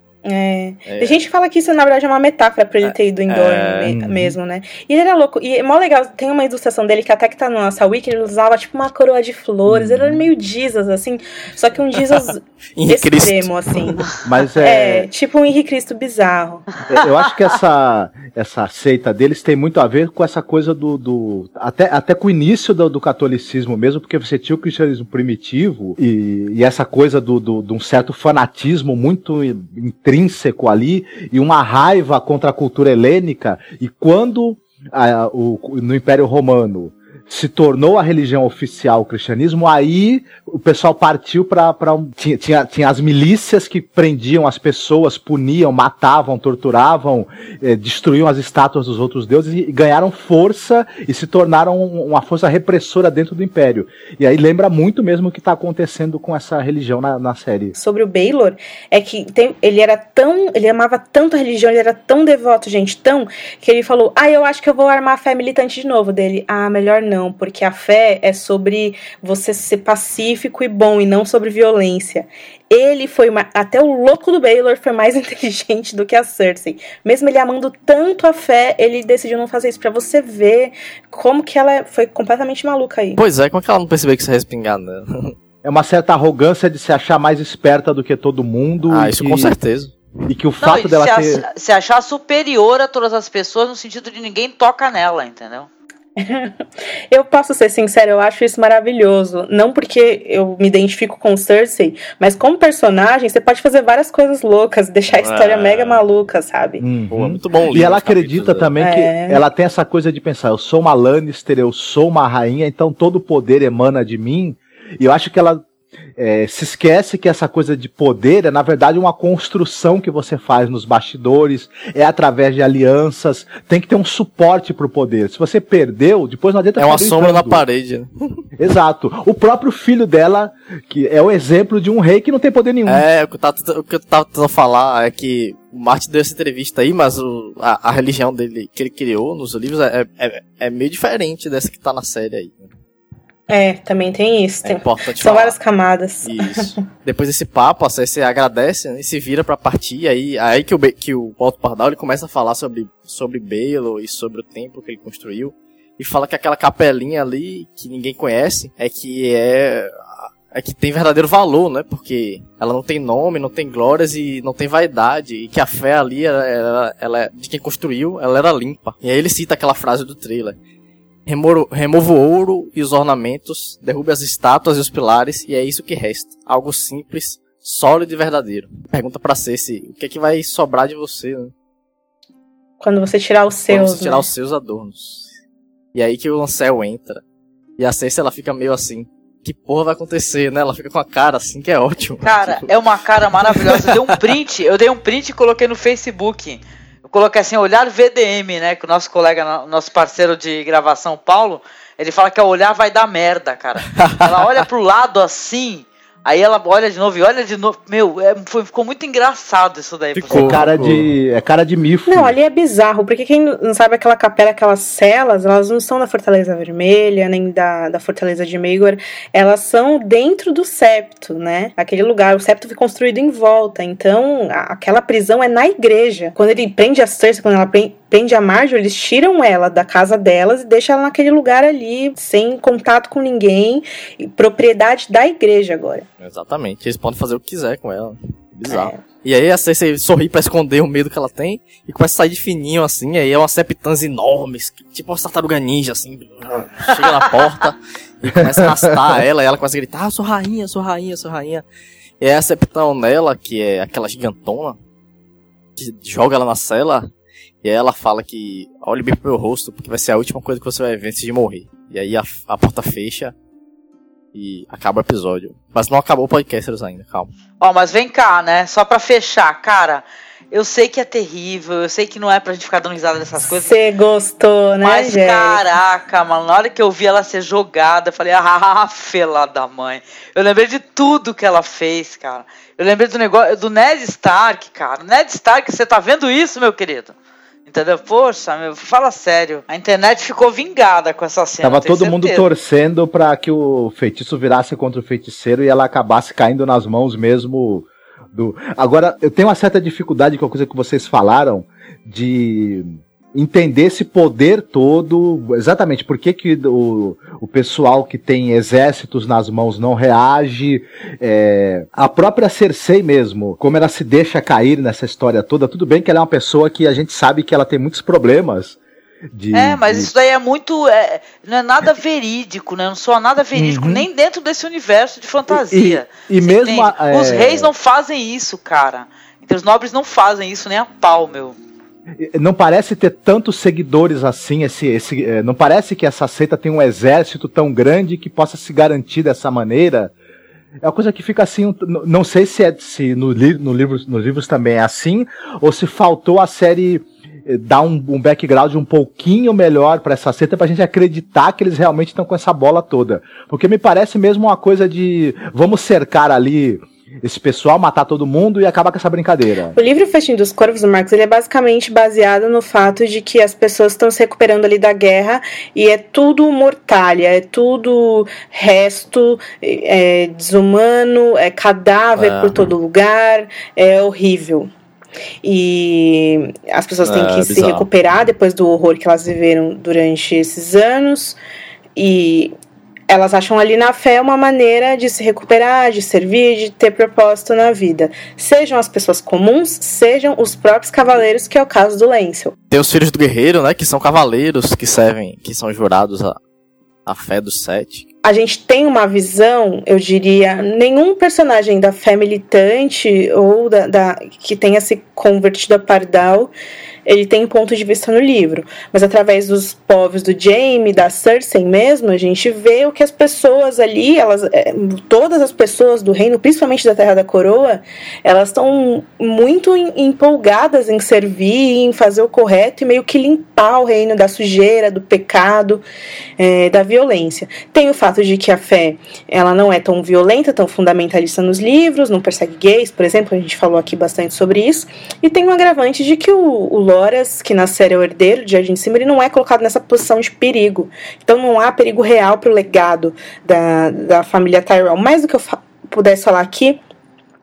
É. É. A gente fala que isso na verdade é uma metáfora pra ele ter ido em Dorne É. me- mesmo, né? E ele era louco. E é mó legal, tem uma ilustração dele que até que tá na nossa wiki, ele usava tipo uma coroa de flores. Ele era meio Jesus, assim. Só que um Jesus Henrique extremo, assim. Mas É, é, tipo um Henrique Cristo bizarro. eu acho que essa, essa seita deles tem muito a ver com essa coisa do... do até, até com o início do, do catolicismo mesmo, porque você tinha o cristianismo primitivo e, e essa coisa do, do, de um certo fanatismo muito intrínseco ali e uma raiva contra a cultura helênica. E quando a, o, no Império Romano se tornou a religião oficial o cristianismo, aí o pessoal partiu para um, tinha, tinha, tinha as milícias que prendiam as pessoas, puniam, matavam, torturavam, eh, destruíam as estátuas dos outros deuses e ganharam força e se tornaram uma força repressora dentro do Império. E aí lembra muito mesmo o que está acontecendo com essa religião na, na série. Sobre o Baelor, é que tem, ele era tão, ele amava tanto a religião, ele era tão devoto, gente, tão, que ele falou, ah, eu acho que eu vou armar a fé militante de novo. Dele, ah, melhor não, porque a fé é sobre você ser pacífico e bom, e não sobre violência. Ele foi, ma- até o louco do Baelor foi mais inteligente do que a Cersei. Mesmo ele amando tanto a fé, ele decidiu não fazer isso, pra você ver como que ela foi completamente maluca aí. Pois é, como é que ela não percebeu que isso ia respingar nela? É uma certa arrogância de se achar mais esperta do que todo mundo. Ah, e isso que, com certeza. E que o Não, fato e dela se, ter... ach- se achar superior a todas as pessoas, no sentido de ninguém toca nela, entendeu? Eu posso ser sincera, eu acho isso maravilhoso. Não porque eu me identifico com Cersei, mas como personagem, você pode fazer várias coisas loucas, deixar a história É. mega maluca, sabe? Uhum. Pô, é muito bom o livro, E ela os capítulos acredita dela. também É. que ela tem essa coisa de pensar, eu sou uma Lannister, eu sou uma rainha, então todo o poder emana de mim. E eu acho que ela é, se esquece que essa coisa de poder é, na verdade, uma construção que você faz nos bastidores, é através de alianças, tem que ter um suporte pro poder. Se você perdeu, depois não adianta É uma ficar sombra na gritando. parede, né? Exato. O próprio filho dela, que é o exemplo de um rei que não tem poder nenhum. É, o que eu tava, o que eu tava tentando falar é que o Martin deu essa entrevista aí, mas o, a, a religião dele que ele criou nos livros é, é, é meio diferente dessa que tá na série aí. É, também tem isso. É Tem... importante São falar. várias camadas. Isso. Depois desse papo, a Cersei agradece, né, e se vira pra partir, aí, aí que o, Be- que o Walter Pardal ele começa a falar sobre, sobre Baelor e sobre o templo que ele construiu. e fala que aquela capelinha ali, que ninguém conhece, é que é... é que tem verdadeiro valor, né? Porque ela não tem nome, não tem glórias e não tem vaidade. E que a fé ali, ela, ela, ela, de quem construiu, ela era limpa. E aí ele cita aquela frase do trailer. Remoro, remova o ouro e os ornamentos, derrube as estátuas e os pilares, e é isso que resta. Algo simples, sólido e verdadeiro. Pergunta pra Cersei, o que é que vai sobrar de você, né? Quando você tirar os seus, Quando você tirar né? os seus adornos. E aí que o Lancel entra. E a Cersei, ela fica meio assim... que porra vai acontecer, né? Ela fica com a cara assim, que é ótimo. Cara, é uma cara maravilhosa. Eu dei um print, eu dei um print e coloquei no Facebook. Eu coloquei assim, olhar V D M, né? Que o nosso colega, nosso parceiro de gravação, Paulo, ele fala que ao olhar vai dar merda, cara. Ela olha pro lado assim, aí ela olha de novo e olha de novo. Meu, é, foi, ficou muito engraçado isso daí. Ficou, é cara de, é cara de mifo. Não, ali é bizarro, porque quem não sabe, aquela capela, aquelas celas, elas não são da Fortaleza Vermelha, nem da, da Fortaleza de Maegor, elas são dentro do septo, né? Aquele lugar, o septo foi construído em volta, então a, aquela prisão é na igreja. Quando ele prende a Cersei, quando ela prende, prende a Marjorie, eles tiram ela da casa delas e deixam ela naquele lugar ali, sem contato com ninguém, e propriedade da igreja agora. Exatamente, eles podem fazer o que quiser com ela. Bizarro. É. É. E aí a Cersei sorri pra esconder o medo que ela tem e começa a sair de fininho assim, aí é umas septãs enormes, tipo uma tartaruga ninja assim, chega na porta e começa a arrastar ela e ela começa a gritar, ah, eu sou rainha, eu sou rainha, eu sou rainha. E aí a septão nela, que é aquela gigantona, que joga ela na cela e aí ela fala que olhe bem pro meu rosto porque vai ser a última coisa que você vai ver antes de morrer. E aí a, a porta fecha e acaba o episódio. Mas não acabou o podcast ainda, calma. Ó, mas vem cá, né? Só pra fechar, cara. Eu sei que é terrível, eu sei que não é pra gente ficar dando risada dessas coisas. Você gostou, né, Mas, gente? caraca, mano, na hora que eu vi ela ser jogada, eu falei, ah, fela da mãe. Eu lembrei de tudo que ela fez, cara. Eu lembrei do negócio, do Ned Stark, cara. Ned Stark, você tá vendo isso, meu querido? Entendeu? Poxa, meu, fala sério. A internet ficou vingada com essa cena. Tava todo certeza. mundo torcendo pra que o feitiço virasse contra o feiticeiro e ela acabasse caindo nas mãos mesmo do... Agora, eu tenho uma certa dificuldade com a coisa que vocês falaram de entender esse poder todo, exatamente por que que o, o pessoal que tem exércitos nas mãos não reage, é, a própria Cersei mesmo, como ela se deixa cair nessa história toda. Tudo bem que ela é uma pessoa que a gente sabe que ela tem muitos problemas de, é, mas de... isso daí é muito, é, não é nada verídico, né? Não soa nada verídico, uhum. nem dentro desse universo de fantasia. E, e mesmo a, é... Os é... reis não fazem isso, cara. Então, os nobres não fazem isso nem a pau, meu. Não parece ter tantos seguidores assim, esse, esse, não parece que essa seita tem um exército tão grande que possa se garantir dessa maneira. É uma coisa que fica assim, não sei se, é, se no, li, no livro, nos livros também é assim, ou se faltou a série dar um, um background um pouquinho melhor para essa seita pra gente acreditar que eles realmente estão com essa bola toda. Porque me parece mesmo uma coisa de vamos cercar ali esse pessoal, matar todo mundo e acabar com essa brincadeira. O livro Festim dos Corvos, do Marcos, ele é basicamente baseado no fato de que as pessoas estão se recuperando ali da guerra e é tudo mortalha, é tudo resto, é desumano, é cadáver é. por todo lugar, é horrível. E as pessoas têm que é, se bizarro. recuperar depois do horror que elas viveram durante esses anos e elas acham ali na fé uma maneira de se recuperar, de servir, de ter propósito na vida. Sejam as pessoas comuns, sejam os próprios cavaleiros, que é o caso do Lancel. Tem os filhos do guerreiro, né, que são cavaleiros, que servem, que são jurados à, à fé dos sete. A gente tem uma visão, eu diria, nenhum personagem da fé militante ou da, da, que tenha se convertido a pardal, ele tem um ponto de vista no livro, mas através dos povos do Jaime, da Cersei mesmo, a gente vê o que as pessoas ali, elas, todas as pessoas do reino, principalmente da Terra da Coroa, elas estão muito empolgadas em servir, em fazer o correto e meio que limpar o reino da sujeira, do pecado, é, da violência. Tem o fato de que a fé, ela não é tão violenta, tão fundamentalista nos livros, não persegue gays, por exemplo, a gente falou aqui bastante sobre isso, e tem um agravante de que o, o Loras, que na série é o herdeiro de Jardim de Cima, ele não é colocado nessa posição de perigo. Então não há perigo real para o legado da, da família Tyrell. Mais do que eu fa- pudesse falar aqui,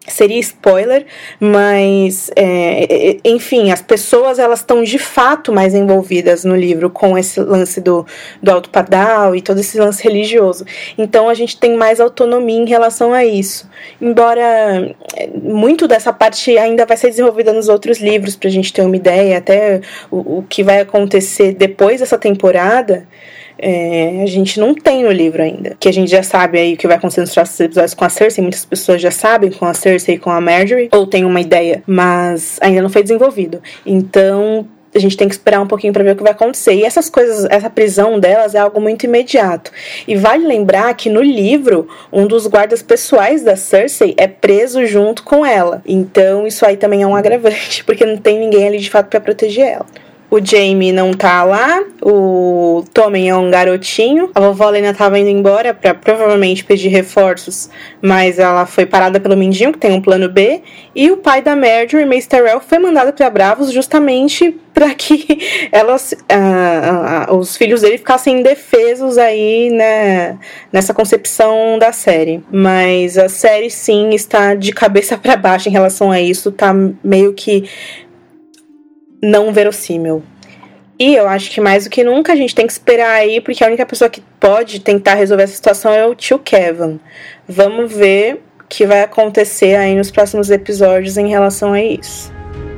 seria spoiler, mas é, enfim, as pessoas elas estão de fato mais envolvidas no livro com esse lance do, do Alto Pardal e todo esse lance religioso. Então a gente tem mais autonomia em relação a isso. Embora muito dessa parte ainda vai ser desenvolvida nos outros livros, pra gente ter uma ideia, até o, o que vai acontecer depois dessa temporada. É, a gente não tem no livro ainda. Que a gente já sabe aí o que vai acontecer nos próximos episódios com a Cersei. Muitas pessoas já sabem com a Cersei e com a Marjorie, ou tem uma ideia, mas ainda não foi desenvolvido. Então a gente tem que esperar um pouquinho para ver o que vai acontecer. E essas coisas, essa prisão delas é algo muito imediato. E vale lembrar que no livro, um dos guardas pessoais da Cersei é preso junto com ela. Então isso aí também é um agravante, porque não tem ninguém ali de fato para proteger ela. O Jaime não tá lá, o Tommen é um garotinho, a vovó Lena tava indo embora pra provavelmente pedir reforços, mas ela foi parada pelo Mindinho, que tem um plano B, e o pai da Marjorie, Mace Tyrell, foi mandado pra Bravos justamente para que elas, uh, uh, os filhos dele ficassem indefesos aí, né, nessa concepção da série. Mas a série sim está de cabeça para baixo em relação a isso, tá meio que não verossímil. E eu acho que mais do que nunca a gente tem que esperar aí, porque a única pessoa que pode tentar resolver essa situação é o tio Kevin. Vamos ver o que vai acontecer aí nos próximos episódios em relação a isso.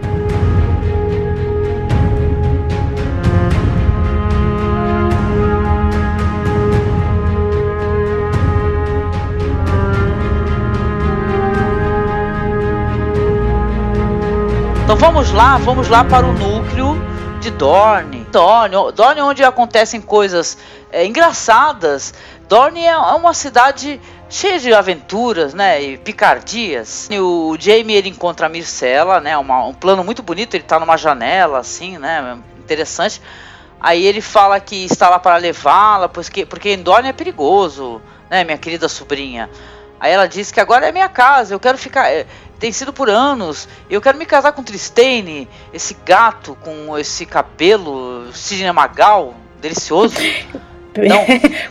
Então vamos lá, vamos lá para o núcleo de Dorne. Dorne, Dorne onde acontecem coisas é, engraçadas. Dorne é uma cidade cheia de aventuras, né, e picardias. E o Jaime, ele encontra a Myrcella, né, uma, um plano muito bonito, ele tá numa janela, assim, né, interessante. Aí ele fala que está lá para levá-la, porque, porque em Dorne é perigoso, né, minha querida sobrinha. Aí ela diz que agora é minha casa, eu quero ficar... Tem sido por anos, eu quero me casar com Tristane, esse gato com esse cabelo, Sidney Magal, delicioso. Então...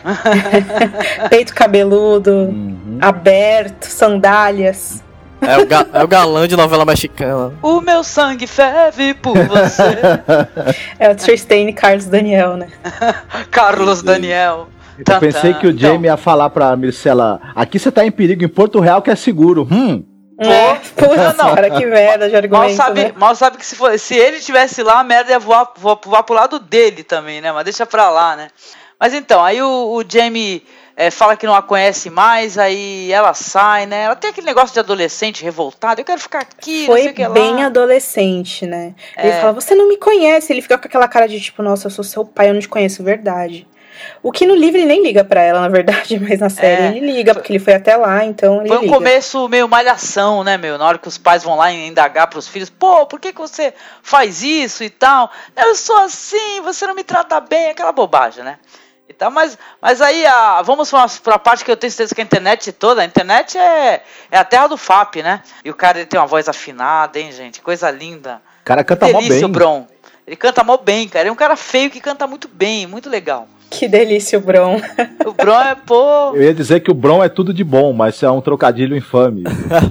Peito cabeludo, uhum. Aberto, sandálias. É o, ga- é o galã de novela mexicana. O meu sangue ferve por você. É o Tristane Carlos Daniel, né? Carlos Daniel. Eu pensei que o Jaime então... ia falar pra Myrcella, aqui você tá em perigo, em Porto Real que é seguro. Hum... É, puta não. Cara, que merda de argumento, mal sabe, né? Mal sabe que se, for, se ele estivesse lá, a merda ia voar, voar, voar pro lado dele também, né? Mas deixa pra lá, né? Mas então, aí o, o Jaime é, fala que não a conhece mais, aí ela sai, né? Ela tem aquele negócio de adolescente revoltado, eu quero ficar aqui, Foi não sei o que lá. Bem adolescente, né? É. Ele fala, você não me conhece. Ele fica com aquela cara de tipo, nossa, eu sou seu pai, eu não te conheço, verdade. O que no livro ele nem liga pra ela, na verdade, mas na série é. ele liga, porque ele foi até lá, então ele Foi um liga. começo meio malhação, né, meu? Na hora que os pais vão lá indagar pros filhos, pô, por que que você faz isso e tal? Eu sou assim, você não me trata bem, aquela bobagem, né? E tal, mas, mas aí, a, vamos pra, pra parte que eu tenho certeza que a internet toda, a internet é, é a terra do F A P, né? E o cara, ele tem uma voz afinada, hein, gente? Coisa linda. O cara canta mó bem. Delícia, o Bron. Ele canta mó bem, cara. Ele é um cara feio que canta muito bem, muito legal. Que delícia o Bron. O Bron é, pô... Eu ia dizer que o Bron é tudo de bom, mas é um trocadilho infame.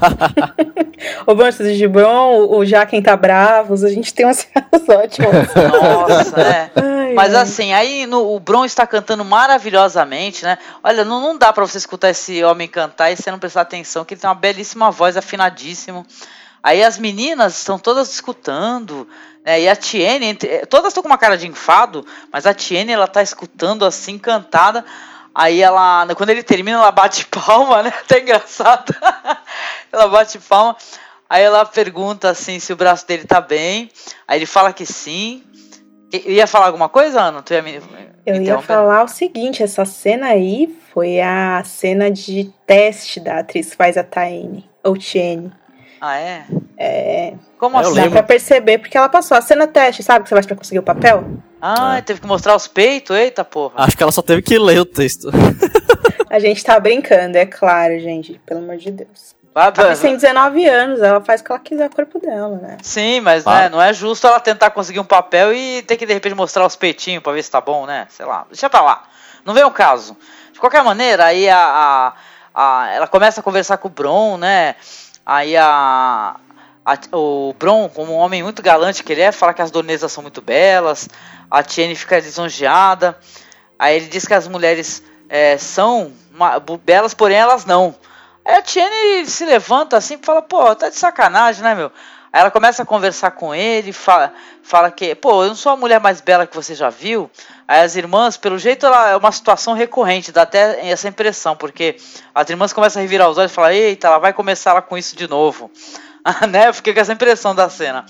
O Bron é tudo de bom, o Jaqen tá bravos, a gente tem umas cenas ótimas. Nossa, né? Ai, mas ai. assim, aí no, o Bron está cantando maravilhosamente, né? Olha, não, não dá pra você escutar esse homem cantar e você não prestar atenção, que ele tem uma belíssima voz, afinadíssimo. Aí as meninas estão todas escutando... É, e a Tiene, todas estão com uma cara de enfado, mas a Tiene, ela tá escutando assim, cantada. Aí ela, quando ele termina, ela bate palma, né? Até engraçado. Ela bate palma. Aí ela pergunta assim se o braço dele tá bem. Aí ele fala que sim. I- ia falar alguma coisa, Ana? Tu ia me, Eu me ia falar o seguinte, essa cena aí foi a cena de teste da atriz que faz a Tiene, ou Tiene. Ah, é? É... Como Eu assim? Dá pra perceber, porque ela passou a cena teste, sabe? Que você vai pra conseguir o papel. Ah, é. Teve que mostrar os peitos? Eita, porra. Acho que ela só teve que ler o texto. A gente tá brincando, é claro, gente. Pelo amor de Deus. Ah, Ela tem dezenove anos, ela faz o que ela quiser com o corpo dela, né? Sim, mas Ah. né, não é justo ela tentar conseguir um papel e ter que de repente mostrar os peitinhos pra ver se tá bom, né? Sei lá, deixa pra lá. Não vem o caso. De qualquer maneira, aí a, a, a, ela começa a conversar com o Bron, né? Aí a, a, o Bron, como um homem muito galante que ele é, fala que as donesas são muito belas. A Tiene fica lisonjeada. Aí ele diz que as mulheres é, são uma, belas, porém elas não. Aí a Tiene se levanta assim e fala, pô, tá de sacanagem, né, meu? Aí ela começa a conversar com ele, fala, fala que, pô, eu não sou a mulher mais bela que você já viu. Aí as irmãs, pelo jeito, ela é uma situação recorrente, dá até essa impressão, porque as irmãs começam a revirar os olhos e falam, eita, ela vai começar lá com isso de novo. Né? Eu fiquei com essa impressão da cena.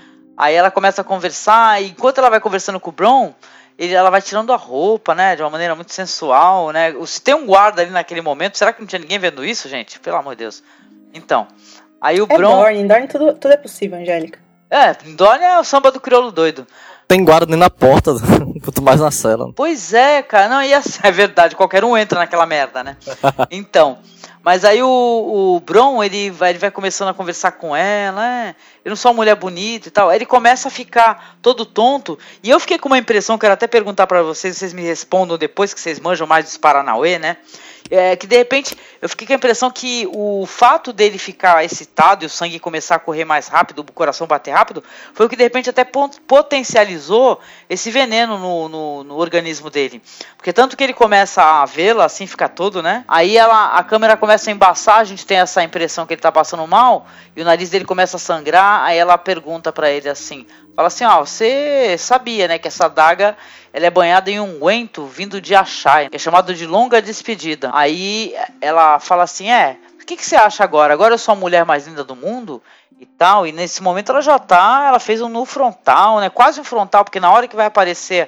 Aí ela começa a conversar, e enquanto ela vai conversando com o Bron, ele, ela vai tirando a roupa, né, de uma maneira muito sensual, né. Se tem um guarda ali naquele momento, será que não tinha ninguém vendo isso, gente? Pelo amor de Deus. Então... Aí o é Bron... Dorne, em Dorne tudo, tudo é possível, Angélica. É, em Dorne é o samba do crioulo doido. Tem guarda nem na porta, quanto mais na cela. Pois é, cara, não, e assim, é verdade, qualquer um entra naquela merda, né? Então, mas aí o, o Bron, ele vai, ele vai começando a conversar com ela, é, eu não sou uma mulher bonita e tal, aí ele começa a ficar todo tonto, e eu fiquei com uma impressão, quero até perguntar pra vocês, vocês me respondam depois que vocês manjam mais dos Paranauê, né? É, que de repente eu fiquei com a impressão que o fato dele ficar excitado e o sangue começar a correr mais rápido, o coração bater rápido, foi o que de repente até potencializou esse veneno no, no, no organismo dele. Porque tanto que ele começa a vê-la, assim, fica todo, né? Aí ela, a câmera começa a embaçar, a gente tem essa impressão que ele tá passando mal, e o nariz dele começa a sangrar, aí ela pergunta pra ele assim, fala assim, ó, você sabia, né, que essa adaga... ela é banhada em um unguento vindo de Ashai, que é chamado de longa despedida. Aí ela fala assim, é, o que, que você acha agora? Agora eu sou a mulher mais linda do mundo? E tal, e nesse momento ela já tá, ela fez um nu frontal, né, quase um frontal, porque na hora que vai aparecer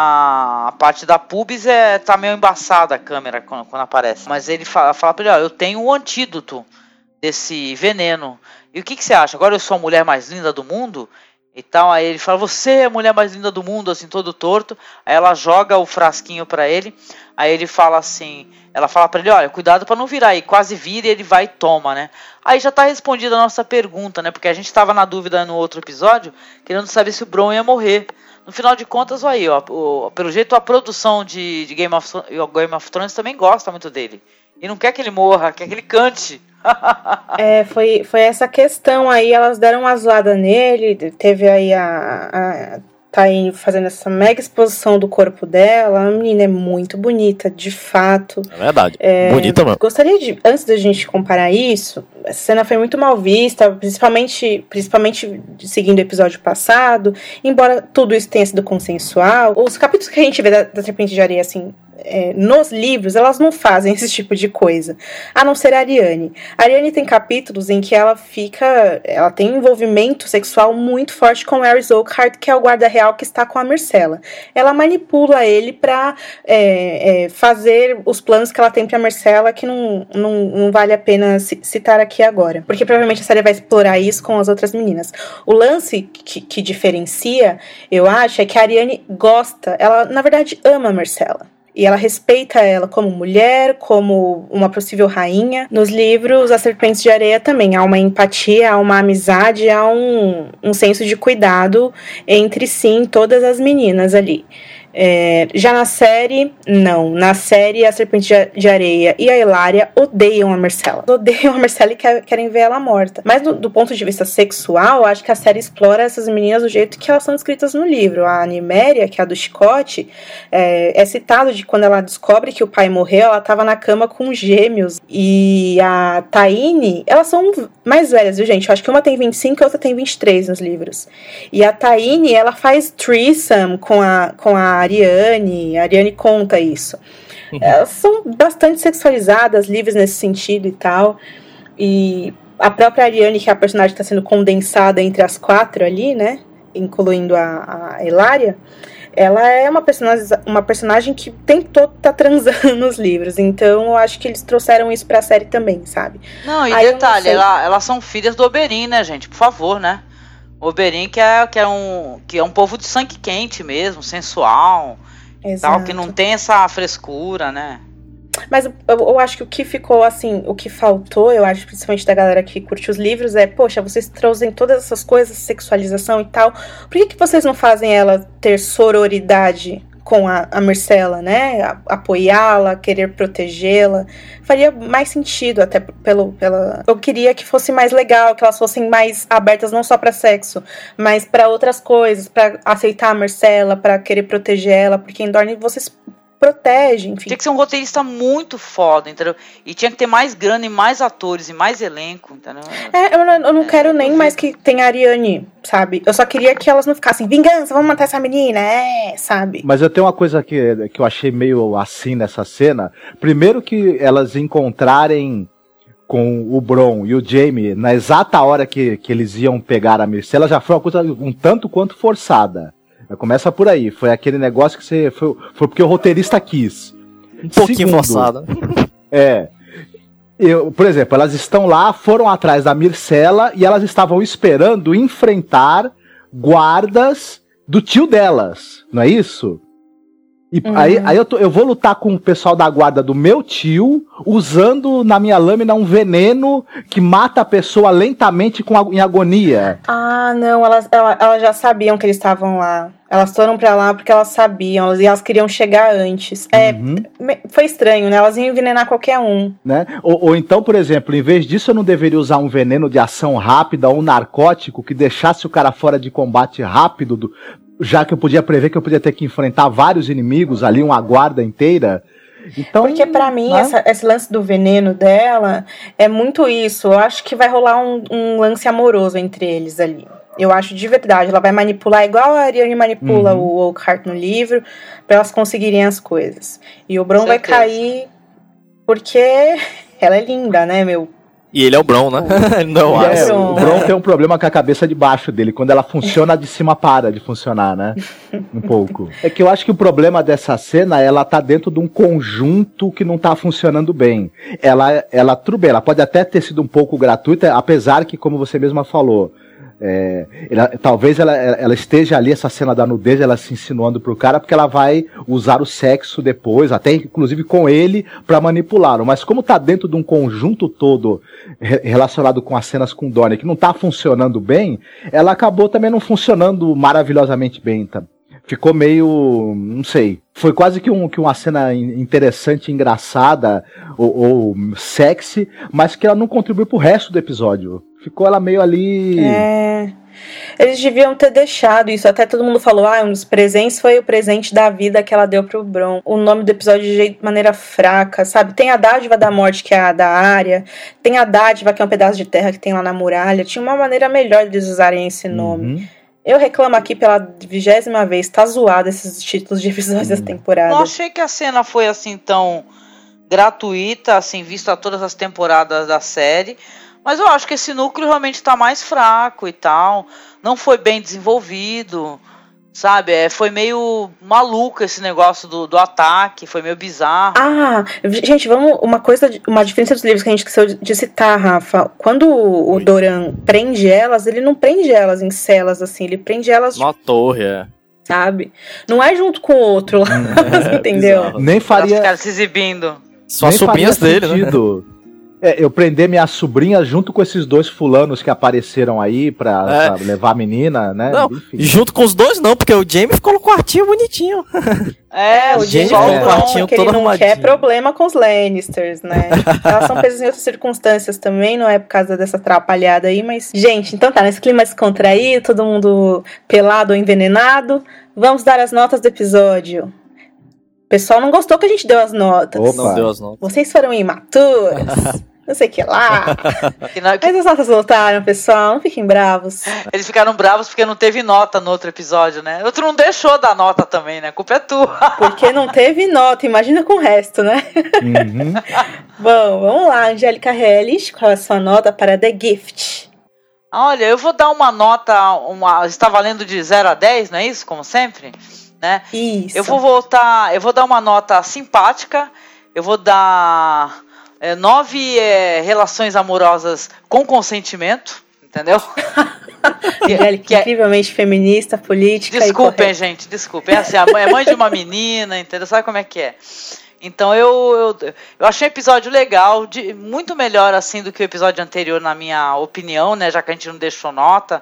a, a parte da pubis, é, tá meio embaçada a câmera quando, quando aparece. Mas ele fala, fala pra ele, ó, eu tenho um antídoto desse veneno. E o que, que você acha? Agora eu sou a mulher mais linda do mundo? E tal, aí ele fala, você é a mulher mais linda do mundo, assim, todo torto. Aí ela joga o frasquinho pra ele. Aí ele fala assim, ela fala pra ele, olha, cuidado pra não virar. E quase vira e ele vai e toma, né? Aí já tá respondida a nossa pergunta, né? Porque a gente tava na dúvida no outro episódio, querendo saber se o Bron ia morrer. No final de contas, aí, ó, o, pelo jeito a produção de, de Game of, Game of Thrones também gosta muito dele. E não quer que ele morra, quer que ele cante. É, foi, foi essa questão aí, elas deram uma zoada nele, teve aí a, a tá aí fazendo essa mega exposição do corpo dela, a menina é muito bonita, de fato. É verdade, é, bonita mano. Gostaria de, antes da gente comparar isso, essa cena foi muito mal vista, principalmente, principalmente seguindo o episódio passado, embora tudo isso tenha sido consensual, os capítulos que a gente vê da, da Serpente de Areia, assim, É, nos livros, elas não fazem esse tipo de coisa, a não ser a Arianne. A Arianne tem capítulos em que ela fica, ela tem um envolvimento sexual muito forte com Aerys Oakhart, que é o guarda real que está com a Myrcella. Ela manipula ele para é, é, fazer os planos que ela tem para Myrcella, que não, não, não vale a pena citar aqui agora, porque provavelmente a série vai explorar isso com as outras meninas. O lance que, que diferencia, eu acho, é que a Arianne gosta, ela na verdade ama a Myrcella. E ela respeita ela como mulher, como uma possível rainha. Nos livros, As Serpentes de Areia também há uma empatia, há uma amizade, há um, um senso de cuidado entre, sim, todas as meninas ali. É, já na série, não. Na série, a Serpente de Areia e a Ellaria odeiam a Myrcella. Odeiam a Myrcella e quer, querem ver ela morta. Mas do, do ponto de vista sexual, acho que a série explora essas meninas do jeito que elas são descritas no livro. A Nymeria, que é a do chicote, é, é citado de quando ela descobre que o pai morreu, ela estava na cama com gêmeos. E a Taine, elas são mais velhas, viu, gente? Eu acho que uma tem vinte e cinco e a outra tem vinte e três nos livros. E a Taine, ela faz threesome com a, com a Arianne, a Arianne conta isso. Uhum. Elas são bastante sexualizadas, livres nesse sentido e tal. E a própria Arianne, que é a personagem que está sendo condensada entre as quatro ali, né? Incluindo a, a Ellaria, ela é uma personagem, uma personagem que tentou tá transando nos livros. Então eu acho que eles trouxeram isso pra série também, sabe? Não, e Aí detalhe, ela, elas são filhas do Oberyn, né, gente? Por favor, né? O Oberyn que é, que, é um, que é um povo de sangue quente mesmo, sensual, tal, que não tem essa frescura, né? Mas eu, eu acho que o que ficou, assim, o que faltou, eu acho, principalmente da galera que curte os livros, é, poxa, vocês trouxem todas essas coisas, sexualização e tal, por que, que vocês não fazem ela ter sororidade com a, a Myrcella, né? A, apoiá-la, querer protegê-la. Faria mais sentido, até pelo, pela... Eu queria que fosse mais legal, que elas fossem mais abertas não só pra sexo, mas pra outras coisas, pra aceitar a Myrcella, pra querer proteger ela, porque em Dorne vocês protegem, enfim. Tinha que ser um roteirista muito foda, entendeu? E tinha que ter mais grana e mais atores e mais elenco, entendeu? É, eu não, eu não é, quero nem mais que tenha a Ariane, sabe? Eu só queria que elas não ficassem, vingança, vamos matar essa menina, é, sabe? Mas eu tenho uma coisa que, que eu achei meio assim nessa cena. Primeiro que elas encontrarem com o Bron e o Jaime na exata hora que, que eles iam pegar a Myrcella já foi uma coisa um tanto quanto forçada. Começa por aí, foi aquele negócio que você... Foi, foi porque o roteirista quis. Um pouquinho forçado. É. Eu, por exemplo, elas estão lá, foram atrás da Myrcella e elas estavam esperando enfrentar guardas do tio delas, não é isso? E uhum. aí, aí eu, tô, eu vou lutar com o pessoal da guarda do meu tio, usando na minha lâmina um veneno que mata a pessoa lentamente com, em agonia. Ah, não, elas, elas, elas já sabiam que eles estavam lá. Elas foram pra lá porque elas sabiam, e elas queriam chegar antes. É, uhum. Foi estranho, né? Elas iam envenenar qualquer um. Né? Ou, ou então, por exemplo, em vez disso eu não deveria usar um veneno de ação rápida ou um narcótico que deixasse o cara fora de combate rápido, do, já que eu podia prever que eu podia ter que enfrentar vários inimigos ali, uma guarda inteira. Então, porque pra mim, né? essa, esse lance do veneno dela é muito isso. Eu acho que vai rolar um, um lance amoroso entre eles ali. Eu acho de verdade. Ela vai manipular igual a Ariane manipula uhum. o Oakhart no livro, pra elas conseguirem as coisas. E o Bron vai cair porque ela é linda, né, meu? E ele é o Bron, né? Não, é, é, o Bron tem um problema com a cabeça de baixo dele. Quando ela funciona, de cima para de funcionar, né? Um pouco. É que eu acho que o problema dessa cena, ela tá dentro de um conjunto que não tá funcionando bem. Ela, ela, tudo bem, ela pode até ter sido um pouco gratuita, apesar que, como você mesma falou, É, ela, talvez ela, ela esteja ali, essa cena da nudez, ela se insinuando pro cara, porque ela vai usar o sexo depois, até inclusive com ele, pra manipulá-lo. Mas como tá dentro de um conjunto todo re- relacionado com as cenas com Dorne, que não tá funcionando bem, ela acabou também não funcionando maravilhosamente bem, tá? Ficou meio, não sei, foi quase que, um, que uma cena interessante, engraçada, ou, ou sexy, mas que ela não contribuiu pro resto do episódio. Ficou ela meio ali... É... Eles deviam ter deixado isso. Até todo mundo falou, ah, um dos presentes foi o presente da vida que ela deu pro Bron. O nome do episódio de maneira fraca, sabe? Tem a dádiva da morte, que é a da Arya. Tem a dádiva, que é um pedaço de terra que tem lá na muralha. Tinha uma maneira melhor de eles usarem esse nome. Uhum. Eu reclamo aqui pela vigésima vez. Tá zoado esses títulos de episódios dessa temporada. Não achei que a cena foi assim tão gratuita, assim, vista todas as temporadas da série. Mas eu acho que esse núcleo realmente está mais fraco e tal. Não foi bem desenvolvido, sabe? É, foi meio maluco esse negócio do, do ataque, foi meio bizarro. Ah, gente, vamos... Uma coisa, uma diferença dos livros que a gente esqueceu de citar, Rafa. Quando o Oi. Doran prende elas, ele não prende elas em celas, assim. Ele prende elas... Numa torre, é. Sabe? Não é junto com o outro lá, é, entendeu? Bizarro. Nem faria... Elas ficaram se exibindo. São as sobrinhas dele, sentido. Né? É, eu prender minha sobrinha junto com esses dois fulanos que apareceram aí pra, é. pra levar a menina, né? Não, enfim. Junto com os dois não, porque o Jaime ficou no quartinho bonitinho. É, o Jaime ficou no quartinho todo arrumadinho. Ele não quer problema com os Lannisters, né? Elas são presas em outras circunstâncias também, não é por causa dessa atrapalhada aí, mas... Gente, então tá, nesse clima descontraído, todo mundo pelado ou envenenado, vamos dar as notas do episódio. O pessoal não gostou que a gente deu as notas. Opa. Não deu as notas. Vocês foram imaturas. Não sei o que lá. Que não, que... Mas as notas voltaram, pessoal. Não fiquem bravos. Eles ficaram bravos porque não teve nota no outro episódio, né? O outro não deixou dar nota também, né? A culpa é tua. Porque não teve nota. Imagina com o resto, né? Uhum. Bom, vamos lá. Angélica Hellish, qual é a sua nota para The Gift? Olha, eu vou dar uma nota... Uma... Está valendo de zero a dez, não é isso? Como sempre? Né? Isso. Eu vou voltar... Eu vou dar uma nota simpática. Eu vou dar... É, nove é, relações amorosas com consentimento, entendeu? Angélica, que é incrivelmente feminista, política. Desculpem, gente, desculpem. É assim, a mãe, é mãe de uma menina, entendeu? Sabe como é que é? Então eu, eu, eu achei o episódio legal, de, muito melhor assim do que o episódio anterior, na minha opinião, né? Já que a gente não deixou nota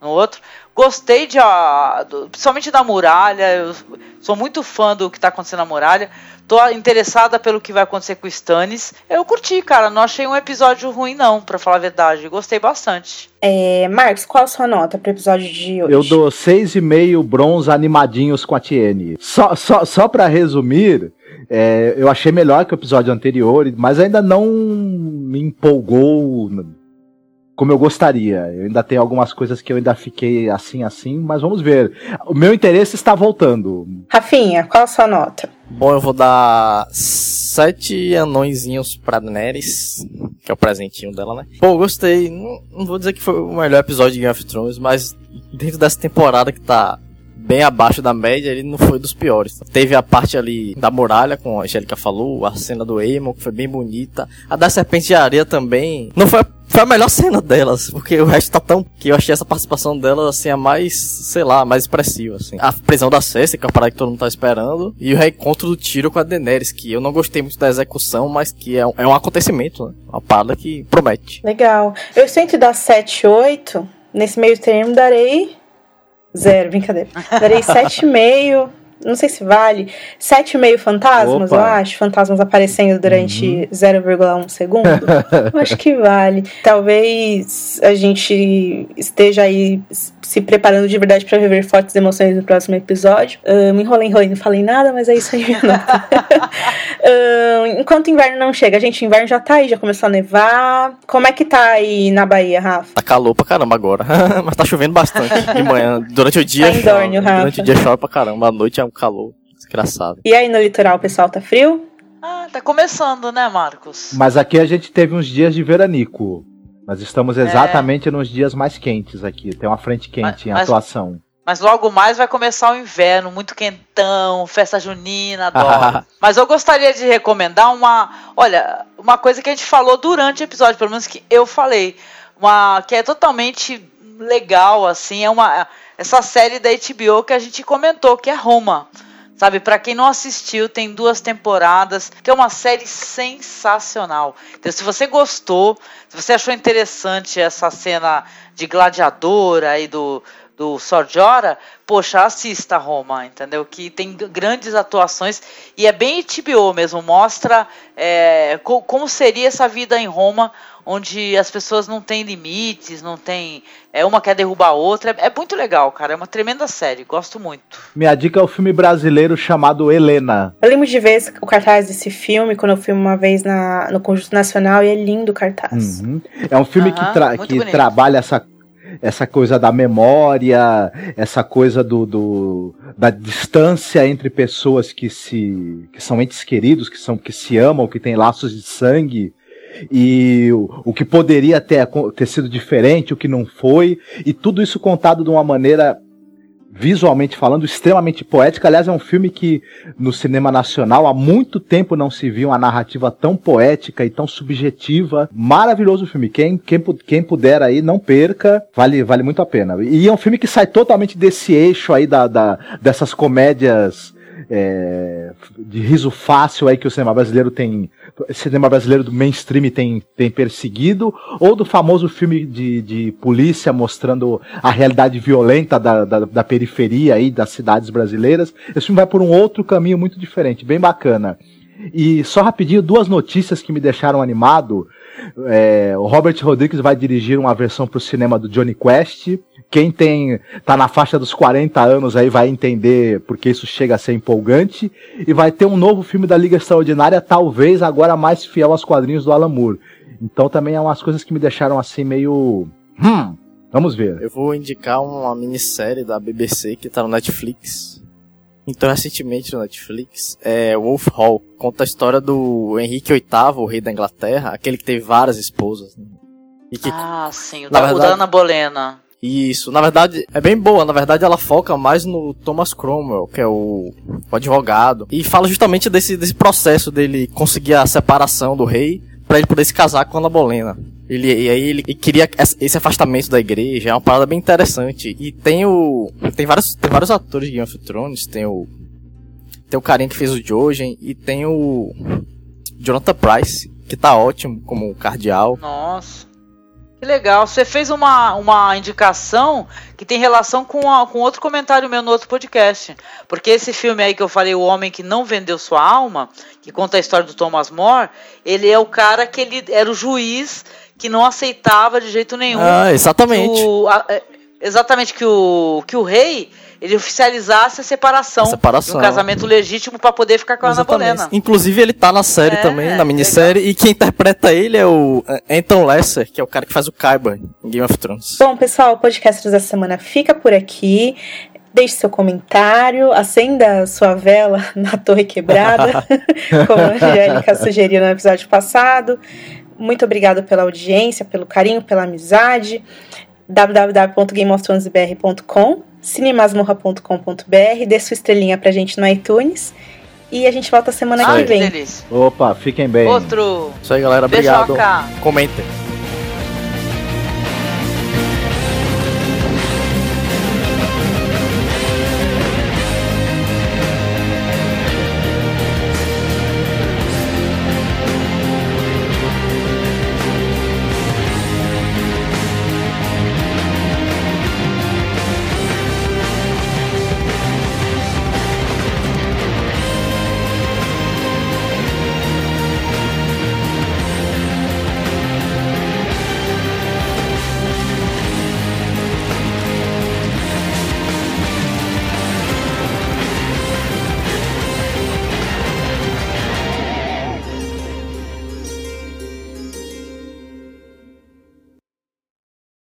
no outro. Gostei de, uh, do, principalmente da muralha, eu sou muito fã do que tá acontecendo na muralha. Tô interessada pelo que vai acontecer com o Stannis. Eu curti, cara, não achei um episódio ruim não, pra falar a verdade, gostei bastante. É, Marcos, qual a sua nota pro episódio de hoje? Eu dou seis e meio bronze animadinhos com a Tiene. Só, só, só pra resumir, é, eu achei melhor que o episódio anterior, mas ainda não me empolgou como eu gostaria. Eu ainda tenho algumas coisas que eu ainda fiquei assim, assim, mas vamos ver. O meu interesse está voltando. Rafinha, qual a sua nota? Bom, eu vou dar sete anõezinhos pra Daenerys, que é o presentinho dela, né? Pô, eu gostei. Não, não vou dizer que foi o melhor episódio de Game of Thrones, mas dentro dessa temporada que tá bem abaixo da média, ele não foi dos piores. Teve a parte ali da muralha, como a Angélica falou, a cena do Aemon, que foi bem bonita. A da Serpente de Areia também. Não foi a, foi a melhor cena delas, porque o resto tá tão... que eu achei essa participação delas, assim, a mais, sei lá, a mais expressiva, assim. A prisão da Cersei, que é uma parada que todo mundo tá esperando, e o reencontro do Tyrion com a Daenerys, que eu não gostei muito da execução, mas que é um, é um acontecimento, né? Uma parada que promete. Legal. Eu sinto dar sete, oito. Nesse meio termo darei... Zero, brincadeira. Darei sete e meio. Não sei se vale. sete e meio fantasmas, Opa. eu acho. Fantasmas aparecendo durante uhum. zero vírgula um segundo. Eu acho que vale. Talvez a gente esteja aí se preparando de verdade pra viver fortes emoções no próximo episódio. Uh, me enrolei, enrolei, não falei nada, mas é isso aí. uh, enquanto o inverno não chega, gente, o inverno já tá aí, já começou a nevar. Como é que tá aí na Bahia, Rafa? Tá calor pra caramba agora. Mas tá chovendo bastante de manhã. Durante o dia tá indórnio, chove. Durante o dia chove pra caramba. À noite é um calor desgraçado. E aí no litoral, pessoal, tá frio? Ah, tá começando, né, Marcos? Mas aqui a gente teve uns dias de veranico. Nós estamos exatamente é. nos dias mais quentes aqui. Tem uma frente quente mas, em mas, atuação. Mas logo mais vai começar o inverno, muito quentão, festa junina, adoro. Mas eu gostaria de recomendar uma... Olha, uma coisa que a gente falou durante o episódio, pelo menos que eu falei. Uma que é totalmente legal, assim. É uma essa série da H B O que a gente comentou, que é Roma. Sabe, pra quem não assistiu, tem duas temporadas, que é uma série sensacional. Então, se você gostou, se você achou interessante essa cena de gladiadora aí do, do Sor Jorah, poxa, assista Roma, entendeu? Que tem grandes atuações e é bem H B O mesmo, mostra é, co- como seria essa vida em Roma, onde as pessoas não têm limites, não tem... É, uma quer derrubar a outra. É, é muito legal, cara. É uma tremenda série. Gosto muito. Minha dica é o filme brasileiro chamado Helena. Eu lembro de ver o cartaz desse filme quando eu fui uma vez na, no Conjunto Nacional e é lindo o cartaz. Uhum. É um filme uhum, que, tra- que trabalha essa... essa coisa da memória, essa coisa do, do, da distância entre pessoas que, se, que são entes queridos, que, são, que se amam, que têm laços de sangue, e o, o que poderia ter, ter sido diferente, o que não foi, e tudo isso contado de uma maneira, visualmente falando, extremamente poética. Aliás, é um filme que no cinema nacional há muito tempo não se viu uma narrativa tão poética e tão subjetiva. Maravilhoso filme. Quem, quem, quem puder aí, não perca. Vale, vale muito a pena. E é um filme que sai totalmente desse eixo aí da, da, dessas comédias é, de riso fácil aí que o cinema brasileiro tem... cinema brasileiro do mainstream tem, tem perseguido, ou do famoso filme de, de polícia mostrando a realidade violenta da, da, da periferia aí, das cidades brasileiras. Esse filme vai por um outro caminho muito diferente, bem bacana. E só rapidinho, duas notícias que me deixaram animado. É, o Robert Rodrigues vai dirigir uma versão para o cinema do Johnny Quest. Quem tem, tá na faixa dos quarenta anos aí vai entender porque isso chega a ser empolgante. E vai ter um novo filme da Liga Extraordinária, talvez agora mais fiel aos quadrinhos do Alan Moore. Então também é umas coisas que me deixaram assim meio... Hum, vamos ver. Eu vou indicar uma minissérie da B B C que tá no Netflix. Então, recentemente no Netflix, é Wolf Hall. Conta a história do Henrique oitavo, o rei da Inglaterra, aquele que teve várias esposas. Né? E que, ah, sim, o da, verdade, o da Ana Bolena. Isso, na verdade, é bem boa. Na verdade, ela foca mais no Thomas Cromwell, que é o, o advogado. E fala justamente desse, desse processo dele conseguir a separação do rei pra ele poder se casar com a Ana Bolena. Ele, e aí ele queria esse afastamento da igreja, é uma parada bem interessante. E tem o... Tem vários, tem vários atores de Game of Thrones, tem o... Tem o carinha que fez o Jojen, e tem o... Jonathan Pryce, que tá ótimo como cardeal. Nossa. Que legal. Você fez uma, uma indicação que tem relação com, a, com outro comentário meu no outro podcast. Porque esse filme aí que eu falei, O Homem que Não Vendeu Sua Alma, que conta a história do Thomas More, ele é o cara que ele era o juiz que não aceitava de jeito nenhum. Ah, exatamente. Que o, a, exatamente, que o, que o rei... ele oficializasse a separação, a separação. de um casamento legítimo pra poder ficar com a Ana Bolena. Inclusive ele tá na série é, também, na minissérie, legal. E quem interpreta ele é o Anton Lesser, que é o cara que faz o Qyburn em Game of Thrones. Bom, pessoal, o podcast dessa semana fica por aqui. Deixe seu comentário, acenda sua vela na torre quebrada, como a Angélica sugeriu no episódio passado. Muito obrigado pela audiência, pelo carinho, pela amizade. w w w ponto game of thrones b r ponto com, cinemasmorra ponto com ponto b r, dê sua estrelinha pra gente no iTunes e a gente volta semana Ai, que vem. Que delícia. Opa, fiquem bem. Outro. Isso aí, galera. Beijoca. Obrigado. Comentem.